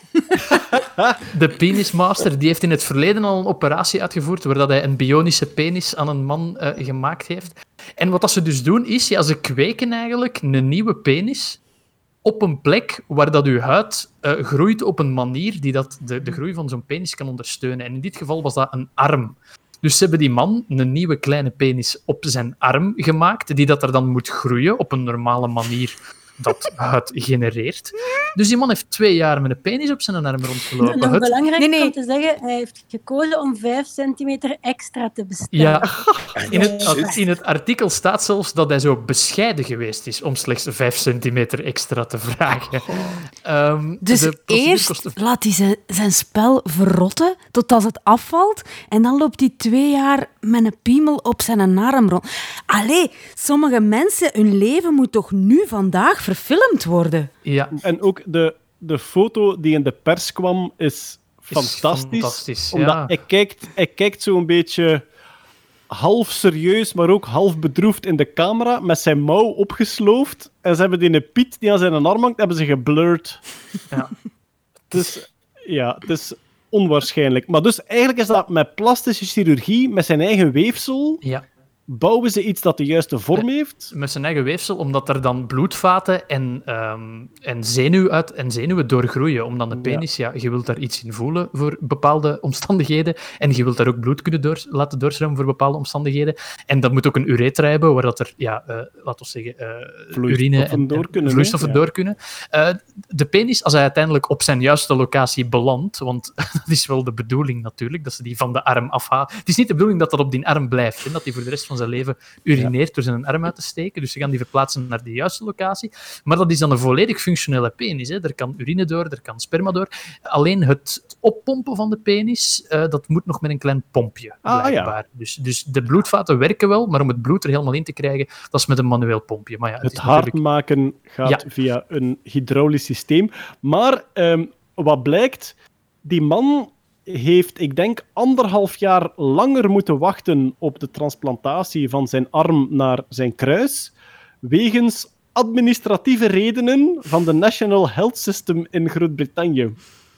De penismaster die heeft in het verleden al een operatie uitgevoerd waar dat hij een bionische penis aan een man gemaakt heeft. En wat dat ze dus doen is, ze kweken eigenlijk een nieuwe penis op een plek waar dat uw huid groeit op een manier die dat de groei van zo'n penis kan ondersteunen. En in dit geval was dat een arm. Dus ze hebben die man een nieuwe kleine penis op zijn arm gemaakt, die dat er dan moet groeien op een normale manier dat huid genereert. Dus die man heeft 2 jaar met een penis op zijn arm rondgelopen. Nog belangrijk om te zeggen, hij heeft gekozen om 5 centimeter extra te bestellen. Ja, in het artikel staat zelfs dat hij zo bescheiden geweest is om slechts 5 centimeter extra te vragen. Dus eerst laat hij zijn spel verrotten totdat het afvalt en dan loopt hij 2 jaar met een piemel op zijn arm rond. Allee, sommige mensen, hun leven moet toch nu vandaag verfilmd worden? Ja. En ook de foto die in de pers kwam is fantastisch. Omdat hij kijkt zo een beetje half serieus, maar ook half bedroefd in de camera, met zijn mouw opgesloofd. En ze hebben die een Piet die aan zijn arm hangt, hebben ze geblurred. Ja. Dus ja, het is onwaarschijnlijk. Maar dus eigenlijk is dat met plastische chirurgie, met zijn eigen weefsel... Ja. Bouwen ze iets dat de juiste vorm heeft? Met zijn eigen weefsel, omdat er dan bloedvaten en zenuwen doorgroeien. Omdat de penis, je wilt daar iets in voelen voor bepaalde omstandigheden. En je wilt daar ook bloed kunnen laten doorstromen voor bepaalde omstandigheden. En dat moet ook een uretra hebben, waar dat er, laten we zeggen, urine en vloeistoffen door kunnen. De penis, als hij uiteindelijk op zijn juiste locatie belandt, want dat is wel de bedoeling natuurlijk, dat ze die van de arm afhalen. Het is niet de bedoeling dat dat op die arm blijft, hè, dat die voor de rest van zijn leven urineert door zijn arm uit te steken. Dus ze gaan die verplaatsen naar de juiste locatie. Maar dat is dan een volledig functionele penis. Hè. Er kan urine door, er kan sperma door. Alleen het oppompen van de penis, dat moet nog met een klein pompje, blijkbaar. Dus de bloedvaten werken wel, maar om het bloed er helemaal in te krijgen, dat is met een manueel pompje. Maar het hard maken gaat via een hydraulisch systeem. Maar wat blijkt, die man heeft, ik denk, 1,5 jaar langer moeten wachten op de transplantatie van zijn arm naar zijn kruis, wegens administratieve redenen van de National Health System in Groot-Brittannië.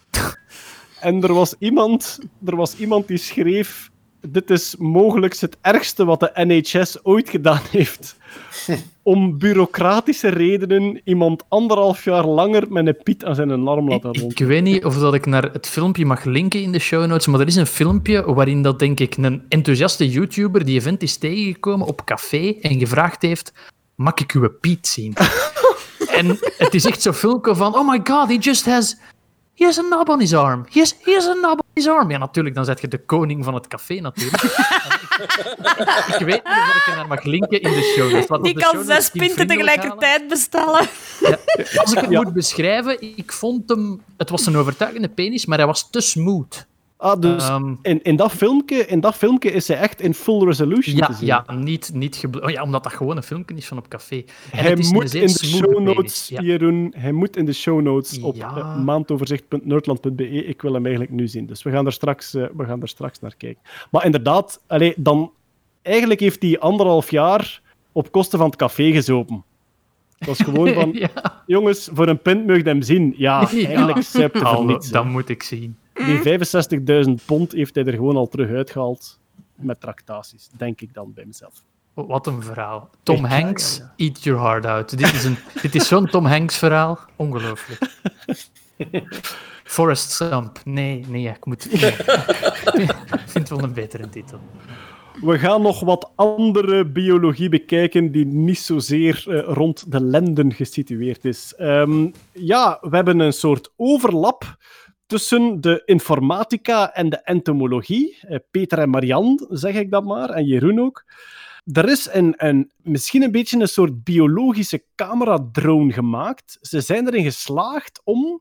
En er was iemand die schreef: dit is mogelijk het ergste wat de NHS ooit gedaan heeft. Om bureaucratische redenen iemand 1,5 jaar langer met een piet aan zijn arm laten rond. Ik weet niet of dat ik naar het filmpje mag linken in de show notes, maar er is een filmpje waarin dat, denk ik, een enthousiaste YouTuber die event is tegengekomen op café en gevraagd heeft: mag ik uw piet zien? En het is echt zo'n filmpje van: oh my god, he has a knob on his arm. He has a knob on his arm. Ja, natuurlijk, dan zet je de koning van het café, natuurlijk. Ik weet niet of ik er naar mag linken in de show notes. Die kan 6 pinten tegelijkertijd bestellen. Ja. Als ik het moet beschrijven, ik vond hem... Het was een overtuigende penis, maar hij was te smooth. Dus in dat filmpje is hij echt in full resolution te zien. Ja, niet omdat dat gewoon een filmpje is van op café. En hij moet in de show notes, Jeroen, hij moet in de show notes op maandoverzicht.nerdland.be. Ik wil hem eigenlijk nu zien. Dus we gaan er straks naar kijken. Maar inderdaad, eigenlijk heeft hij 1,5 jaar op kosten van het café gezopen. Dat is gewoon van, jongens, voor een pint mag je hem zien. Ja, eigenlijk zuipt hij voor niets. Dat moet ik zien. Die 65.000 pond heeft hij er gewoon al terug uitgehaald met tractaties, denk ik dan bij mezelf. Wat een verhaal. Tom Hanks, eat your heart out. Dit is zo'n Tom Hanks verhaal. Ongelooflijk. Forrest Gump. Nee, ik moet... Nee. Ik vind het wel een betere titel. We gaan nog wat andere biologie bekijken die niet zozeer rond de lenden gesitueerd is. We hebben een soort overlap tussen de informatica en de entomologie. Peter en Marianne, zeg ik dat maar, en Jeroen ook. Er is misschien een beetje een soort biologische cameradrone gemaakt. Ze zijn erin geslaagd om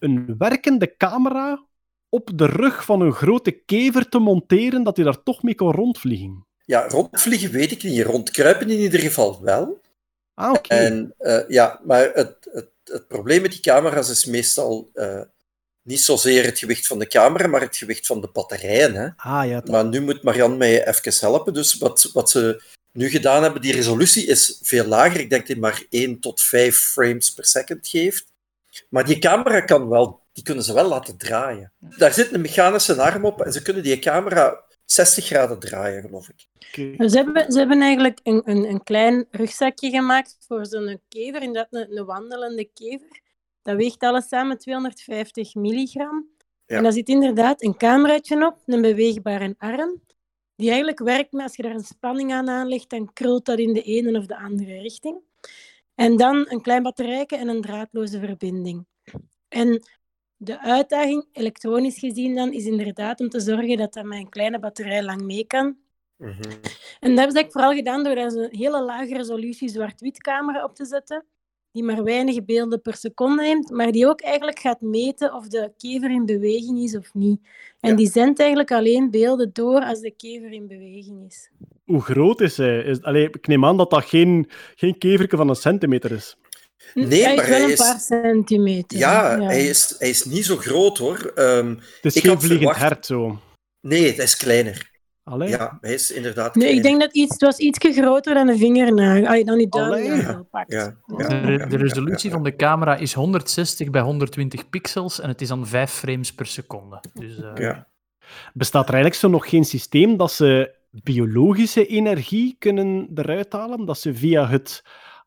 een werkende camera op de rug van een grote kever te monteren, dat hij daar toch mee kon rondvliegen? Ja, rondvliegen weet ik niet. Rondkruipen in ieder geval wel. Ah, oké. En maar het probleem met die camera's is meestal niet zozeer het gewicht van de camera, maar het gewicht van de batterijen. Hè. Ah, ja, maar nu moet Marianne mij even helpen. Dus wat ze nu gedaan hebben, die resolutie is veel lager. Ik denk dat die maar 1 tot 5 frames per second geeft. Maar die camera die kunnen ze wel laten draaien. Daar zit een mechanische arm op en ze kunnen die camera 60 graden draaien, geloof ik. Okay. Ze hebben eigenlijk een klein rugzakje gemaakt voor zo'n kever, inderdaad een wandelende kever. Dat weegt alles samen 250 milligram. Ja. En daar zit inderdaad een cameraatje op, een beweegbare arm, die eigenlijk werkt met als je daar een spanning aan aanlegt, dan krult dat in de ene of de andere richting. En dan een klein batterijtje en een draadloze verbinding. En de uitdaging, elektronisch gezien dan, is inderdaad om te zorgen dat dat met een kleine batterij lang mee kan. Mm-hmm. En dat hebben ze vooral gedaan door daar een hele lage resolutie zwart-wit camera op te zetten, die maar weinig beelden per seconde neemt, maar die ook eigenlijk gaat meten of de kever in beweging is of niet. En die zendt eigenlijk alleen beelden door als de kever in beweging is. Hoe groot is hij? Ik neem aan dat dat geen keverke van een centimeter is. Nee, hij maar is wel een paar centimeter. Ja. Hij is niet zo groot, hoor. Het is geen vliegend hert, zo. Nee, hij is kleiner. Allee. Ja, hij is inderdaad kleiner. Nee, ik denk dat het was ietsje groter dan een vingernagel. Dan die duimnagel pakt. De resolutie van de camera is 160 bij 120 pixels en het is dan 5 frames per seconde. Dus, Bestaat er eigenlijk zo nog geen systeem dat ze biologische energie kunnen eruit halen? Dat ze via het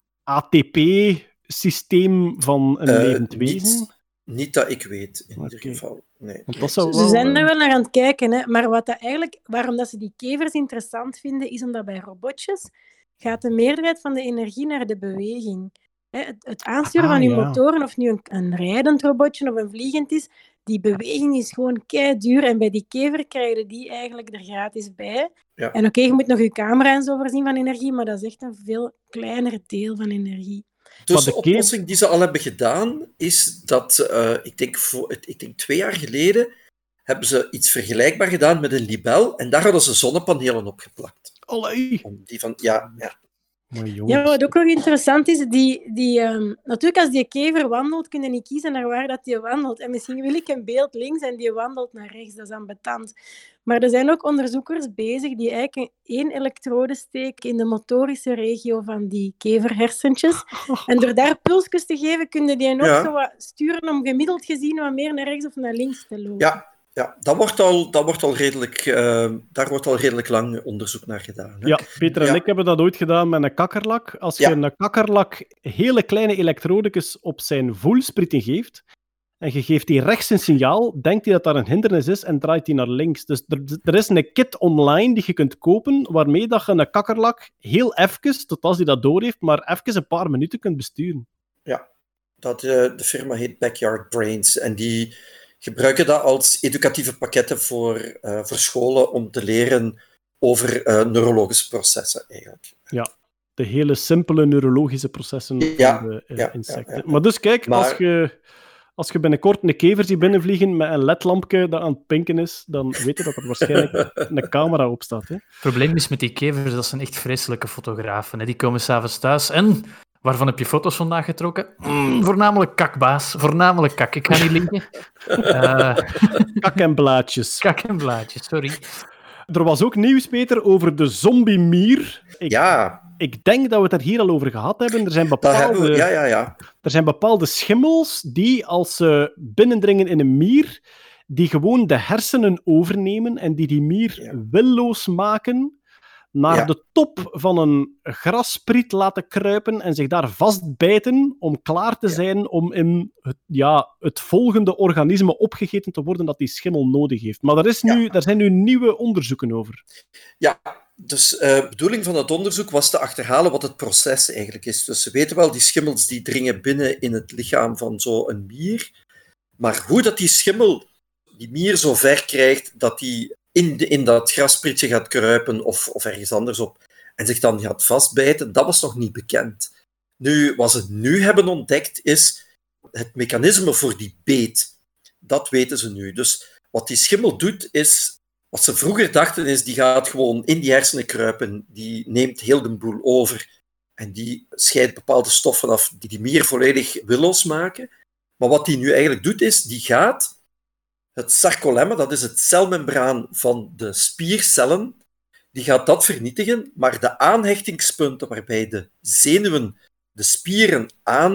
ATP-systeem van een levend wezen? Niet dat ik weet, in ieder geval. Nee. Ze zijn er wel naar aan het kijken, hè. Maar waarom dat ze die kevers interessant vinden, is omdat bij robotjes gaat de meerderheid van de energie naar de beweging. Het aansturen van je motoren, of nu een rijdend robotje of een vliegend is, die beweging is gewoon keiduur. En bij die kever krijg je die eigenlijk er gratis bij. Ja. En je moet nog je camera en zo voorzien van energie, maar dat is echt een veel kleiner deel van energie. Dus de oplossing die ze al hebben gedaan, is dat, ik denk 2 jaar geleden, hebben ze iets vergelijkbaar gedaan met een libel, en daar hadden ze zonnepanelen op geplakt. Allee! Die van, ja. Ja, wat ook nog interessant is, natuurlijk als die kever wandelt, kun je niet kiezen naar waar dat die wandelt. En misschien wil ik een beeld links en die wandelt naar rechts, dat is ambetant. Maar er zijn ook onderzoekers bezig die eigenlijk 1 elektrode steken in de motorische regio van die keverhersentjes. En door daar pulsjes te geven, kun je die nog zo wat sturen om gemiddeld gezien wat meer naar rechts of naar links te lopen. Ja, daar wordt al redelijk lang onderzoek naar gedaan. Hè? Ja, Peter en ik hebben dat ooit gedaan met een kakkerlak. Als je een kakkerlak hele kleine elektrodekes op zijn voelsprieten geeft, en je geeft die rechts een signaal, denkt hij dat daar een hindernis is en draait hij naar links. Dus er is een kit online die je kunt kopen, waarmee dat je een kakkerlak heel even, tot als hij dat doorheeft, maar even een paar minuten kunt besturen. Ja, de firma heet Backyard Brains en die gebruiken dat als educatieve pakketten voor scholen om te leren over neurologische processen, eigenlijk. Ja, de hele simpele neurologische processen van de insecten. Maar dus kijk, als je binnenkort een kever ziet binnenvliegen met een ledlampje dat aan het pinken is, dan weet je dat er waarschijnlijk een camera op staat. Hè? Het probleem is met die kevers, dat zijn echt vreselijke fotografen. Hè? Die komen s'avonds thuis en... Waarvan heb je foto's vandaag getrokken? Voornamelijk kakbaas. Voornamelijk kak. Ik ga niet liegen. Kak en blaadjes. Kak en blaadjes, sorry. Er was ook nieuws, Peter, over de zombie-mier. Ik denk dat we het er hier al over gehad hebben. Er zijn bepaalde schimmels die, als ze binnendringen in een mier, die gewoon de hersenen overnemen en die mier willoos maken, naar de top van een grasspriet laten kruipen en zich daar vastbijten om klaar te zijn om in het volgende organisme opgegeten te worden dat die schimmel nodig heeft. Maar daar zijn nu nieuwe onderzoeken over. Ja, dus de bedoeling van het onderzoek was te achterhalen wat het proces eigenlijk is. Dus ze weten wel, die schimmels die dringen binnen in het lichaam van zo'n mier. Maar hoe dat die schimmel die mier zo ver krijgt dat die in dat grasprietje gaat kruipen of ergens anders op en zich dan gaat vastbijten, dat was nog niet bekend. Nu, wat ze nu hebben ontdekt is het mechanisme voor die beet, dat weten ze nu. Dus wat die schimmel doet, is... Wat ze vroeger dachten, is die gaat gewoon in die hersenen kruipen, die neemt heel de boel over en die scheidt bepaalde stoffen af die die mier volledig willoos maken. Maar wat die nu eigenlijk doet, is die gaat het sarcolemma, dat is het celmembraan van de spiercellen, die gaat dat vernietigen, maar de aanhechtingspunten waarbij de zenuwen de spieren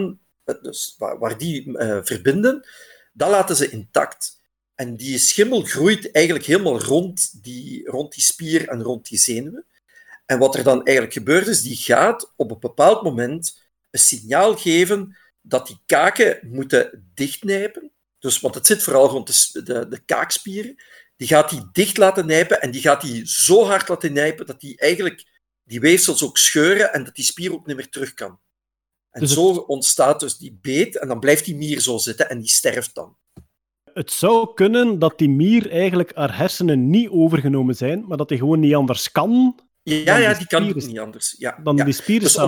dus waar die verbinden, dat laten ze intact. En die schimmel groeit eigenlijk helemaal rond die spier en rond die zenuwen. En wat er dan eigenlijk gebeurt, is die gaat op een bepaald moment een signaal geven dat die kaken moeten dichtnijpen. Dus, want het zit vooral rond de kaakspieren. Die gaat die dicht laten nijpen en die gaat die zo hard laten nijpen dat die eigenlijk die weefsels ook scheuren en dat die spier ook niet meer terug kan. En dus zo ontstaat dus die beet en dan blijft die mier zo zitten en die sterft dan. Het zou kunnen dat die mier eigenlijk haar hersenen niet overgenomen zijn, maar dat die gewoon niet anders kan. Ja, die kan niet anders. Die spieren dus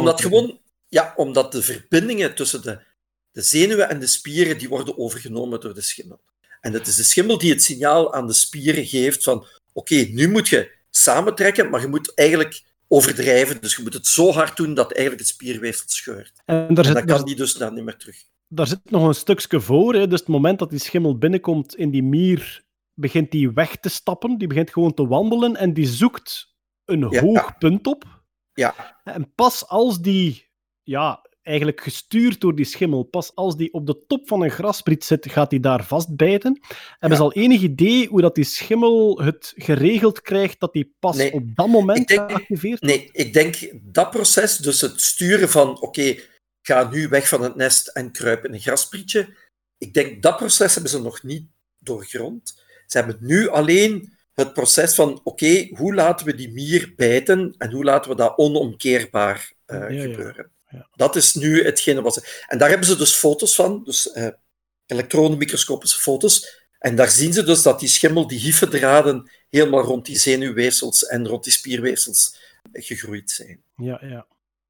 omdat de verbindingen tussen de zenuwen en de spieren die worden overgenomen door de schimmel. En het is de schimmel die het signaal aan de spieren geeft van oké, nu moet je samentrekken, maar je moet eigenlijk overdrijven. Dus je moet het zo hard doen dat eigenlijk het spierweefsel scheurt. En dan kan die dus dan niet meer terug. Daar zit nog een stukje voor. Hè. Dus het moment dat die schimmel binnenkomt in die mier, begint die weg te stappen. Die begint gewoon te wandelen en die zoekt een hoog punt op. Ja. En pas als die, eigenlijk gestuurd door die schimmel, pas als die op de top van een graspriet zit, gaat die daar vastbijten. Hebben ze al enig idee hoe dat die schimmel het geregeld krijgt dat die pas op dat moment geactiveerd wordt? Nee, ik denk dat proces, dus het sturen van oké, ga nu weg van het nest en kruip in een grasprietje. Ik denk dat proces hebben ze nog niet doorgrond. Ze hebben nu alleen het proces van oké, hoe laten we die mier bijten en hoe laten we dat onomkeerbaar gebeuren. Ja. Dat is nu hetgene wat ze... En daar hebben ze dus foto's van, dus elektronenmicroscopische foto's. En daar zien ze dus dat die schimmel, die hyfendraden, helemaal rond die zenuwweefsels en rond die spierweefsels gegroeid zijn. Ja.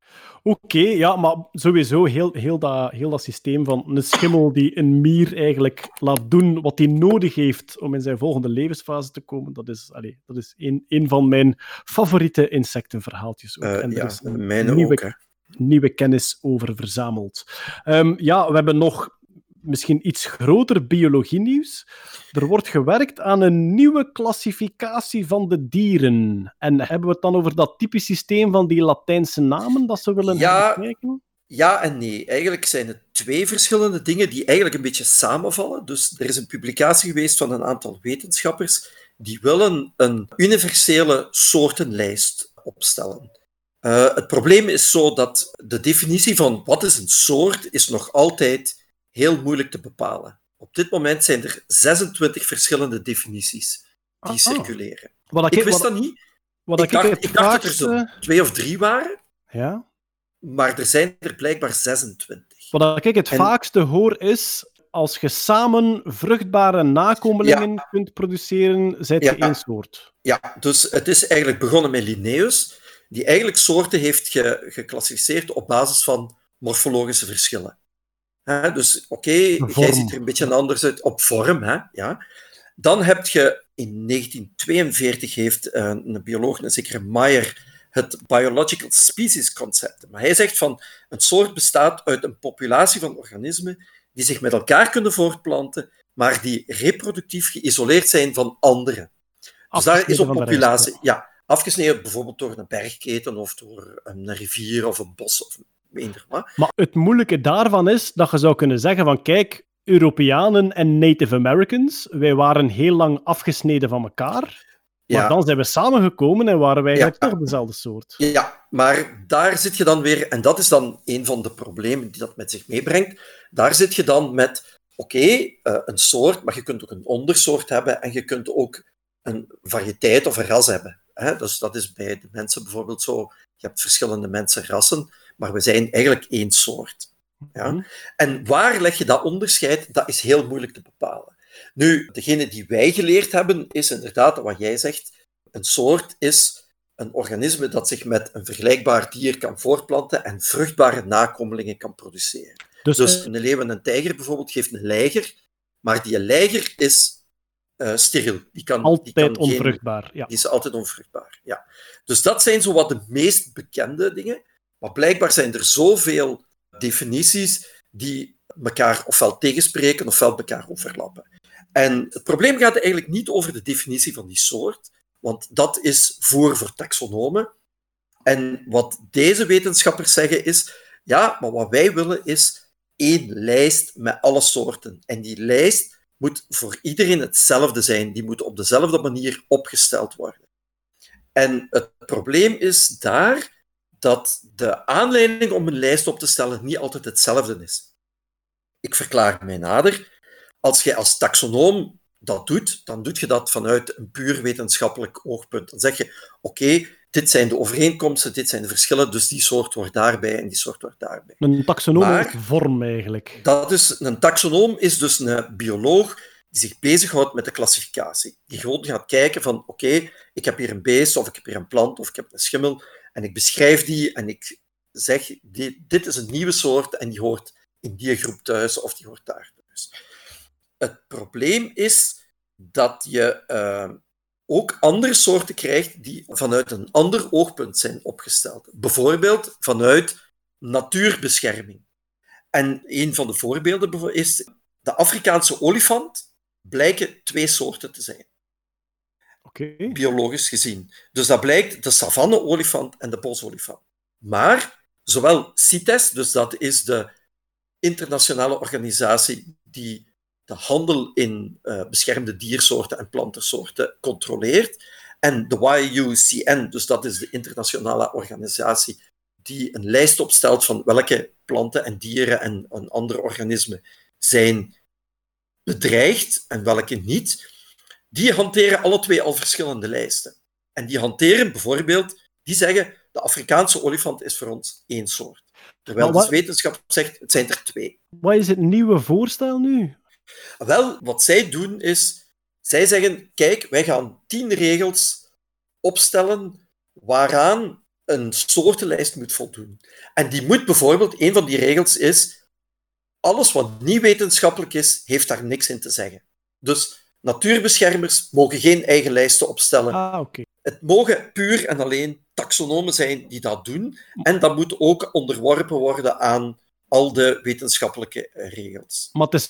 Oké, maar sowieso heel dat systeem van een schimmel die een mier eigenlijk laat doen wat hij nodig heeft om in zijn volgende levensfase te komen, dat is een van mijn favoriete insectenverhaaltjes ook. En er is een nieuwe kennis over verzameld. We hebben nog misschien iets groter biologie-nieuws. Er wordt gewerkt aan een nieuwe klassificatie van de dieren. En hebben we het dan over dat typisch systeem van die Latijnse namen dat ze willen bekijken? Ja en nee. Eigenlijk zijn het twee verschillende dingen die eigenlijk een beetje samenvallen. Dus er is een publicatie geweest van een aantal wetenschappers die willen een universele soortenlijst opstellen. Het probleem is zo dat de definitie van wat is een soort is nog altijd heel moeilijk te bepalen. Op dit moment zijn er 26 verschillende definities die circuleren. Ik wist dat niet. Ik dacht dat er zo 2 of 3 waren. Ja. Maar er zijn er blijkbaar 26. Wat ik het vaakste hoor is, als je samen vruchtbare nakomelingen kunt produceren, zijt je één soort. Ja, dus het is eigenlijk begonnen met Linnaeus, die eigenlijk soorten heeft geclassificeerd op basis van morfologische verschillen. Dus jij ziet er een beetje anders uit op vorm. Ja. Dan heb je in 1942 heeft een bioloog, een zekere Meyer, het biological species concept. Maar hij zegt van een soort bestaat uit een populatie van organismen die zich met elkaar kunnen voortplanten, maar die reproductief geïsoleerd zijn van anderen. Dus daar is een populatie, afgesneden bijvoorbeeld door een bergketen of door een rivier of een bos of eender wat. Maar het moeilijke daarvan is dat je zou kunnen zeggen van kijk, Europeanen en Native Americans, wij waren heel lang afgesneden van elkaar, maar dan zijn we samengekomen en waren wij toch dezelfde soort. Ja, maar daar zit je dan weer, en dat is dan een van de problemen die dat met zich meebrengt, daar zit je dan met, een soort, maar je kunt ook een ondersoort hebben en je kunt ook een variëteit of een ras hebben. Dus dat is bij de mensen bijvoorbeeld zo, je hebt verschillende mensenrassen, maar we zijn eigenlijk één soort. Ja? En waar leg je dat onderscheid? Dat is heel moeilijk te bepalen. Nu, degene die wij geleerd hebben, is inderdaad wat jij zegt. Een soort is een organisme dat zich met een vergelijkbaar dier kan voortplanten en vruchtbare nakomelingen kan produceren. Dus een leeuw en een tijger bijvoorbeeld geeft een leiger, maar die leiger is steriel. Die kan onvruchtbaar. Ja. Die is altijd onvruchtbaar, ja. Dus dat zijn zo wat de meest bekende dingen. Maar blijkbaar zijn er zoveel definities die elkaar ofwel tegenspreken ofwel elkaar overlappen. En het probleem gaat eigenlijk niet over de definitie van die soort, want dat is voer voor taxonomen. En wat deze wetenschappers zeggen is, ja, maar wat wij willen is 1 lijst met alle soorten. En die lijst moet voor iedereen hetzelfde zijn. Die moet op dezelfde manier opgesteld worden. En het probleem is daar dat de aanleiding om een lijst op te stellen niet altijd hetzelfde is. Ik verklaar mij nader. Als je als taxonoom dat doet, dan doe je dat vanuit een puur wetenschappelijk oogpunt. Dan zeg je, oké, dit zijn de overeenkomsten, dit zijn de verschillen, dus die soort wordt daarbij en die soort wordt daarbij. Een taxonomische vorm eigenlijk. Een taxonoom is dus een bioloog die zich bezighoudt met de klassificatie. Die gewoon gaat kijken van, oké, ik heb hier een beest, of ik heb hier een plant, of ik heb een schimmel, en ik beschrijf die en ik zeg, dit is een nieuwe soort en die hoort in die groep thuis, of die hoort daar thuis. Het probleem is dat je ook andere soorten krijgt die vanuit een ander oogpunt zijn opgesteld. Bijvoorbeeld vanuit natuurbescherming. En een van de voorbeelden is de Afrikaanse olifant blijken 2 soorten te zijn. Okay. Biologisch gezien. Dus dat blijkt de savanne-olifant en de bosolifant. Maar zowel CITES, dus dat is de internationale organisatie die de handel in beschermde diersoorten en plantensoorten controleert, en de IUCN, dus dat is de internationale organisatie die een lijst opstelt van welke planten en dieren en andere organismen zijn bedreigd en welke niet, die hanteren alle 2 al verschillende lijsten. En die hanteren bijvoorbeeld, die zeggen, de Afrikaanse olifant is voor ons 1 soort. Terwijl de wetenschap zegt, het zijn er 2. Wat is het nieuwe voorstel nu? Wel, wat zij doen is, zij zeggen, kijk, wij gaan 10 regels opstellen waaraan een soortenlijst moet voldoen. En die moet bijvoorbeeld, een van die regels is, alles wat niet wetenschappelijk is, heeft daar niks in te zeggen. Dus natuurbeschermers mogen geen eigen lijsten opstellen. Okay. Het mogen puur en alleen taxonomen zijn die dat doen. En dat moet ook onderworpen worden aan al de wetenschappelijke regels. Maar het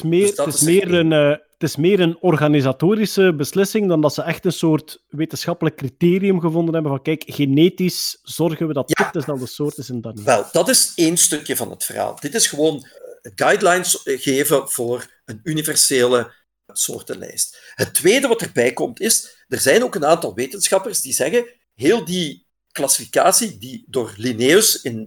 is meer een organisatorische beslissing dan dat ze echt een soort wetenschappelijk criterium gevonden hebben van kijk, genetisch zorgen we dat dit dezelfde soort is en dat niet. Wel, dat is 1 stukje van het verhaal. Dit is gewoon guidelines geven voor een universele soortenlijst. Het tweede wat erbij komt is, er zijn ook een aantal wetenschappers die zeggen, heel die klassificatie die door Linnaeus in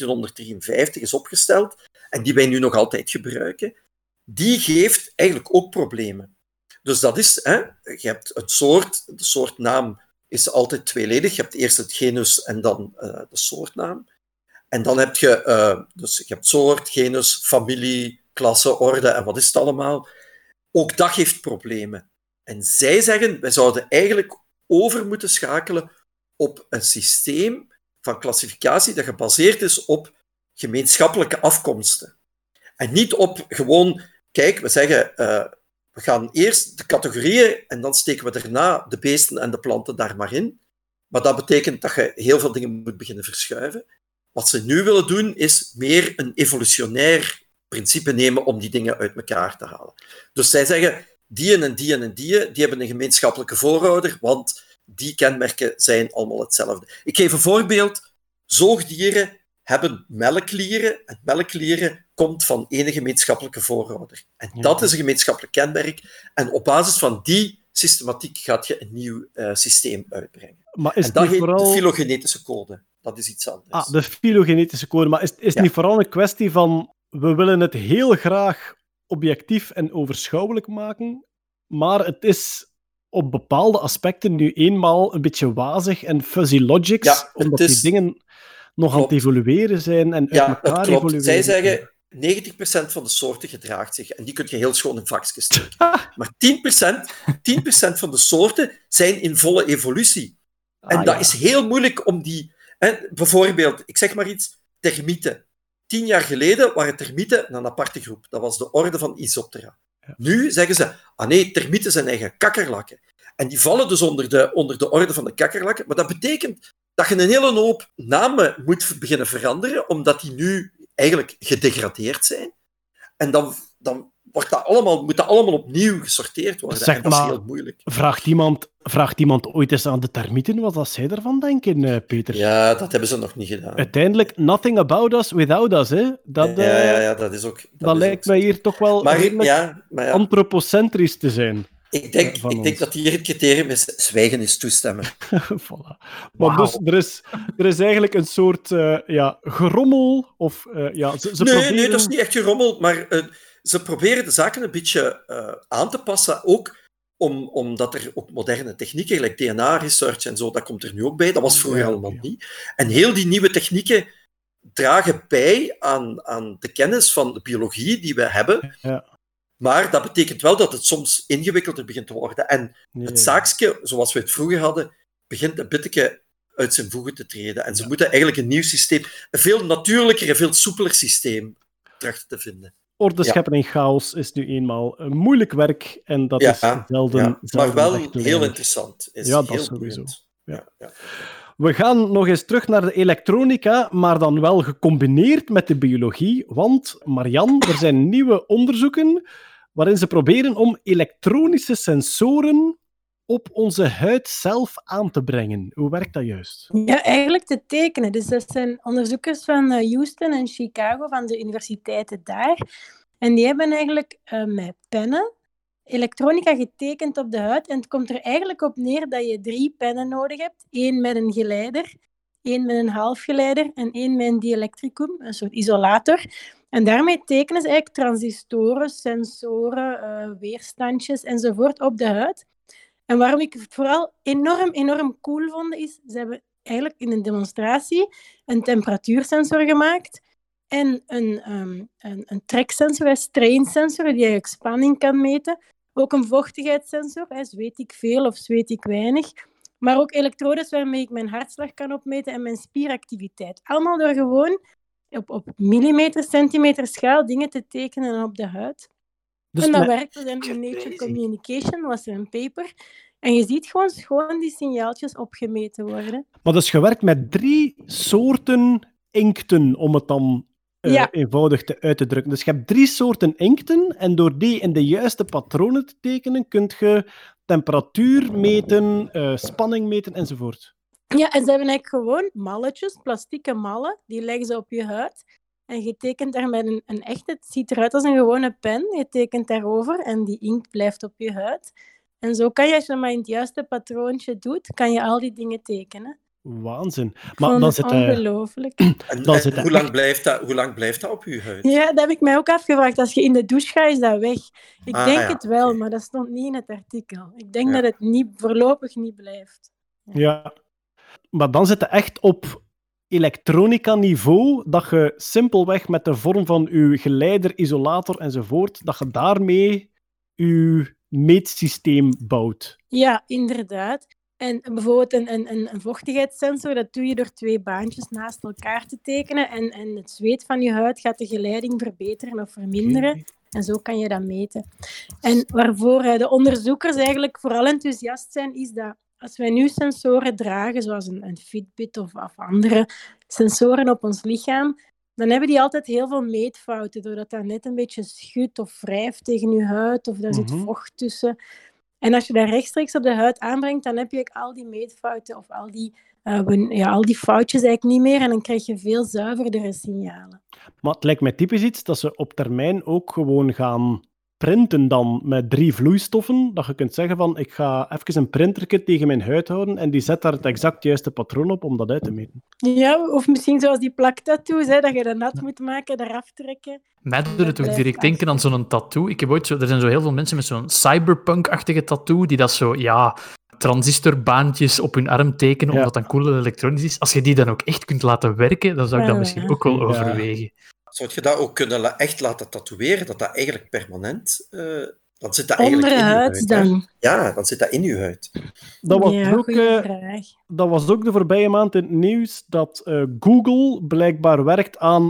1753 is opgesteld en die wij nu nog altijd gebruiken, die geeft eigenlijk ook problemen. Dus dat is, je hebt het soort, de soortnaam is altijd tweeledig. Je hebt eerst het genus en dan de soortnaam. En dan heb je, dus je hebt soort, genus, familie, klasse, orde en wat is het allemaal. Ook dat geeft problemen. En zij zeggen, wij zouden eigenlijk over moeten schakelen op een systeem van klassificatie dat gebaseerd is op gemeenschappelijke afkomsten. En niet op gewoon, kijk, we zeggen, we gaan eerst de categorieën en dan steken we daarna de beesten en de planten daar maar in. Maar dat betekent dat je heel veel dingen moet beginnen verschuiven. Wat ze nu willen doen, is meer een evolutionair principe nemen om die dingen uit elkaar te halen. Dus zij zeggen, die en die en die hebben een gemeenschappelijke voorouder, want die kenmerken zijn allemaal hetzelfde. Ik geef een voorbeeld. Zoogdieren hebben melkklieren en melkklieren komt van één gemeenschappelijke voorouder. En dat is een gemeenschappelijk kenmerk. En op basis van die systematiek gaat je een nieuw systeem uitbrengen. Maar is en dat heet vooral de filogenetische code. Dat is iets anders. De filogenetische code. Maar is het niet vooral een kwestie van, we willen het heel graag objectief en overschouwelijk maken, maar het is op bepaalde aspecten nu eenmaal een beetje wazig en fuzzy logics, omdat die dingen nog aan het evolueren zijn en uit elkaar evolueren. Zij zeggen, 90% van de soorten gedraagt zich en die kun je heel schoon in vakjes steken. Maar 10% van de soorten zijn in volle evolutie. En dat is heel moeilijk om die... bijvoorbeeld, ik zeg maar iets, termieten. 10 jaar geleden waren termieten een aparte groep. Dat was de orde van Isoptera. Ja. Nu zeggen ze, nee, termieten zijn eigen kakkerlakken. En die vallen dus onder de orde van de kakkerlakken. Maar dat betekent dat je een hele hoop namen moet beginnen veranderen, omdat die nu eigenlijk gedegradeerd zijn. En dan moet dat allemaal opnieuw gesorteerd worden. Zeg, en dat is heel moeilijk. Vraagt iemand ooit eens aan de termieten wat dat zij ervan denken, Peter? Ja, dat hebben ze nog niet gedaan. Uiteindelijk, nothing about us without us. Hè? Ja, dat is ook... Dat lijkt mij hier toch wel antropocentrisch te zijn. Ik denk dat hier het criterium is, zwijgen is toestemmen. Voilà. Maar dus, er is eigenlijk een soort gerommel, of ze proberen... Nee, dat is niet echt gerommel, maar ze proberen de zaken een beetje aan te passen, ook omdat er ook moderne technieken, like DNA-research en zo, dat komt er nu ook bij. Dat was vroeger allemaal niet. En heel die nieuwe technieken dragen bij aan de kennis van de biologie die we hebben. Ja. Maar dat betekent wel dat het soms ingewikkelder begint te worden. En het zaakje, zoals we het vroeger hadden, begint een beetje uit zijn voegen te treden. En ze moeten eigenlijk een nieuw systeem, een veel natuurlijker en veel soepeler systeem trachten te vinden. Orde scheppen in chaos is nu eenmaal een moeilijk werk. En dat is zelden maar wel heel interessant. Dat is sowieso. Ja. We gaan nog eens terug naar de elektronica, maar dan wel gecombineerd met de biologie. Want, Marian, er zijn nieuwe onderzoeken waarin ze proberen om elektronische sensoren op onze huid zelf aan te brengen. Hoe werkt dat juist? Ja, eigenlijk te tekenen. Dus dat zijn onderzoekers van Houston en Chicago, van de universiteiten daar. En die hebben eigenlijk met pennen elektronica getekend op de huid. En het komt er eigenlijk op neer dat je 3 pennen nodig hebt. 1 met een geleider, 1 met een halfgeleider en 1 met een dielectricum, een soort isolator. En daarmee tekenen ze eigenlijk transistoren, sensoren, weerstandjes enzovoort op de huid. En waarom ik het vooral enorm cool vond, is ze hebben eigenlijk in een demonstratie een temperatuursensor gemaakt en een treksensor, een strainsensor, die eigenlijk spanning kan meten. Ook een vochtigheidssensor, zweet ik veel of zweet ik weinig. Maar ook elektrodes waarmee ik mijn hartslag kan opmeten en mijn spieractiviteit. Allemaal door gewoon op millimeter, centimeter schaal dingen te tekenen op de huid. Dus en dat werkte dan in Nature Communication, was er een paper. En je ziet gewoon schoon die signaaltjes opgemeten worden. Maar dus je werkt met 3 soorten inkten, om het dan eenvoudig uit te drukken. Dus je hebt 3 soorten inkten en door die in de juiste patronen te tekenen, kun je temperatuur meten, spanning meten enzovoort. Ja, en ze hebben eigenlijk gewoon malletjes, plastieke mallen, die leggen ze op je huid. En je tekent daar met een echte, het ziet eruit als een gewone pen, je tekent daarover en die inkt blijft op je huid. En zo kan je, als je dat maar in het juiste patroontje doet, kan je al die dingen tekenen. Waanzin. Maar dan zit ongelooflijk. Hoe lang blijft dat op je huid? Ja, dat heb ik mij ook afgevraagd. Als je in de douche gaat, is dat weg. Ik denk het wel, maar dat stond niet in het artikel. Ik denk dat het voorlopig niet blijft. Ja. Maar dan zit het echt op elektronica-niveau, dat je simpelweg met de vorm van je geleider, isolator enzovoort, dat je daarmee je meetsysteem bouwt. Ja, inderdaad. En bijvoorbeeld een vochtigheidssensor, dat doe je door 2 baantjes naast elkaar te tekenen. En het zweet van je huid gaat de geleiding verbeteren of verminderen. Okay. En zo kan je dat meten. En waarvoor de onderzoekers eigenlijk vooral enthousiast zijn, is dat als wij nu sensoren dragen, zoals een Fitbit of andere sensoren op ons lichaam, dan hebben die altijd heel veel meetfouten, doordat dat net een beetje schudt of wrijft tegen je huid, of daar zit vocht tussen. En als je dat rechtstreeks op de huid aanbrengt, dan heb je al die meetfouten of al die foutjes eigenlijk niet meer en dan krijg je veel zuiverdere signalen. Maar het lijkt mij typisch iets dat ze op termijn ook gewoon gaan printen dan met 3 vloeistoffen, dat je kunt zeggen van ik ga even een printertje tegen mijn huid houden en die zet daar het exact juiste patroon op om dat uit te meten. Ja, of misschien zoals die plaktattoos, dat je dat nat moet maken, eraf trekken. Mij doet het ook direct denken aan zo'n tattoo. Er zijn zo heel veel mensen met zo'n cyberpunk-achtige tattoo, die dat zo, transistorbaantjes op hun arm tekenen, omdat dat cool en elektronisch is. Als je die dan ook echt kunt laten werken, dan zou ik dat misschien ook wel overwegen. Zou je dat ook kunnen echt laten tatoeëren, dat eigenlijk permanent Dan zit dat eigenlijk in je Onderhuids huid. Hè? dan? Ja, dan zit dat in je huid. Dat was, Ja, ook, goeie vraag. dat was ook de voorbije maand in het nieuws dat Google blijkbaar werkt aan,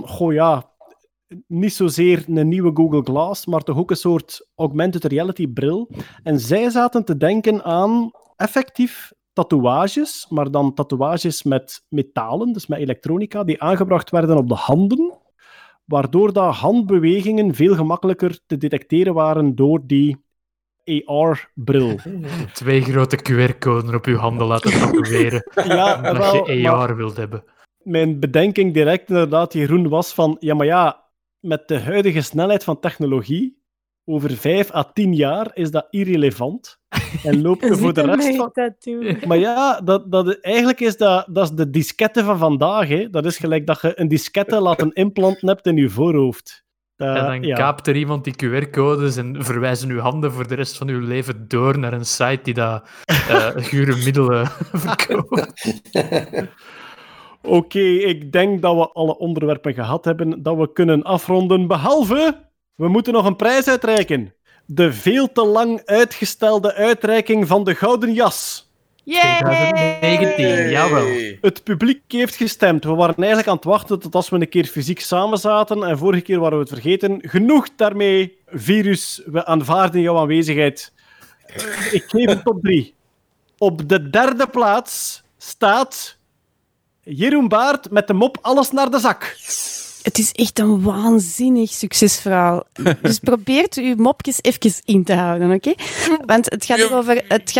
niet zozeer een nieuwe Google Glass, maar toch ook een soort augmented reality bril. En zij zaten te denken aan effectief tatoeages, maar dan tatoeages met metalen, dus met elektronica, die aangebracht werden op de handen, waardoor dat handbewegingen veel gemakkelijker te detecteren waren door die AR-bril. 2 grote QR-codes op je handen laten tatoeëren. Ja, omdat wel, je AR maar wilt hebben. mijn bedenking direct inderdaad, Jeroen, was van, met de huidige snelheid van technologie, over 5 à 10 jaar is dat irrelevant. En lopen we voor de rest van... Maar ja, eigenlijk is dat is de diskette van vandaag. Hè. Dat is gelijk dat je een diskette laat een implant hebt in je voorhoofd. En dan kaapt er iemand die QR-codes en verwijzen uw handen voor de rest van uw leven door naar een site die dat gure middelen verkoopt. Oké, ik denk dat we alle onderwerpen gehad hebben, dat we kunnen afronden, behalve... We moeten nog een prijs uitreiken. De veel te lang uitgestelde uitreiking van de Gouden Jas. 2019, jawel. Het publiek heeft gestemd. We waren eigenlijk aan het wachten tot als we een keer fysiek samen zaten. En vorige keer waren we het vergeten. Genoeg daarmee, virus. We aanvaarden jouw aanwezigheid. Ik geef een top 3. Op de 3e plaats staat Jeroen Baert met de mop Alles naar de zak. Het is echt een waanzinnig succesverhaal. Dus probeert uw mopjes even in te houden, oké? Want het gaat hier over...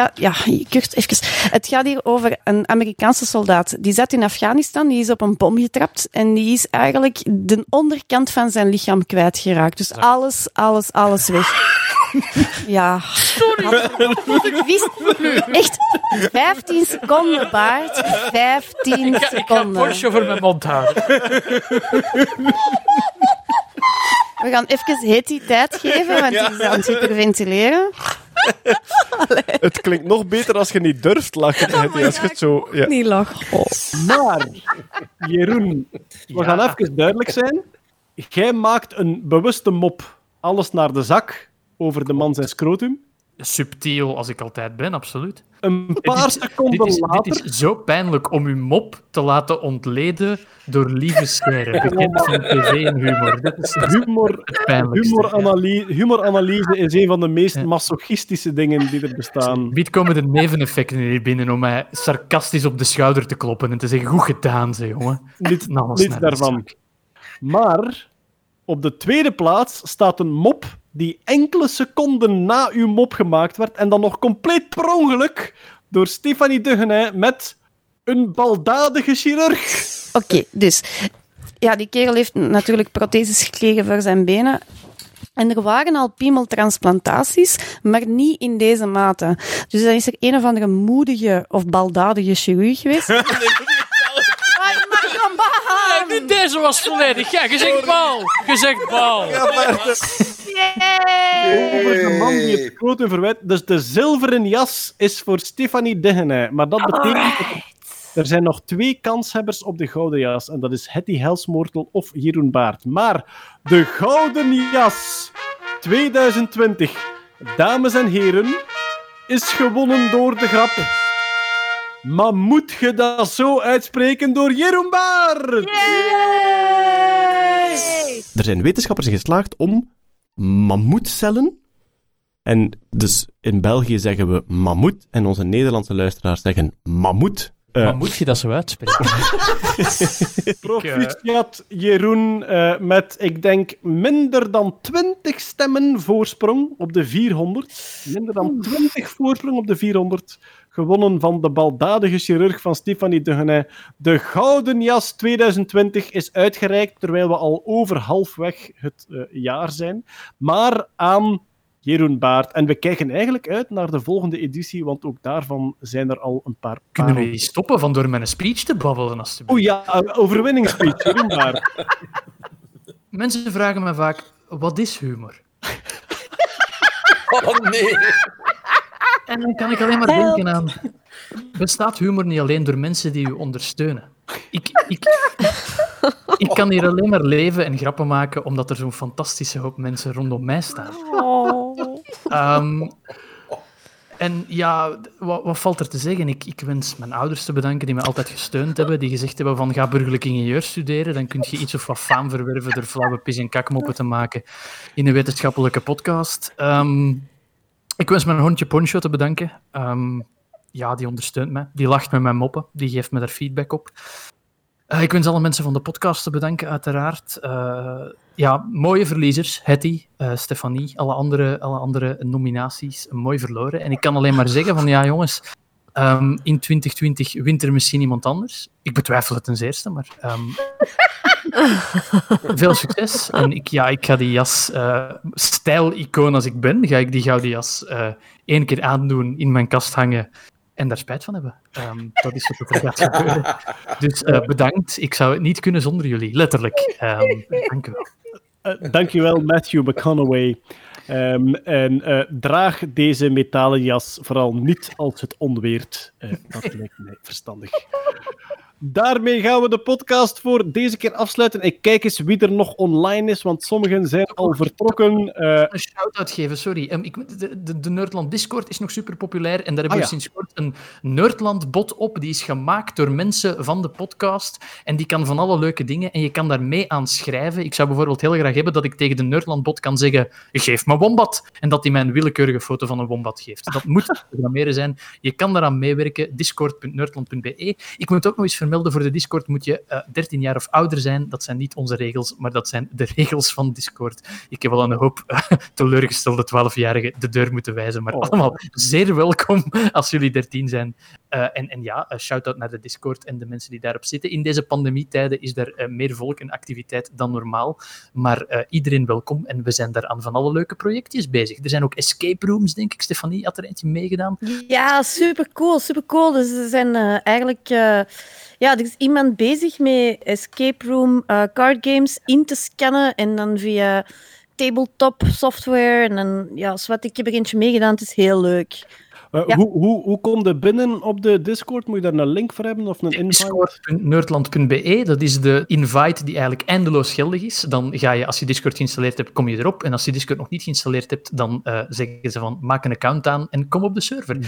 Het gaat hier over een Amerikaanse soldaat. Die zat in Afghanistan, die is op een bom getrapt en die is eigenlijk de onderkant van zijn lichaam kwijtgeraakt. Dus alles weg. Ja. Ik wist echt 15 seconden, Baart. 15 seconden. Ik ga een Porsche voor mijn mond houden. We gaan even Hetty tijd geven, want die is aan het hyperventileren. Het klinkt nog beter als je niet durft lachen. Als je het zo... Ja. Niet lachen. Maar, Jeroen, we gaan even duidelijk zijn. Jij maakt een bewuste mop Alles naar de zak over de man zijn scrotum. Subtiel als ik altijd ben, absoluut. Een paar seconden later... Dit is zo pijnlijk om uw mop te laten ontleden door lieve scheren. Bekend van tv en humor. Dit is het pijnlijkste. Humoranalyse is een van de meest masochistische dingen die er bestaan. Bied komen de neveneffecten hier binnen om mij sarcastisch op de schouder te kloppen en te zeggen, goed gedaan, zeg, jongen. Niets daarvan. Maar op de 2e plaats staat een mop die enkele seconden na uw mop gemaakt werd en dan nog compleet per ongeluk door Stefanie Duggenay met een baldadige chirurg. Oké, dus... Ja, die kerel heeft natuurlijk protheses gekregen voor zijn benen. En er waren al piemeltransplantaties, maar niet in deze mate. Dus dan is er een of andere moedige of baldadige chirurg geweest. Niet deze was volledig. Ja, gezegd bal. Ja, maar over de man die het scrotum verwijt. Dus de zilveren jas is voor Stefanie Duggenay. Maar dat betekent dat er zijn nog 2 kanshebbers op de gouden jas. En dat is Hetty Helsmoortel of Jeroen Baert. Maar de gouden jas 2020, dames en heren, is gewonnen door de grap. Maar moet je dat zo uitspreken door Jeroen Baert? Er zijn wetenschappers in geslaagd om mammoetcellen, en dus in België zeggen we mammoet, en onze Nederlandse luisteraars zeggen mammoet. Maar moet je dat zo uitspreken? Proficiat Jeroen met, ik denk, minder dan 20 stemmen voorsprong op de 400. Minder dan 20 voorsprong op de 400. Gewonnen van de baldadige chirurg van Stefanie Duggenay. De Gouden Jas 2020 is uitgereikt, terwijl we al over halfweg het jaar zijn. Maar aan Jeroen Baert. En we kijken eigenlijk uit naar de volgende editie, want ook daarvan zijn er al een paar... Kunnen we hier stoppen van door mijn speech te babbelen, alsjeblieft? Oeh ja, overwinningsspeech, Jeroen Baert. Mensen vragen me vaak, wat is humor? Oh nee! En dan kan ik alleen maar denken aan... Bestaat humor niet alleen door mensen die u ondersteunen? Ik kan hier alleen maar leven en grappen maken omdat er zo'n fantastische hoop mensen rondom mij staan. Oh. En ja, wat valt er te zeggen? Ik wens mijn ouders te bedanken die me altijd gesteund hebben, die gezegd hebben van ga burgerlijk ingenieur studeren, dan kun je iets of wat faam verwerven door flauwe pis- en kakmoppen te maken in een wetenschappelijke podcast. Ik wens mijn hondje Poncho te bedanken. Ja, die ondersteunt mij. Die lacht met mijn moppen. Die geeft me daar feedback op. Ik wens alle mensen van de podcast te bedanken, uiteraard. Ja, mooie verliezers. Hetty, Stefanie, alle andere nominaties. Mooi verloren. En ik kan alleen maar zeggen van, ja jongens, in 2020 wint er misschien iemand anders. Ik betwijfel het ten zeerste, maar... veel succes. En ik ga die jas, stijl-icoon als ik ben, ga ik die gouden jas 1 keer aandoen, in mijn kast hangen en daar spijt van hebben. Dat is wat er gaat gebeuren. Dus bedankt. Ik zou het niet kunnen zonder jullie, letterlijk. Dank u wel. Dank je wel, Matthew McConaughey. Draag deze metalen jas vooral niet als het onweert. Dat lijkt mij verstandig. Daarmee gaan we de podcast voor deze keer afsluiten. Ik kijk eens wie er nog online is, want sommigen zijn al vertrokken. Een shout-out geven, sorry. De Nerdland Discord is nog super populair en daar hebben we sinds kort een Nerdland-bot op. Die is gemaakt door mensen van de podcast en die kan van alle leuke dingen en je kan daar mee aan schrijven. Ik zou bijvoorbeeld heel graag hebben dat ik tegen de Nerdland-bot kan zeggen geef me wombat en dat hij mij een willekeurige foto van een wombat geeft. Dat moet programmeren zijn. Je kan daaraan meewerken. Discord.nerdland.be. Ik moet ook nog eens vermelden, voor de Discord moet je 13 jaar of ouder zijn. Dat zijn niet onze regels, maar dat zijn de regels van Discord. Ik heb al een hoop teleurgestelde 12-jarigen de deur moeten wijzen, maar allemaal zeer welkom als jullie 13 zijn. En ja, shout-out naar de Discord en de mensen die daarop zitten. In deze pandemietijden is er meer volk en activiteit dan normaal, maar iedereen welkom en we zijn daar aan van alle leuke projectjes bezig. Er zijn ook escape rooms, denk ik. Stefanie had er eentje meegedaan. Ja, supercool, supercool. Dus er zijn eigenlijk... er is iemand bezig met escape room card games in te scannen en dan via tabletop software. En dan, ik heb er eentje meegedaan. Het is heel leuk. Hoe kom je binnen op de Discord? Moet je daar een link voor hebben of een invite? Discord.nerdland.be, dat is de invite die eigenlijk eindeloos geldig is. Dan ga je, als je Discord geïnstalleerd hebt, kom je erop. En als je Discord nog niet geïnstalleerd hebt, dan zeggen ze van maak een account aan en kom op de server.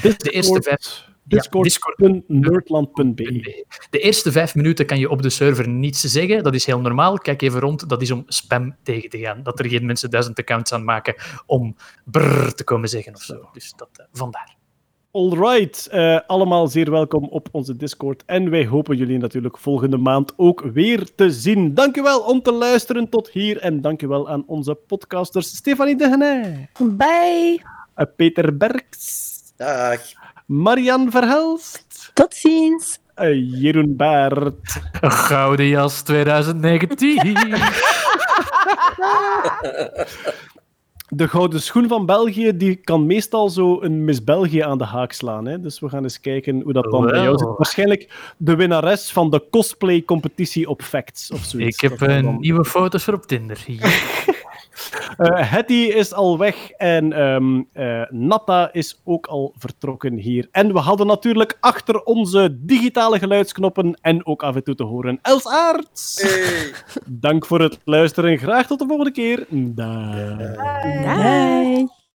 Discord.nerdland.be. De eerste 5 minuten kan je op de server niets zeggen. Dat is heel normaal. Kijk even rond. Dat is om spam tegen te gaan. Dat er geen mensen 1000 accounts aan maken om brrr te komen zeggen of zo. Dus dat vandaar. Alright, allemaal zeer welkom op onze Discord. En wij hopen jullie natuurlijk volgende maand ook weer te zien. Dankjewel om te luisteren tot hier. En dankjewel aan onze podcasters Stefanie de Genij. Bye. Peter Berks. Dag. Marian Verhelst. Tot ziens. Jeroen Baert. Gouden jas 2019. De gouden schoen van België die kan meestal zo een Miss België aan de haak slaan. Hè? Dus we gaan eens kijken hoe dat dan bij jou zit. Waarschijnlijk de winnares van de cosplay-competitie op Facts of zoiets. Ik heb nieuwe foto's voor op Tinder. Hetty is al weg en Natta is ook al vertrokken hier. En we hadden natuurlijk achter onze digitale geluidsknoppen en ook af en toe te horen Els Aerts. Hey. Dank voor het luisteren. Graag tot de volgende keer. Dag. Bye.